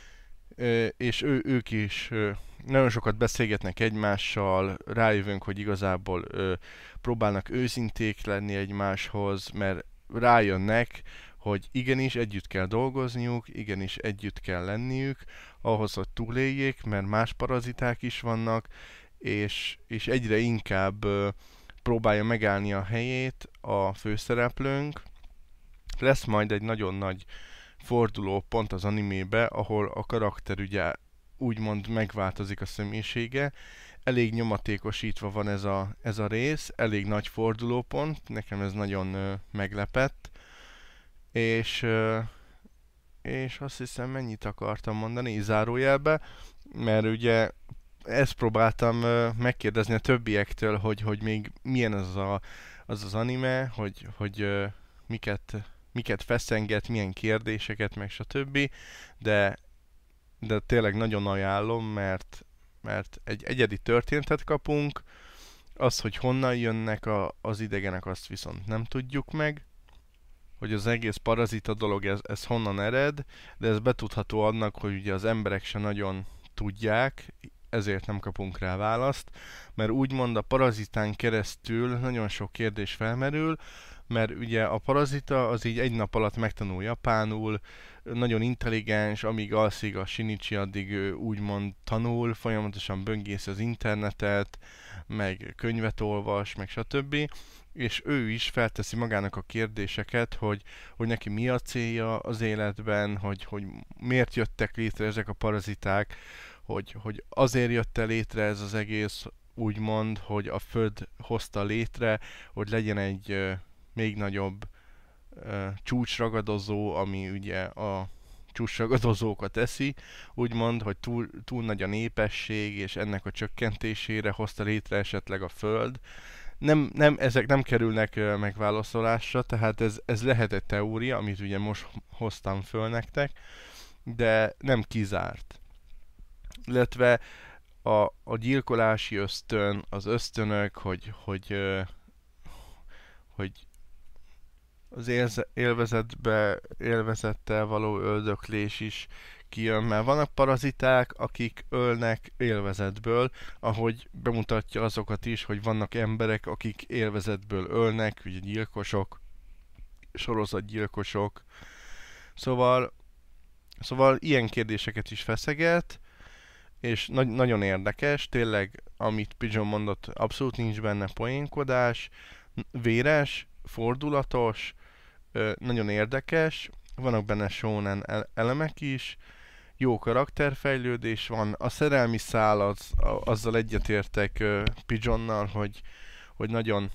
Ö, és ő, ők is ö, nagyon sokat beszélgetnek egymással, rájövünk, hogy igazából ö, próbálnak őszinték lenni egymáshoz, mert rájönnek, hogy igenis együtt kell dolgozniuk, igenis együtt kell lenniük, ahhoz, hogy túléljék, mert más paraziták is vannak, és, és egyre inkább ö, próbálja megállni a helyét a főszereplőnk. Lesz majd egy nagyon nagy forduló pont az animébe, ahol a karakter ugye úgymond megváltozik a személyisége. Elég nyomatékosítva van ez a, ez a rész, elég nagy fordulópont, nekem ez nagyon ö, meglepett, és, ö, és azt hiszem mennyit akartam mondani zárójelbe, mert ugye ezt próbáltam ö, megkérdezni a többiektől, hogy, hogy még milyen az a, az, az anime, hogy, hogy ö, miket, miket feszenget, milyen kérdéseket, meg stb. De, de tényleg nagyon ajánlom, mert mert egy egyedi történetet kapunk, az, hogy honnan jönnek a, az idegenek, azt viszont nem tudjuk meg, hogy az egész parazita dolog, ez, ez honnan ered, de ez betudható annak, hogy ugye az emberek se nagyon tudják, ezért nem kapunk rá választ, mert úgymond a parazitán keresztül nagyon sok kérdés felmerül, mert ugye a parazita az így egy nap alatt megtanul japánul, nagyon intelligens, amíg alszik a Shinichi, addig ő úgymond tanul, folyamatosan böngész az internetet, meg könyvet olvas, meg stb. És ő is felteszi magának a kérdéseket, hogy, hogy neki mi a célja az életben, hogy, hogy miért jöttek létre ezek a paraziták, hogy, hogy azért jött el létre ez az egész, úgymond, hogy a Föld hozta létre, hogy legyen egy uh, még nagyobb uh, csúcsragadozó, ami ugye a csúcsragadozókat eszi, úgymond, hogy túl, túl nagy a népesség, és ennek a csökkentésére hozta létre esetleg a Föld. Nem, nem, ezek nem kerülnek uh, megválaszolásra, tehát ez, ez lehet egy teória, amit ugye most hoztam föl nektek, de nem kizárt. Illetve a, a gyilkolási ösztön, az ösztönök, hogy, hogy, uh, hogy az élze, élvezetbe, élvezettel való öldöklés is kijön, mert vannak paraziták, akik ölnek élvezetből, ahogy bemutatja azokat is, hogy vannak emberek, akik élvezetből ölnek, ugye gyilkosok, sorozatgyilkosok. Szóval, szóval ilyen kérdéseket is feszeget, és na- nagyon érdekes, tényleg, amit Pigeon mondott, abszolút nincs benne poénkodás, véres, fordulatos, ö, nagyon érdekes, vannak benne shonen elemek is, jó karakterfejlődés van, a szerelmi szál az, a, azzal egyetértek uh, Pigeonnal, hogy, hogy nagyon,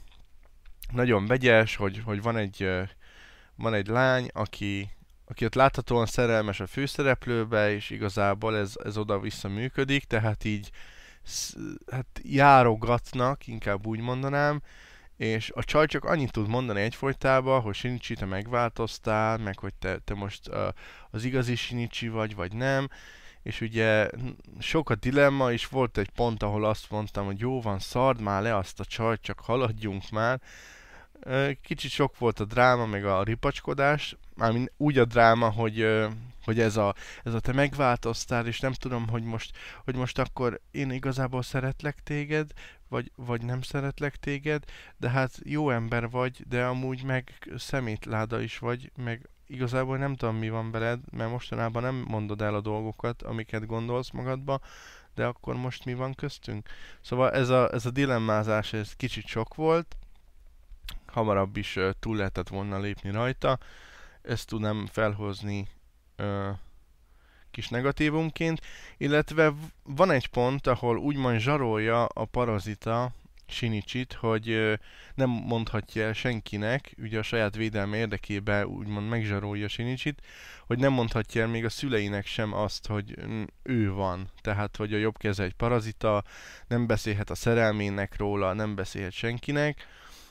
nagyon vegyes, hogy, hogy van egy, uh, van egy lány, aki, aki ott láthatóan szerelmes a főszereplőbe, és igazából ez, ez oda-vissza működik, tehát így sz, hát járogatnak, inkább úgy mondanám, és a csaj csak annyit tud mondani egyfolytában, hogy Shinichi, te megváltoztál, meg hogy te, te most uh, az igazi Shinichi vagy, vagy nem. És ugye sok a dilemma, és volt egy pont, ahol azt mondtam, hogy jó van, szard már le azt a csajt, csak haladjunk már. Uh, kicsit sok volt a dráma, meg a ripacskodás. Mármint úgy a dráma, hogy, uh, hogy ez, a, ez a te megváltoztál, és nem tudom, hogy most, hogy most akkor én igazából szeretlek téged, vagy, vagy nem szeretlek téged, de hát jó ember vagy, de amúgy meg szemétláda is vagy, meg igazából nem tudom, mi van veled, mert mostanában nem mondod el a dolgokat, amiket gondolsz magadba, de akkor most mi van köztünk? Szóval ez a, ez a dilemmázás, ez kicsit sok volt, hamarabb is uh, túl lehetett volna lépni rajta, ezt tudnám felhozni uh, kis negatívumként, illetve van egy pont, ahol úgymond zsarolja a parazita Shinichit, hogy ö, nem mondhatja el senkinek, ugye a saját védelme érdekében úgymond megzsarolja Shinichit, hogy nem mondhatja el még a szüleinek sem azt, hogy mm, ő van. Tehát, hogy a jobb keze egy parazita, nem beszélhet a szerelmének róla, nem beszélhet senkinek,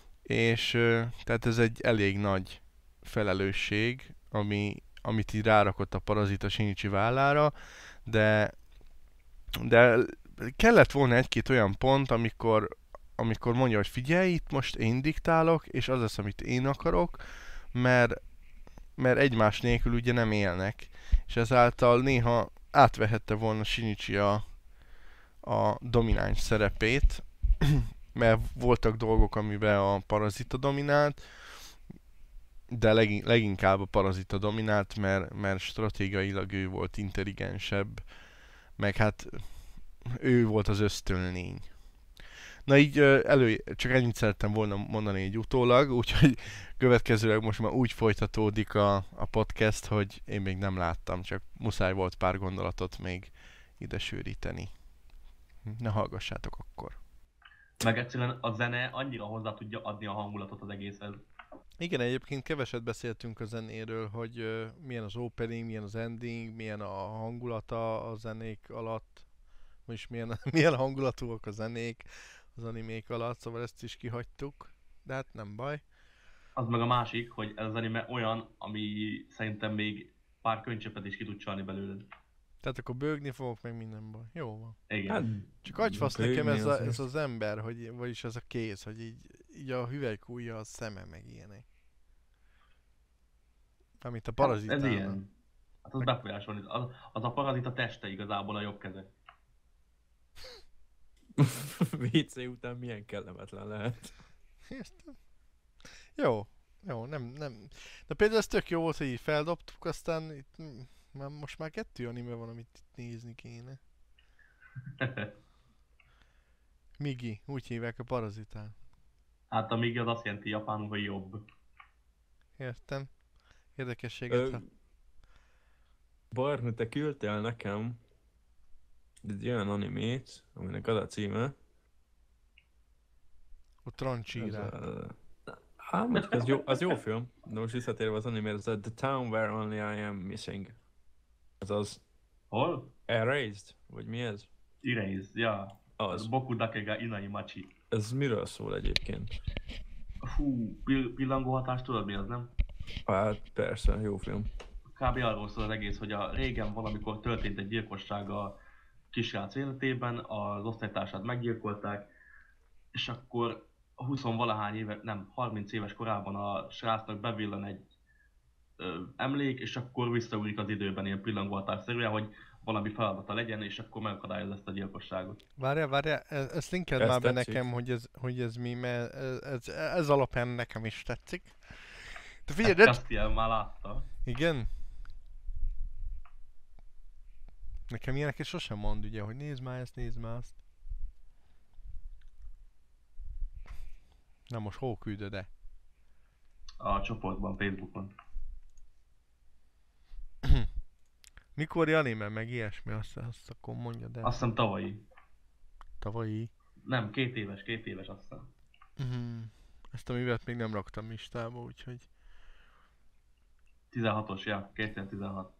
és ö, tehát ez egy elég nagy felelősség, ami amit így rárakott a parazita Shinichi vállára, de, de kellett volna egy-két olyan pont, amikor, amikor mondja, hogy figyelj, itt most én diktálok, és az az, amit én akarok, mert, mert egymás nélkül ugye nem élnek, és ezáltal néha átvehette volna Shinichi a, a domináns szerepét, mert voltak dolgok, amiben a parazita dominált, de legin, leginkább a parazita dominált, mert, mert stratégiailag ő volt intelligensebb, meg hát ő volt az ösztönlény. Na így ö, elő, csak ennyit szerettem volna mondani egy utólag, úgyhogy következőleg most már úgy folytatódik a, a podcast, hogy én még nem láttam, csak muszáj volt pár gondolatot még ide sűríteni. Ne hallgassátok akkor. Meg egyszerűen a zene annyira hozzá tudja adni a hangulatot az egészhez. Igen, egyébként keveset beszéltünk a zenéről, hogy ö, milyen az opening, milyen az ending, milyen a hangulata a zenék alatt, vagyis milyen, milyen hangulatúak a zenék az animék alatt, szóval ezt is kihagytuk, de hát nem baj. Az meg a másik, hogy ez az anime olyan, ami szerintem még pár könycsöpet is ki tud csalni belőle. Tehát akkor bőgni fogok, meg minden baj. Jó van. Igen. Hát, Csak agyfasz bőgni nekem ez, a, azért. ez az ember, hogy, vagyis ez a kéz, hogy így, így a hüvelykújja, a szeme, meg ilyenek. Amit a Hát, ez parazitálnak. ilyen. Hát az befolyásolni. Az, az a parazita teste igazából a jobb keze. vé cé után milyen kellemetlen lehet. Értem. Jó, jó, nem, nem. De például ez tök jó volt, hogy így feldobtuk, aztán itt, mm, már most már kettő anime van, amit itt nézni kéne. Migi, úgy hívják a parazitán. Hát amíg az azt jelenti japánul, hogy jobb. Értem. Érdekességet. Ö, ha- Barni, te küldtél nekem egy olyan animét, aminek az a címe. Ott Trancsírá. Ez a- Hát, mondjuk az jó, az jó film, de most visszatérve az animére, ez a The Town Where Only I Am Missing. Ez az Hol? Erased? Vagy mi ez? Erase, ja. Az. Boku Dakega Inai Machi. Ez miről szól egyébként? Fú, pill- pillangó hatást tudod mi az, nem? Hát persze, jó film. Kb. Arról szól az egész, hogy a régen valamikor történt egy gyilkosság a kisrác életében, az osztálytársát meggyilkolták, és akkor húsz-valahány éve, nem, harminc éves korában a srácnak bevillan egy ö, emlék, és akkor visszaugrik az időben ilyen pillangóhatásszerűen, hogy valami feladata legyen, és akkor megakadályozza ezt a gyilkosságot. Várjál, várjál, e- ezt linkeld Ez már be tetszik. nekem, hogy ez, hogy ez mi, mert ez, ez, ez alapján nekem is tetszik. De figyelj, Ezt de... Castiel már látta. Igen? Nekem ilyeneket sosem mond, ugye, hogy nézd már ezt, nézd már azt. Na most hol küldöd-e? A csoportban, Facebookon. Mikor anime, meg ilyesmi, azt, azt akkor mondjad el. Azt hiszem tavalyi. Tavalyi. Nem, két éves, két éves azt hiszem. Mhm. Ezt a művet még nem raktam listába, úgyhogy... tizenhatos, ja, kétezer-tizenhat.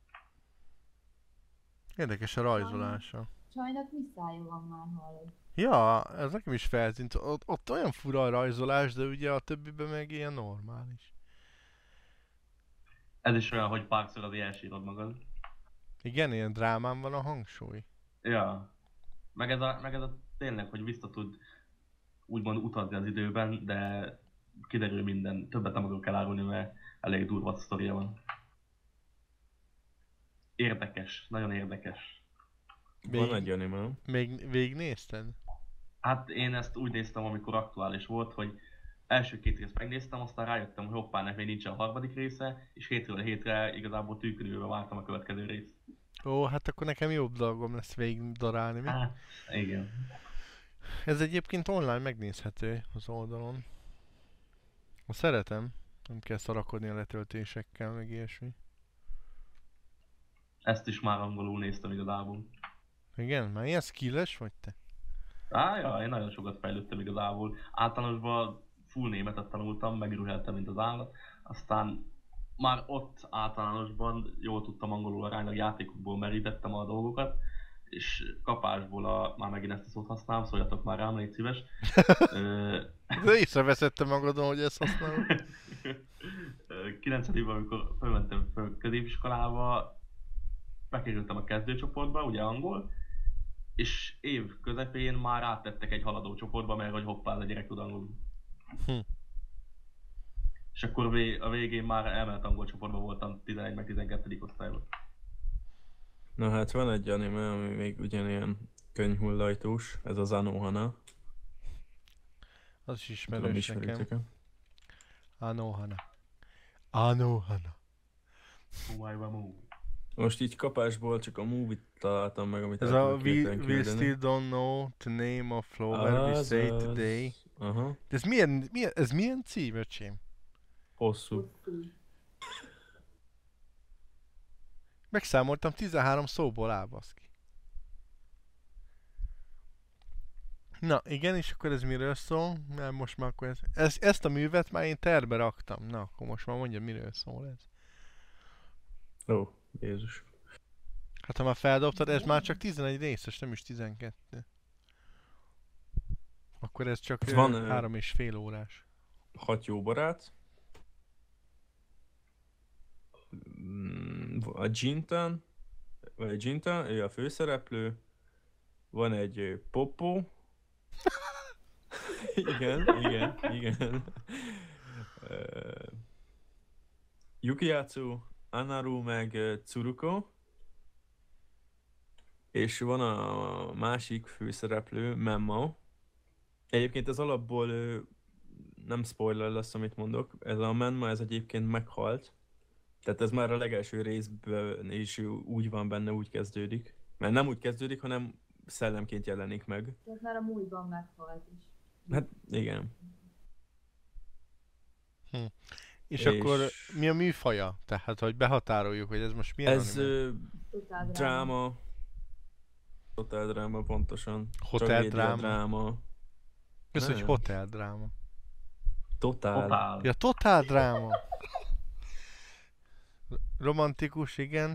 Érdekes a rajzolása. Csajnak mi szája van már, hallod? Ja, ez nekem is feltűnt. Ott, ott olyan fura a rajzolás, de ugye a többiben meg ilyen normális. Ez is olyan, hogy párszor az elsírod magad. Igen, ilyen drámán van a hangsúly. Ja. Meg ez a, meg ez a tényleg, hogy vissza tud úgymond utazni az időben, de kiderül minden. Többet nem akarok elárulni, mert elég durva sztoria van. Érdekes, nagyon érdekes. Még- Van egy anime. Még végignézted? Hát én ezt úgy néztem, amikor aktuális volt, hogy első két részt megnéztem, aztán rájöttem, hogy hoppá, nek még nincsen a harmadik része, és hétről hétre igazából tűkönülve vártam a következő részt. Ó, hát akkor nekem jobb dolgom lesz végig darálni, mi? Hát, igen. Ez egyébként online megnézhető az oldalon. Ha szeretem, nem kell szarakodni a letöltésekkel, meg ilyesmi. Ezt is már angolul néztem igazából. Igen? Már ilyen skilles vagy te? Á, ja, én nagyon sokat fejlődtem igazából. Általánosban full németet tanultam, megürültem, mint az állat. Aztán már ott általánosban jól tudtam angolul aránylag, játékokból merítettem a dolgokat, és kapásból a, már megint ezt a szót használom, szóljatok már rám, légy szíves. Ö, De észreveszette magadon, hogy ezt használod. kilencedikben, amikor fölmentem föl középiskolába, bekerültem a kezdőcsoportba, ugye angol, és év közepén már áttettek egy haladó csoportba, mert hogy hoppá, ez a gyerek tud angolul. Hm. És akkor vé- a végén már elment angol csoportba voltam tizenegy meg tizenkettedik osztályban. Na hát van egy anime, ami még ugyanilyen könyvhullajtós, ez az Anohana. Az is Nem tudom, ismerős nekem. ismeritek-e? Anohana. Anohana. Huawei Wamu. Most így kapásból csak a movie-t találtam meg, amit Ez el a tudok we, hirtelen we küldeni. still don't know the name of flower we say Azaz. today. Aha. De ez milyen, milyen, ez milyen cím, öcsém? Hosszú. Hosszú. Megszámoltam tizenhárom szóból áll, baszki. Na, igen, és akkor ez miről szól? Mert most már akkor ez, ez, ezt a művet már én terbe raktam. Na, akkor most már mondja, miről szól ez. Ó, Jézus. Hát ha már feldobtad, ez már csak tizenegy részes, nem is tizenkettő. Akkor ez csak Ez van, van, ö, három és fél órás. Hat jó barát. Mm, A Jintan, vagy a Jintan, ő a főszereplő. Van egy ö, Popo. igen, igen, igen. Uh, Yukiatsu, Anaru meg ö, Tsuruko. És van a másik főszereplő, Memmo. Egyébként ez alapból ö, nem spoiler lesz, amit mondok. Ez a Memmo, ez egyébként meghalt. Tehát ez már a legelső részben is úgy van benne, úgy kezdődik. Mert nem úgy kezdődik, hanem szellemként jelenik meg. Tehát már a múltban meghalt is. Hát igen. És, És- akkor mi a műfaja? Tehát, hogy behatároljuk, hogy ez most milyen Ez anime? ö, Totál dráma. dráma. Hotel dráma, pontosan. Hotel Tragédia dráma. dráma. Köszönjük, hogy nem. hotel dráma. Totál. Totál. Ja, totál dráma. Romantikus, igen.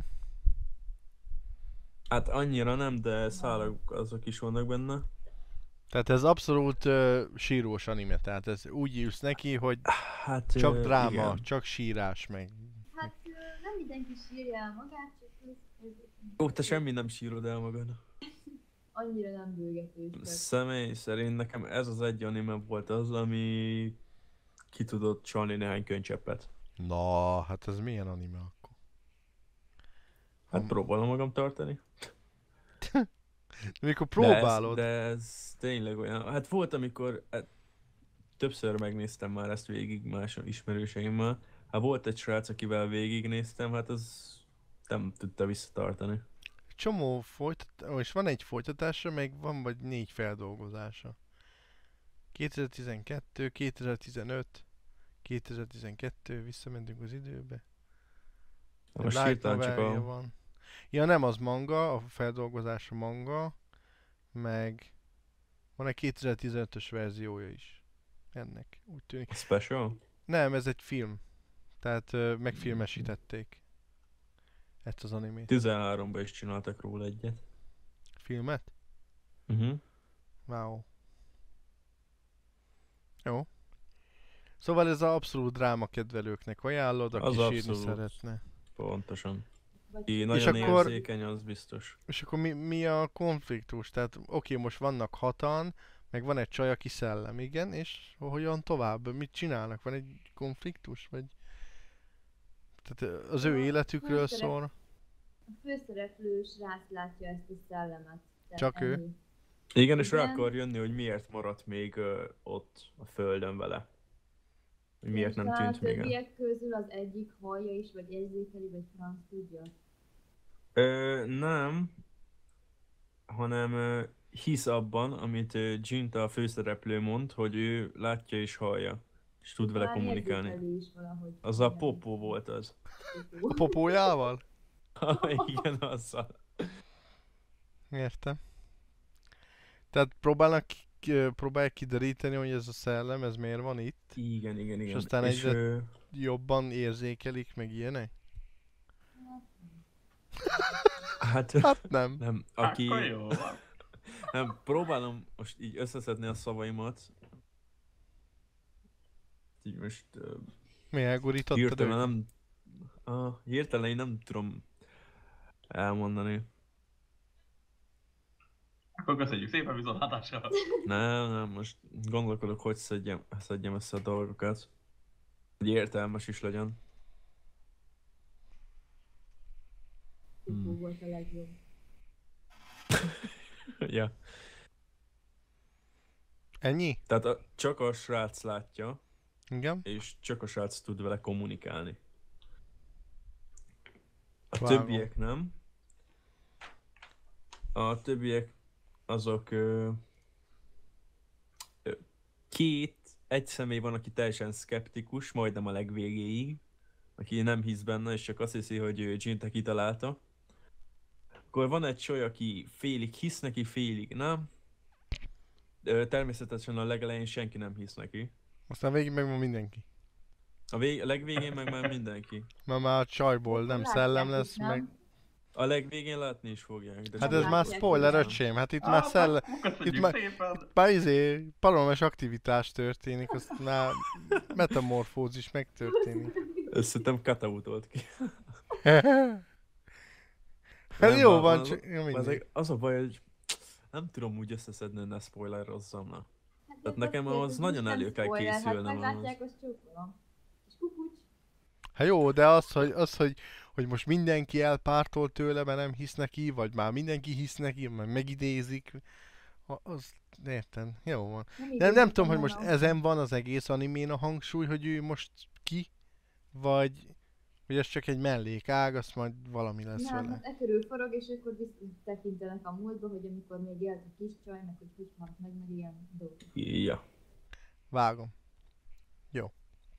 Hát annyira nem, de szálak azok is vannak benne. Tehát ez abszolút uh, sírós anime, tehát ez úgy ülsz neki, hogy Hát csak ö, dráma, igen. csak sírás meg. Hát ö, nem mindenki sírja el magát, csak ez, ez Ó, te semmi nem sírod el magad. annyira nem bőgetős. csak. Személy szerint nekem ez az egy anime volt az, ami ki tudott csalni néhány könycseppet. Na, hát ez milyen anime akkor? Hát Hmm. próbálom magam tartani. Mikor De ez, próbálod? de ez tényleg olyan. Hát volt, amikor hát, többször megnéztem már ezt végig más ismerőseimmel. Hát volt egy srác, akivel végignéztem, hát az nem tudta visszatartani. Csomó folytatása, és van egy folytatása, meg van vagy négy feldolgozása. kétezer-tizenkettő, kétezer-tizenöt, kétezer-tizenkettő, visszamentünk az időbe. Na, most Light hirtelen csak novelja a... van. Ja, nem az manga, a feldolgozása manga, meg van egy kétezer-tizenötös verziója is ennek, úgy tűnik. a special? Nem, ez egy film. Tehát ö, megfilmesítették ezt az animét. tizenháromban is csináltak róla egyet. Filmet? Uh-huh. Wow. Jó. Szóval ez az abszolút dráma kedvelőknek ajánlod, aki Az sírni abszolút. szeretne. Pontosan. Vagy Ki nagyon akkor- érzékeny, az biztos. És akkor mi, mi a konfliktus? Tehát oké, most vannak hatan, meg van egy csaj, aki szellem, igen, és hogyan tovább? Mit csinálnak? Van egy konfliktus? Vagy... Tehát ö, az ő A életükről főszerep- szól? a főszereplő srác látja ezt a szellemet. Tehát Csak ő? ennyi. Igen, és rá Igen. akar jönni, hogy miért maradt még ö, ott a földön vele. Hogy miért És nem talán tűnt a még el. többiek közül az egyik hallja is, vagy érzékeli, vagy franc tudja. Ö, nem, hanem ö, hisz abban, amit ö, Jinta a főszereplő mond, hogy ő látja és hallja, és tud vele Talán kommunikálni. érzékeli is valahogy. Az a Igen. Popó volt az. Popó. A popójával? Igen, azzal. Értem. Tehát próbálnak ki- ki- próbálják kideríteni, hogy ez a szellem, ez miért van itt? Igen, igen, igen. aztán és egyre- ö, Jobban érzékelik, meg ilyenek? hát Hát nem. nem, aki... Akkor jó van. Nem, próbálom most így összeszedni a szavaimat. Így most ö, Mi elgurítottad hirtelen őket? nem... Ah, hirtelen én nem tudom elmondani. Akkor köszönjük szépen viszontlátásra. Nem, nem, most gondolkodok, hogy szedjem, szedjem össze a dolgokat. Hogy értelmes is legyen. Popó Hmm. volt a legjobb. Ja. Ennyi? Tehát a, csak a srác látja, Igen? és csak a srác tud vele kommunikálni. A Vágom. többiek nem. A többiek azok ö, ö, két, egy személy van, aki teljesen szkeptikus, majdnem a legvégéig, aki nem hisz benne, és csak azt hiszi, hogy Jinte kitalálta. Akkor van egy csaj, aki félig hisz neki, félig nem. Ö, természetesen a legelején senki nem hisz neki. Aztán végig meg van mindenki. A, vég, a legvégén meg már mindenki. Mert már a csajból nem Látják szellem is, lesz, nem? meg... A legvégén látni is fogják. De Hát csak ez Nem már látják, spoiler, nem. öcsém, hát itt Ah, már szellem... köszönjük itt már- szépen! Már izé, paranormális aktivitás történik, azt már metamorfózis megtörténik. Ezt szerintem cut-outolt ki. Hát Nem, jó van- van, van- csak jó, Az, mindegy. az a baj, hogy nem tudom úgy összeszedni, hogy ne spoilerozzam. Na. Hát Tehát ez nekem az- ahhoz ez nagyon most nem elő kell spoiler, készülnem Hát meglátják, ahhoz. azt csókolom. És kukucs. Hát jó, de az, hogy, az, hogy, hogy most mindenki elpártol tőle, mert nem hisz neki, vagy már mindenki hisz neki, mert megidézik, a- az érted, jó van. Nem, Nem, nem így tudom, hogy mondom. most ezen van az egész animén a hangsúly, hogy ő most ki, vagy, vagy ez csak egy mellékág, azt majd valami lesz Nem, vele. hát e körül forog, és akkor visszatekintenek a múltba, hogy amikor még élt a kis csaj, meg hogy hogy halt meg, meg ilyen dolgok. Ja. Vágom. Jó.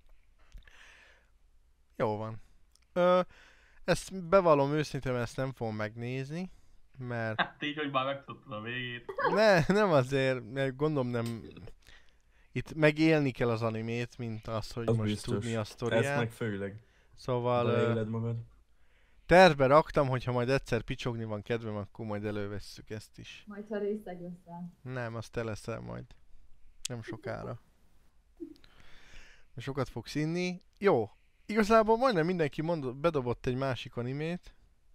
Jó van. Ö, ezt bevallom őszintén, ezt nem fogom megnézni, mert Hát így, hogy már megtudtad a végét. ne, nem azért, mert gondolom nem... Itt megélni kell az animét, mint az, hogy Az most biztos. tudni a Ezt sztoriát. meg főleg. Szóval ö, Beleéled magad. tervbe raktam, hogyha majd egyszer picsogni van kedvem, akkor majd elővesszük ezt is. Majd ha részeg leszel. Nem, azt te leszel majd. Nem sokára. Sokat fogsz inni. Jó. Igazából majdnem mindenki mondott, bedobott egy másik animét.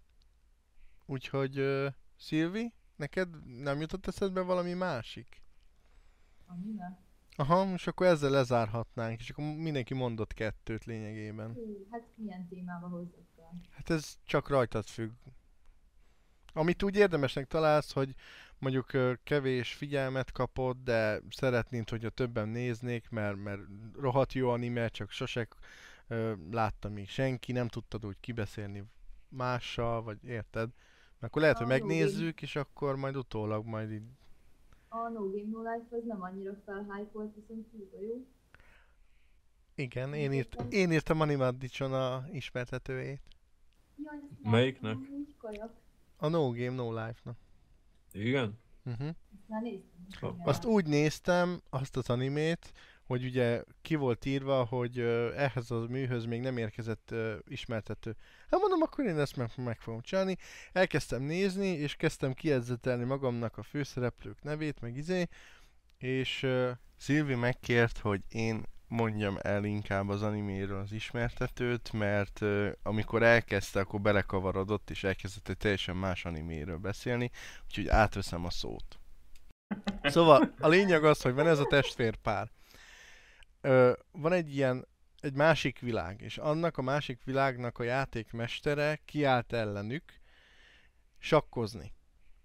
Úgyhogy, uh, Szilvi, neked nem jutott eszedbe valami másik? Annyira? Aha, és akkor ezzel lezárhatnánk, és akkor mindenki mondott kettőt lényegében. Hú, hát milyen témába hozzak fel? Hát ez csak rajtad függ. Amit úgy érdemesnek találsz, hogy mondjuk ö, kevés figyelmet kapod, de szeretnéd, hogyha többen néznék, mert, mert rohadt jó anime, csak sose ö, látta még senki, nem tudtad úgy kibeszélni mással, vagy érted? Mert akkor lehet, hogy Ah, jó, megnézzük, és akkor majd utólag majd így... A No Game No Life az nem annyira felhypolt, viszont kurva jó. Igen, én, írt, én írtam Animaddicson a ismertetőjét. Jaj, ezt Melyiknek? láttam, Úgy kajak. A No Game No Life-nak. Igen? Uh-huh. Ezt már néztem. is, Ha, igen. Azt úgy néztem, azt az animét, hogy ugye ki volt írva, hogy uh, ehhez a műhöz még nem érkezett uh, ismertető. Hát mondom, akkor én ezt meg, meg fogom csinálni. Elkezdtem nézni, és kezdtem kiedzetelni magamnak a főszereplők nevét, meg izé, és uh, Szilvi megkért, hogy én mondjam el inkább az animéről az ismertetőt, mert uh, amikor elkezdte, akkor belekavarodott, és elkezdett egy teljesen más animéről beszélni, úgyhogy átveszem a szót. Szóval a lényeg az, hogy van ez a testvérpár. Ö, van egy ilyen, egy másik világ, és annak a másik világnak a játékmestere kiállt ellenük sakkozni.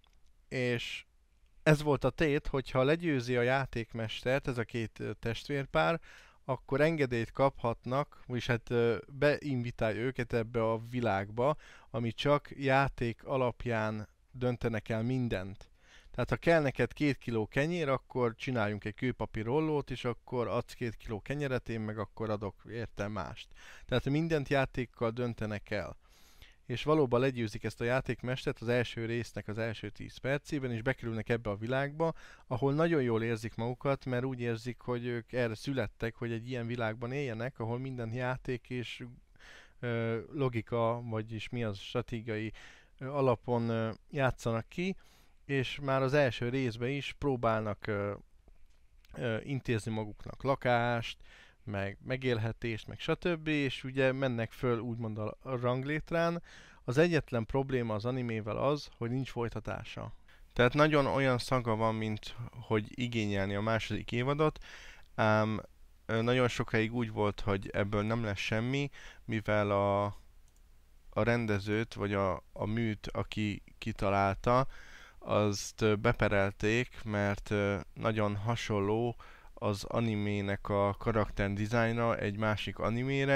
És ez volt a tét, hogyha legyőzi a játékmestert, ez a két ö, testvérpár, akkor engedélyt kaphatnak, vagyis hát ö, beinvitálja őket ebbe a világba, ami csak játék alapján döntenek el mindent. Tehát ha kell neked két kiló kenyér, akkor csináljunk egy kőpapír rollót, és akkor adsz két kiló kenyeret, én meg akkor adok érte mást. Tehát mindent játékkal döntenek el. És valóban legyőzik ezt a játékmestert az első résznek az első tíz percében, és bekerülnek ebbe a világba, ahol nagyon jól érzik magukat, mert úgy érzik, hogy ők erre születtek, hogy egy ilyen világban éljenek, ahol minden játék és ö, logika, vagyis mi az stratégiai ö, alapon ö, játszanak ki, és már az első részben is próbálnak ö, ö, intézni maguknak lakást, meg megélhetést, meg stb. És ugye mennek föl úgymond a ranglétrán. Az egyetlen probléma az animével az, hogy nincs folytatása. Tehát nagyon olyan szaga van, mint hogy igényelni a második évadot, ám ö, nagyon sokáig úgy volt, hogy ebből nem lesz semmi, mivel a, a rendezőt, vagy a, a műt, aki kitalálta, azt ö, beperelték, mert ö, nagyon hasonló az animének a karakter dizájna egy másik animére,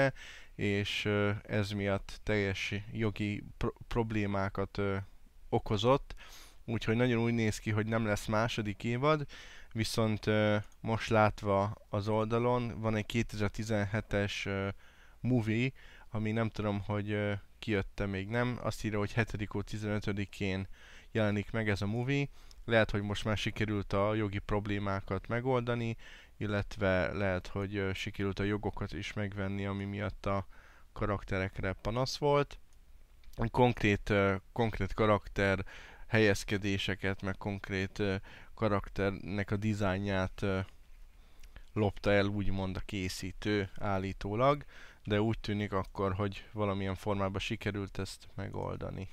és ö, ez miatt teljes jogi pro- problémákat ö, okozott, úgyhogy nagyon úgy néz ki, hogy nem lesz második évad, viszont ö, most látva az oldalon van egy kétezer-tizenhetes ö, movie, ami nem tudom, hogy ö, kijött-e még nem, azt írja, hogy hetedikén tizenötödikén jelenik meg ez a movie, lehet, hogy most már sikerült a jogi problémákat megoldani, illetve lehet, hogy ö, sikerült a jogokat is megvenni, ami miatt a karakterekre panasz volt. Konkrét, ö, konkrét karakter helyezkedéseket, meg konkrét ö, karakternek a dizájnját ö, lopta el úgymond a készítő állítólag, de úgy tűnik akkor, hogy valamilyen formában sikerült ezt megoldani.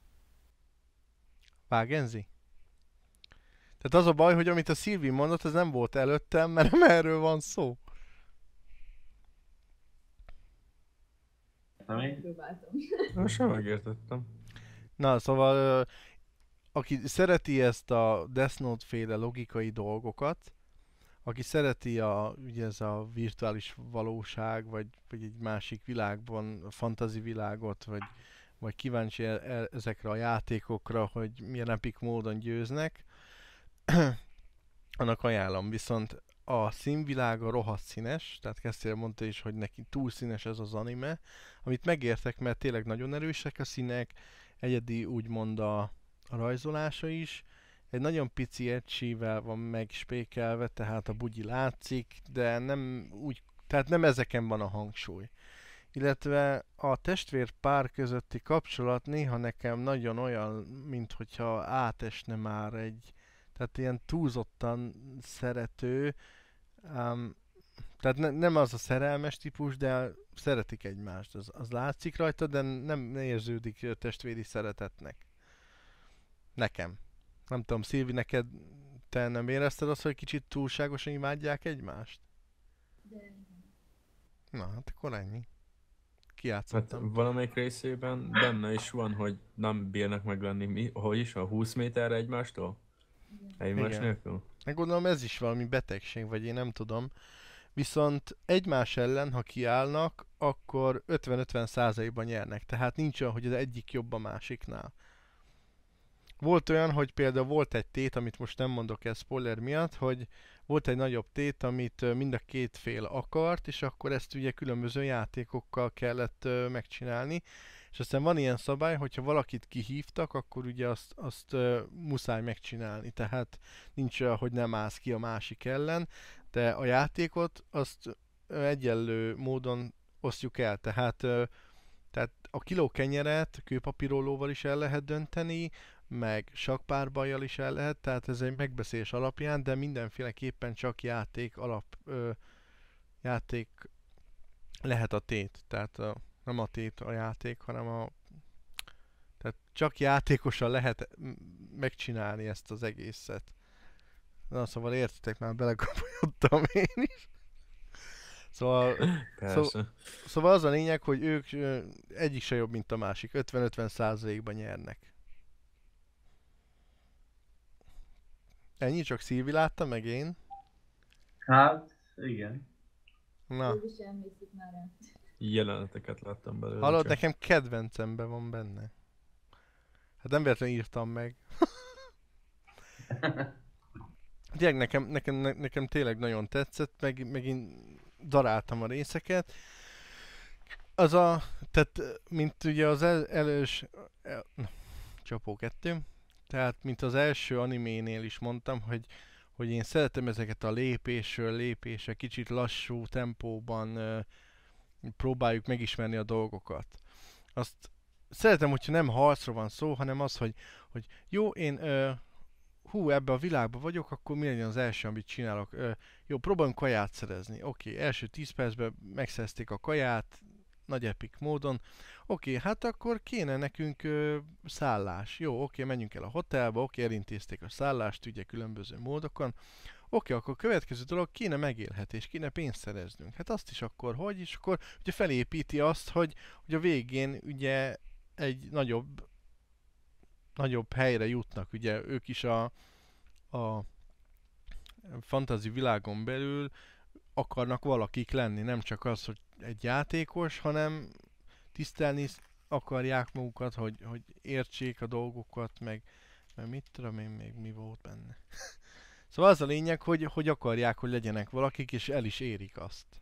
Vágenzi? Tehát az a baj, hogy amit a Szilvi mondott, az nem volt előttem, mert nem erről van szó. Próbáltam. Most sem megértettem. Na, szóval ö, aki szereti ezt a Death Note féle logikai dolgokat, aki szereti a, ugye ez a virtuális valóság, vagy, vagy egy másik világban, a fantasy világot, vagy, vagy kíváncsi e- e- ezekre a játékokra, hogy milyen epik módon győznek, annak ajánlom. Viszont a színvilága rohadt színes, tehát Kesztyére mondta is, hogy neki túl színes ez az anime, amit megértek, mert tényleg nagyon erősek a színek, egyedi úgymond a, a rajzolása is, egy nagyon pici ecsivel van megspékelve, tehát a bugyi látszik, de nem úgy, tehát nem ezeken van a hangsúly. Illetve a testvér pár közötti kapcsolat néha nekem nagyon olyan, mint hogyha átesne már egy, tehát ilyen túlzottan szerető, um, tehát ne, nem az a szerelmes típus, de szeretik egymást, az, az látszik rajta, de nem érződik testvéri szeretetnek. Nekem. Nem tudom, Szilvi, neked te nem érezted azt, hogy kicsit túlságosan imádják egymást? De Na, hát akkor ennyi. Hát Kijátszottam. valamelyik részében benne is van, hogy nem bírnak meg lenni, mi, hogy is, a húsz méterre egymástól? Egymás Igen. nélkül? Meg gondolom ez is valami betegség, vagy én nem tudom. Viszont egymás ellen, ha kiállnak, akkor ötven-ötven százalékban nyernek. Tehát nincs olyan, hogy az egyik jobb a másiknál. Volt olyan, hogy például volt egy tét, amit most nem mondok el spoiler miatt, hogy volt egy nagyobb tét, amit ö, mind a két fél akart, és akkor ezt ugye különböző játékokkal kellett ö, megcsinálni. És aztán van ilyen szabály, hogyha valakit kihívtak, akkor ugye azt, azt ö, muszáj megcsinálni. Tehát nincs olyan, hogy nem állsz ki a másik ellen, de a játékot azt ö, egyenlő módon osztjuk el. Tehát, ö, tehát a kiló kenyeret kőpapírólóval is el lehet dönteni, meg sakkpárbajjal is el lehet, tehát ez egy megbeszélés alapján, de mindenféleképpen csak játék alap, ö, játék lehet a tét, tehát a, nem a tét a játék, hanem a, tehát csak játékosan lehet m- megcsinálni ezt az egészet. Na szóval értitek, már belekapodtam én is. Szóval, Persze. szó, szóval az a lényeg, hogy ők ö, egyik se jobb, mint a másik, ötven-ötven százalékban nyernek. Ennyi, csak Szilvi látta, meg én. Hát, igen. Na, ő is emlékszik már rá. Jeleneteket láttam belőle. hallod, csak. nekem kedvencemben van benne. Hát nem véletlenül írtam meg. Tényleg nekem, nekem, ne- nekem tényleg nagyon tetszett, meg, meg én daráltam a részeket. Az a, tehát mint ugye az el, elős, el, na, csapó kettő, tehát mint az első animénél is mondtam, hogy, hogy én szeretem ezeket a lépésről lépésre, kicsit lassú tempóban ö, próbáljuk megismerni a dolgokat. Azt szeretem, hogyha nem harcról van szó, hanem az, hogy, hogy jó, én ö, hú, ebbe a világba vagyok, akkor mi legyen az első, amit csinálok? Ö, jó, próbáljunk kaját szerezni. Oké, okay, első tíz percben megszerezték a kaját, nagy epik módon. Oké, okay, hát akkor kéne nekünk ö, szállás. Jó, oké, okay, menjünk el a hotelba, oké, okay, elintézték a szállást, ugye különböző módokon. Oké, okay, akkor a következő dolog, kéne megélhetés, kéne pénzt szereznünk. Hát azt is akkor hogy? És akkor ugye felépíti azt, hogy, hogy a végén ugye egy nagyobb nagyobb helyre jutnak, ugye ők is a, a fantasy világon belül akarnak valakik lenni, nem csak az, hogy egy játékos, hanem tisztelni akarják magukat, hogy, hogy értsék a dolgokat, meg, meg mit tudom én még mi volt benne. Szóval az a lényeg, hogy, hogy akarják, hogy legyenek valakik, és el is érik azt.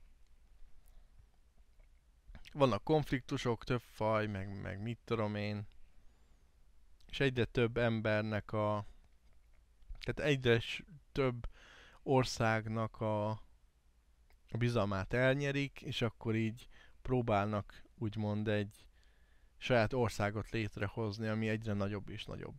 Vannak konfliktusok, több faj, meg, meg mit tudom én. És egyre több embernek a... Tehát egyre több országnak a, a bizalmát elnyerik, és akkor így próbálnak úgymond egy saját országot létrehozni, ami egyre nagyobb és nagyobb.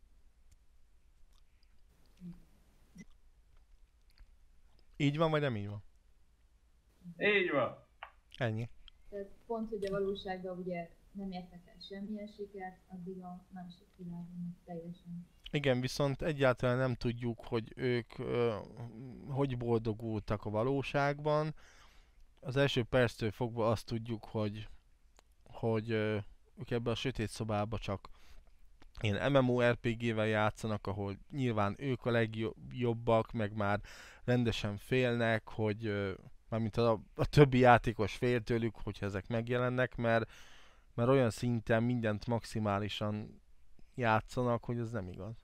Így van, vagy nem így van? Így van. Ennyi. Tehát pont, hogy a valóságban ugye nem értek el semmilyen sikert, addig a másik világon teljesen. Igen, viszont egyáltalán nem tudjuk, hogy ők ö, hogy boldogultak a valóságban. Az első perctől fogva azt tudjuk, hogy, hogy ö, ők ebben a sötét szobában csak ilyen MMORPG-vel játszanak, ahol nyilván ők a legjobbak, meg már rendesen félnek, hogy ö, mármint a, a többi játékos fél tőlük, hogyha ezek megjelennek, mert, mert olyan szinten mindent maximálisan játszanak, hogy ez nem igaz.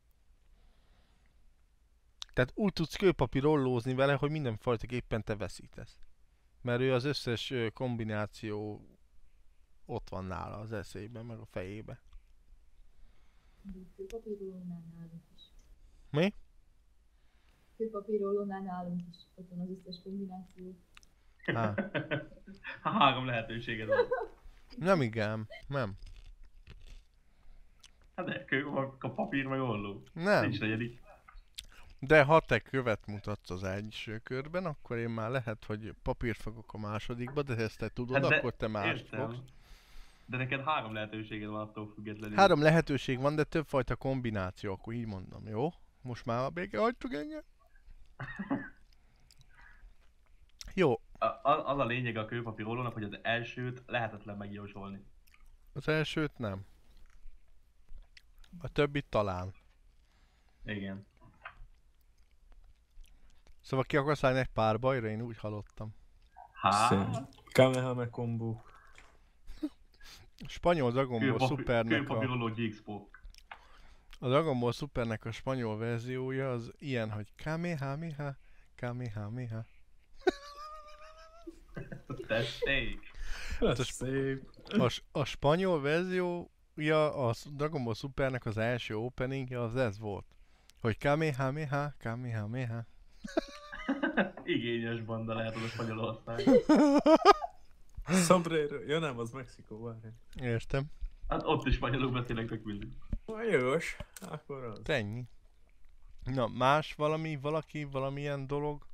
Tehát úgy tudsz kőpapír rollózni vele, hogy mindenfajtaképpen te veszítesz. Mert ő az összes ö, kombináció ott van nála az eszében, meg a fejébe. Kőpapírolónál nálunk is. Mi? Kőpapírolónál nálunk is. Ott van az összes kombináció. Há. Három lehetőséged van. Nem igen, nem. Hát de kő, a papír meg olló. Nem. Nincs negyedik. De ha te követ mutatsz az első körben, akkor én már lehet, hogy papírt fogok a másodikba, de ha ezt te tudod, Hát de akkor te más értem. fogsz. De neked három lehetőséged van attól függetlenül. Három lehetőség van, de többfajta kombináció, akkor így mondom, jó? Most már a béke hagytuk engem? Jó, A, a, az a lényeg a kőpapírolónak, hogy az elsőt lehetetlen megjósolni. az elsőt nem. A többit talán. Igen. Szóval ki akarsz állni egy párbajra? Én úgy hallottam. Hát, Kamehame kombó. A spanyol Dragon Ball kőpapi, Supernek a... kőpapíroló G-Xpo. A Dragon Ball Supernek a spanyol verziója az ilyen, hogy Kamehameha, Kamehameha. Tessék! Ez a- szép. A, s- a spanyol verziója a s- Dragon Ball Supernek az első openingje az ez volt. Hogy Kamehameha, Kamehameha. Igényes banda lehet az a Spanyolország. Sombrero. Ja nem, az Mexikó, várj. Értem. Hát ott is spanyolul beszélnek, tök mindig. Na jós, akkor az. Ennyi. Na, más valami, valaki, valamilyen dolog?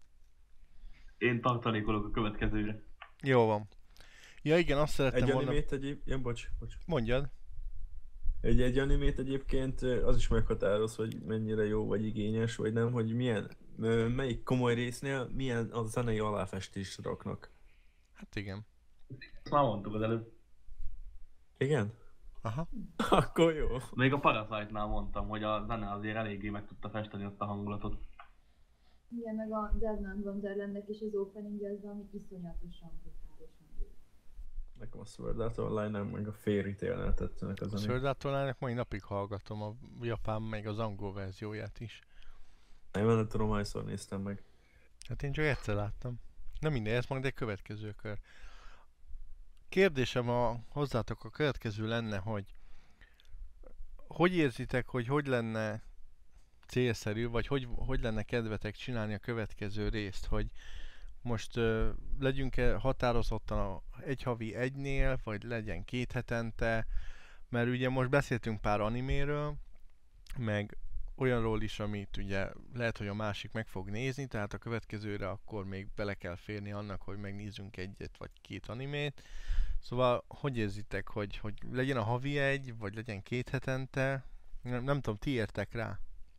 Én tartalékolok a következőre. Jó van. Ja igen, azt szerettem Egy volna... animét egyéb... Ja, bocs, bocs. Mondjad. Egy, egy animét egyébként az is meghatároz, hogy mennyire jó vagy igényes, vagy nem, hogy milyen, ö, melyik komoly résznél milyen a zenei aláfestést raknak. Hát igen. Ezt már mondtuk az előbb. Igen? Aha. Akkor jó. Még a Parasite-nál mondtam, hogy a zene azért eléggé meg tudta festeni azt a hangulatot. Igen, meg a Deadman Wonderlandnek is az opening az valami iszonyatosan brutálisan jó. Nekem a Sword Art Online nem, meg a Fairy Tail-nál tetszenek a A zenék. Sword Art Online-nek mai napig hallgatom a japán, meg az angol verzióját is. Nem, nem tudom, hányszor néztem meg. Hát én csak egyszer láttam. Nem mindegy, ez majd egy következő kör. Kérdésem a, hozzátok a következő lenne, hogy hogy érzitek, hogy hogy lenne célszerű, vagy hogy, hogy lenne kedvetek csinálni a következő részt, hogy most uh, legyünk-e határozottan a egy havi egynél, vagy legyen két hetente, mert ugye most beszéltünk pár animéről, meg olyanról is, amit ugye lehet, hogy a másik meg fog nézni, tehát a következőre akkor még bele kell férni annak, hogy megnézzünk egyet vagy két animét. Szóval hogy érzitek, hogy, hogy legyen a havi egy, vagy legyen két hetente? Nem, nem tudom, ti értek rá?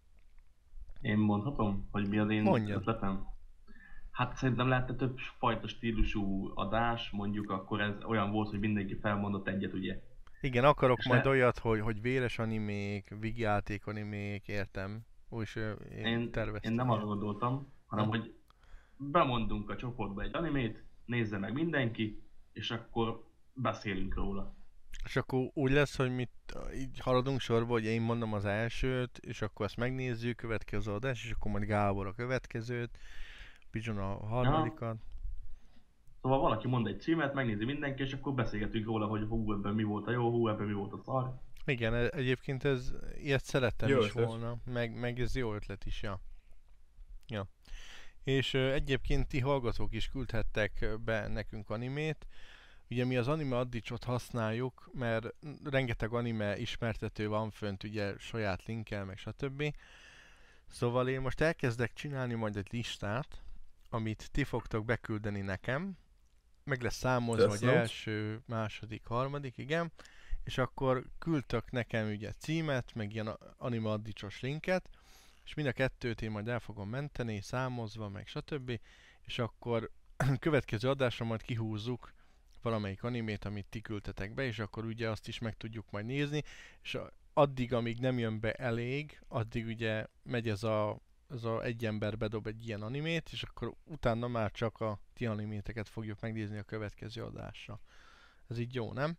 Én mondhatom, hogy mi az én Mondjad. ötletem? Hát szerintem lehetne több fajta stílusú adás, mondjuk akkor ez olyan volt, hogy mindenki felmondott egyet, ugye? Igen, akarok És majd ne- olyat, hogy, hogy véres animék, vigyáték animék, értem. Úgy is ö, én, Én, terveztem. én nem arra gondoltam, hanem Hm. hogy bemondunk a csoportba egy animét, nézze meg mindenki, és akkor beszélünk róla. És akkor úgy lesz, hogy mit így haladunk sorba, hogy én mondom az elsőt, és akkor ezt megnézzük, következő adás, és akkor majd Gábor a következőt, Pigeon a harmadikat. Szóval valaki mond egy címet, megnézi mindenki, és akkor beszélgetünk róla, hogy hú, ebben mi volt a jó, hú, ebben mi volt a szar. Igen, e- egyébként ez, ilyet szerettem Jó is ötlet. volna, meg, meg ez jó ötlet is, ja. Ja. És ö, egyébként ti hallgatók is küldhettek be nekünk animét. Ugye mi az anime addicsot használjuk, mert rengeteg anime ismertető van fönt, ugye saját linkkel, meg stb. Szóval én most elkezdek csinálni majd egy listát, amit ti fogtok beküldeni nekem. Meg lesz számolva, hogy Köszönöm. első, második, harmadik, igen. És akkor küldtök nekem ugye címet, meg ilyen anime addicsos linket, és mind a kettőt én majd el fogom menteni, számozva, meg stb. És akkor következő adásra majd kihúzzuk valamelyik animét, amit ti küldtetek be, és akkor ugye azt is meg tudjuk majd nézni, és a- addig, amíg nem jön be elég, addig ugye megy ez a, ez a egy ember bedob egy ilyen animét, és akkor utána már csak a ti animéteket fogjuk megnézni a következő adásra. Ez így jó, nem?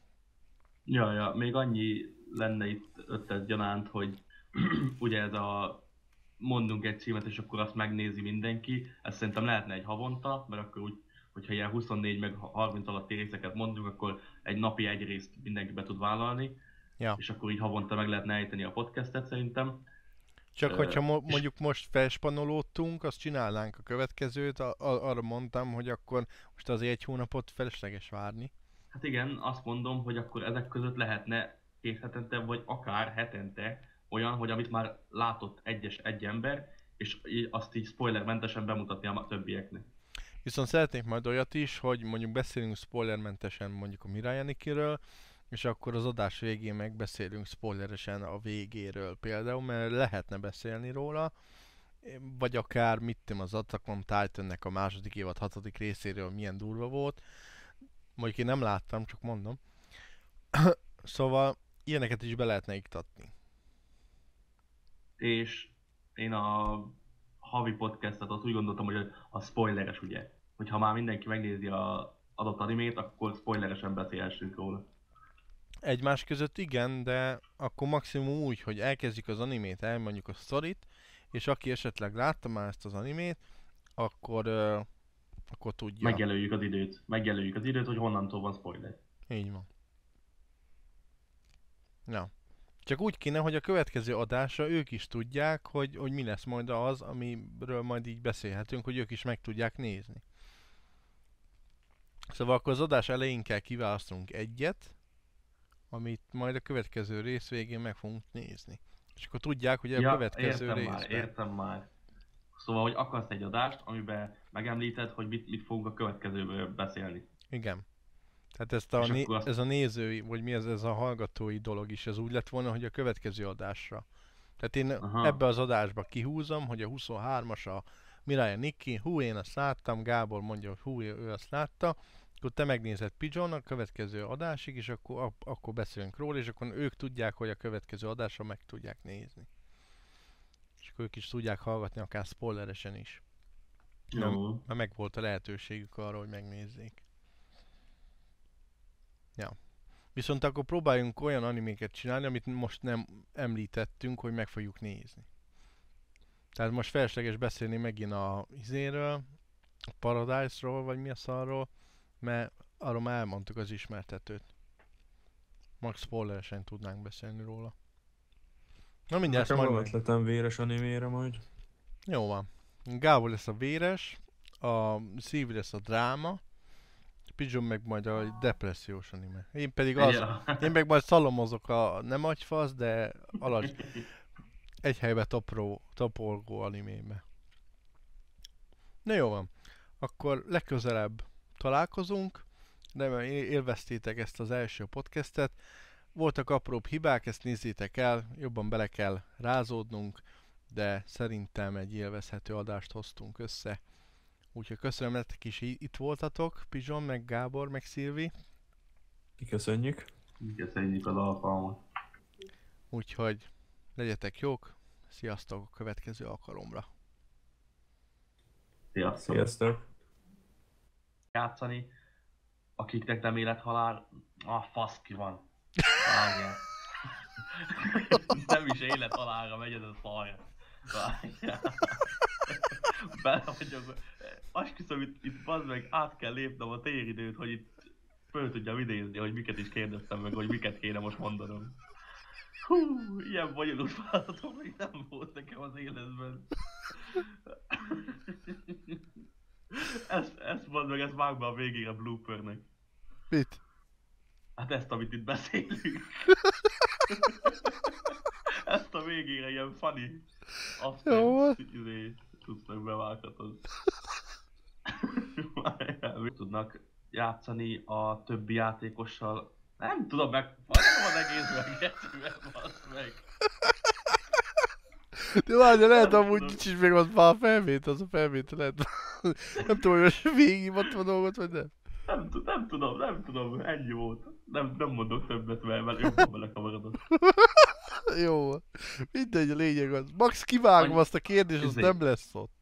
Ja, ja, még annyi lenne itt ötlet gyanánt, hogy ugye ez a mondunk egy címet, és akkor azt megnézi mindenki. Ez szerintem lehetne egy havonta, mert akkor úgy, hogyha ilyen huszonnégy meg harminc alatti részeket mondunk, akkor egy napi egy részt mindenki be tud vállalni, Ja. és akkor így havonta meg lehetne ejteni a podcastet szerintem. Csak Ö, hogyha mo- és- mondjuk most felspanolódtunk, azt csinálnánk a következőt, a- a- arra mondtam, hogy akkor most azért egy hónapot felesleges várni. Hát igen, azt mondom, hogy akkor ezek között lehetne két hetente, vagy akár hetente olyan, hogy amit már látott egyes egy ember, és így- azt így spoilermentesen bemutatni a többieknek. Viszont szeretnék majd olyat is, hogy mondjuk beszélünk spoilermentesen mondjuk a Mirai Nikiről, és akkor az adás végén megbeszélünk spoileresen a végéről például, mert lehetne beszélni róla, vagy akár mit tudom, az Attack on Titannek a második évad hatodik részéről milyen durva volt. Mondjuk én nem láttam, csak mondom. Szóval ilyeneket is be lehetne iktatni. És én a havi podcastet azt úgy gondoltam, hogy a spoileres ugye, hogyha már mindenki megnézi a adott animét, akkor spoileresen beszélhessünk róla. Egymás között igen, de akkor maximum úgy, hogy elkezdjük az animét, elmondjuk a sztorit, és aki esetleg látta már ezt az animét, akkor, uh, akkor tudja. Megjelöljük az időt, megjelöljük az időt, hogy honnantól van spoiler. Így van. Ja. Csak úgy kéne, hogy a következő adásra ők is tudják, hogy, hogy mi lesz majd az, amiről majd így beszélhetünk, hogy ők is meg tudják nézni. Szóval akkor az adás elején kell kiválasztunk egyet, amit majd a következő rész végén meg fogunk nézni. És akkor tudják, hogy a Ja, következő értem részben... már, értem már. Szóval, hogy akarsz egy adást, amiben megemlíted, hogy mit, mit fogunk a következőből beszélni. Igen. Tehát ezt a És né- akkor azt- ez a nézői, vagy mi ez, ez a hallgatói dolog is, ez úgy lett volna, hogy a következő adásra. Tehát én Aha. ebbe az adásba kihúzom, hogy a huszonhármas a Mirai Nikki, hú, én azt láttam, Gábor mondja, hogy hú, ő azt látta, akkor te megnézed Pigeon a következő adásig, és akkor, ak- akkor beszélünk róla, és akkor ők tudják, hogy a következő adásra meg tudják nézni. És akkor ők is tudják hallgatni, akár spoileresen is. Nem. Jó. Mert meg volt a lehetőségük arra, hogy megnézzék. Ja. Viszont akkor próbáljunk olyan animéket csinálni, amit most nem említettünk, hogy meg fogjuk nézni. Tehát most felesleges beszélni megint a izéről, a Paradise-ról, vagy mi a szarról, mert arról már elmondtuk az ismertetőt. Max spoileresen tudnánk beszélni róla. Na mindjárt, ezt Nekem majd van meg... ötletem véres animére majd. Jó van. Gábor lesz a véres, a Szív lesz a dráma, Pigeon meg majd a depressziós anime. Én pedig az, Ja. én meg majd szalomozok a nem agyfasz, de alacs egy helybe topró, topolgó animébe. Na jó van. Akkor legközelebb találkozunk. Remélem élveztétek ezt az első podcastet. Voltak apróbb hibák, ezt nézzétek el, jobban bele kell rázódnunk, de szerintem egy élvezhető adást hoztunk össze. Úgyhogy köszönöm, nektek is itt voltatok, Pigeon, meg Gábor, meg Szilvi. Köszönjük. Köszönjük az alkalmat. Úgyhogy legyetek jók, sziasztok a következő alkalomra. Sziasztok! Sziasztok! Játszani, akiknek nem élethalál, ah, fasz ki van. Várjál. Nem is élethalálra megy ez a szar. Várjál. Bele vagyok. Azt hiszem, itt, itt bazd meg át kell lépnem a téridőt, hogy itt föl tudjam idézni, hogy miket is kérdeztem meg, hogy miket kéne most mondanom. Hú, ilyen bonyolult feladatom még nem volt nekem az életben. Ezt, ezt mondd meg, ezt vágd be a végére bloopernek. Mit? Hát ezt, amit itt beszélünk. Ezt a végére ilyen funny after izé, tudsz meg bevághatod. Tudnak játszani a többi játékossal. Nem tudom meg, vagyom az egész megértően, basz meg. De várja, lehet amúgy nincs is még az már a felvétel, az a felvétel lehet. Nem tudom, hogy most végig ott van dolgot, vagy nem? Nem, nem tudom, nem tudom, ennyi volt. Nem, nem mondok többet, mert jobban belekavarodott. Jó, mindegy, a lényeg az. Max kivágom azt a kérdést, az Izé. nem lesz ott.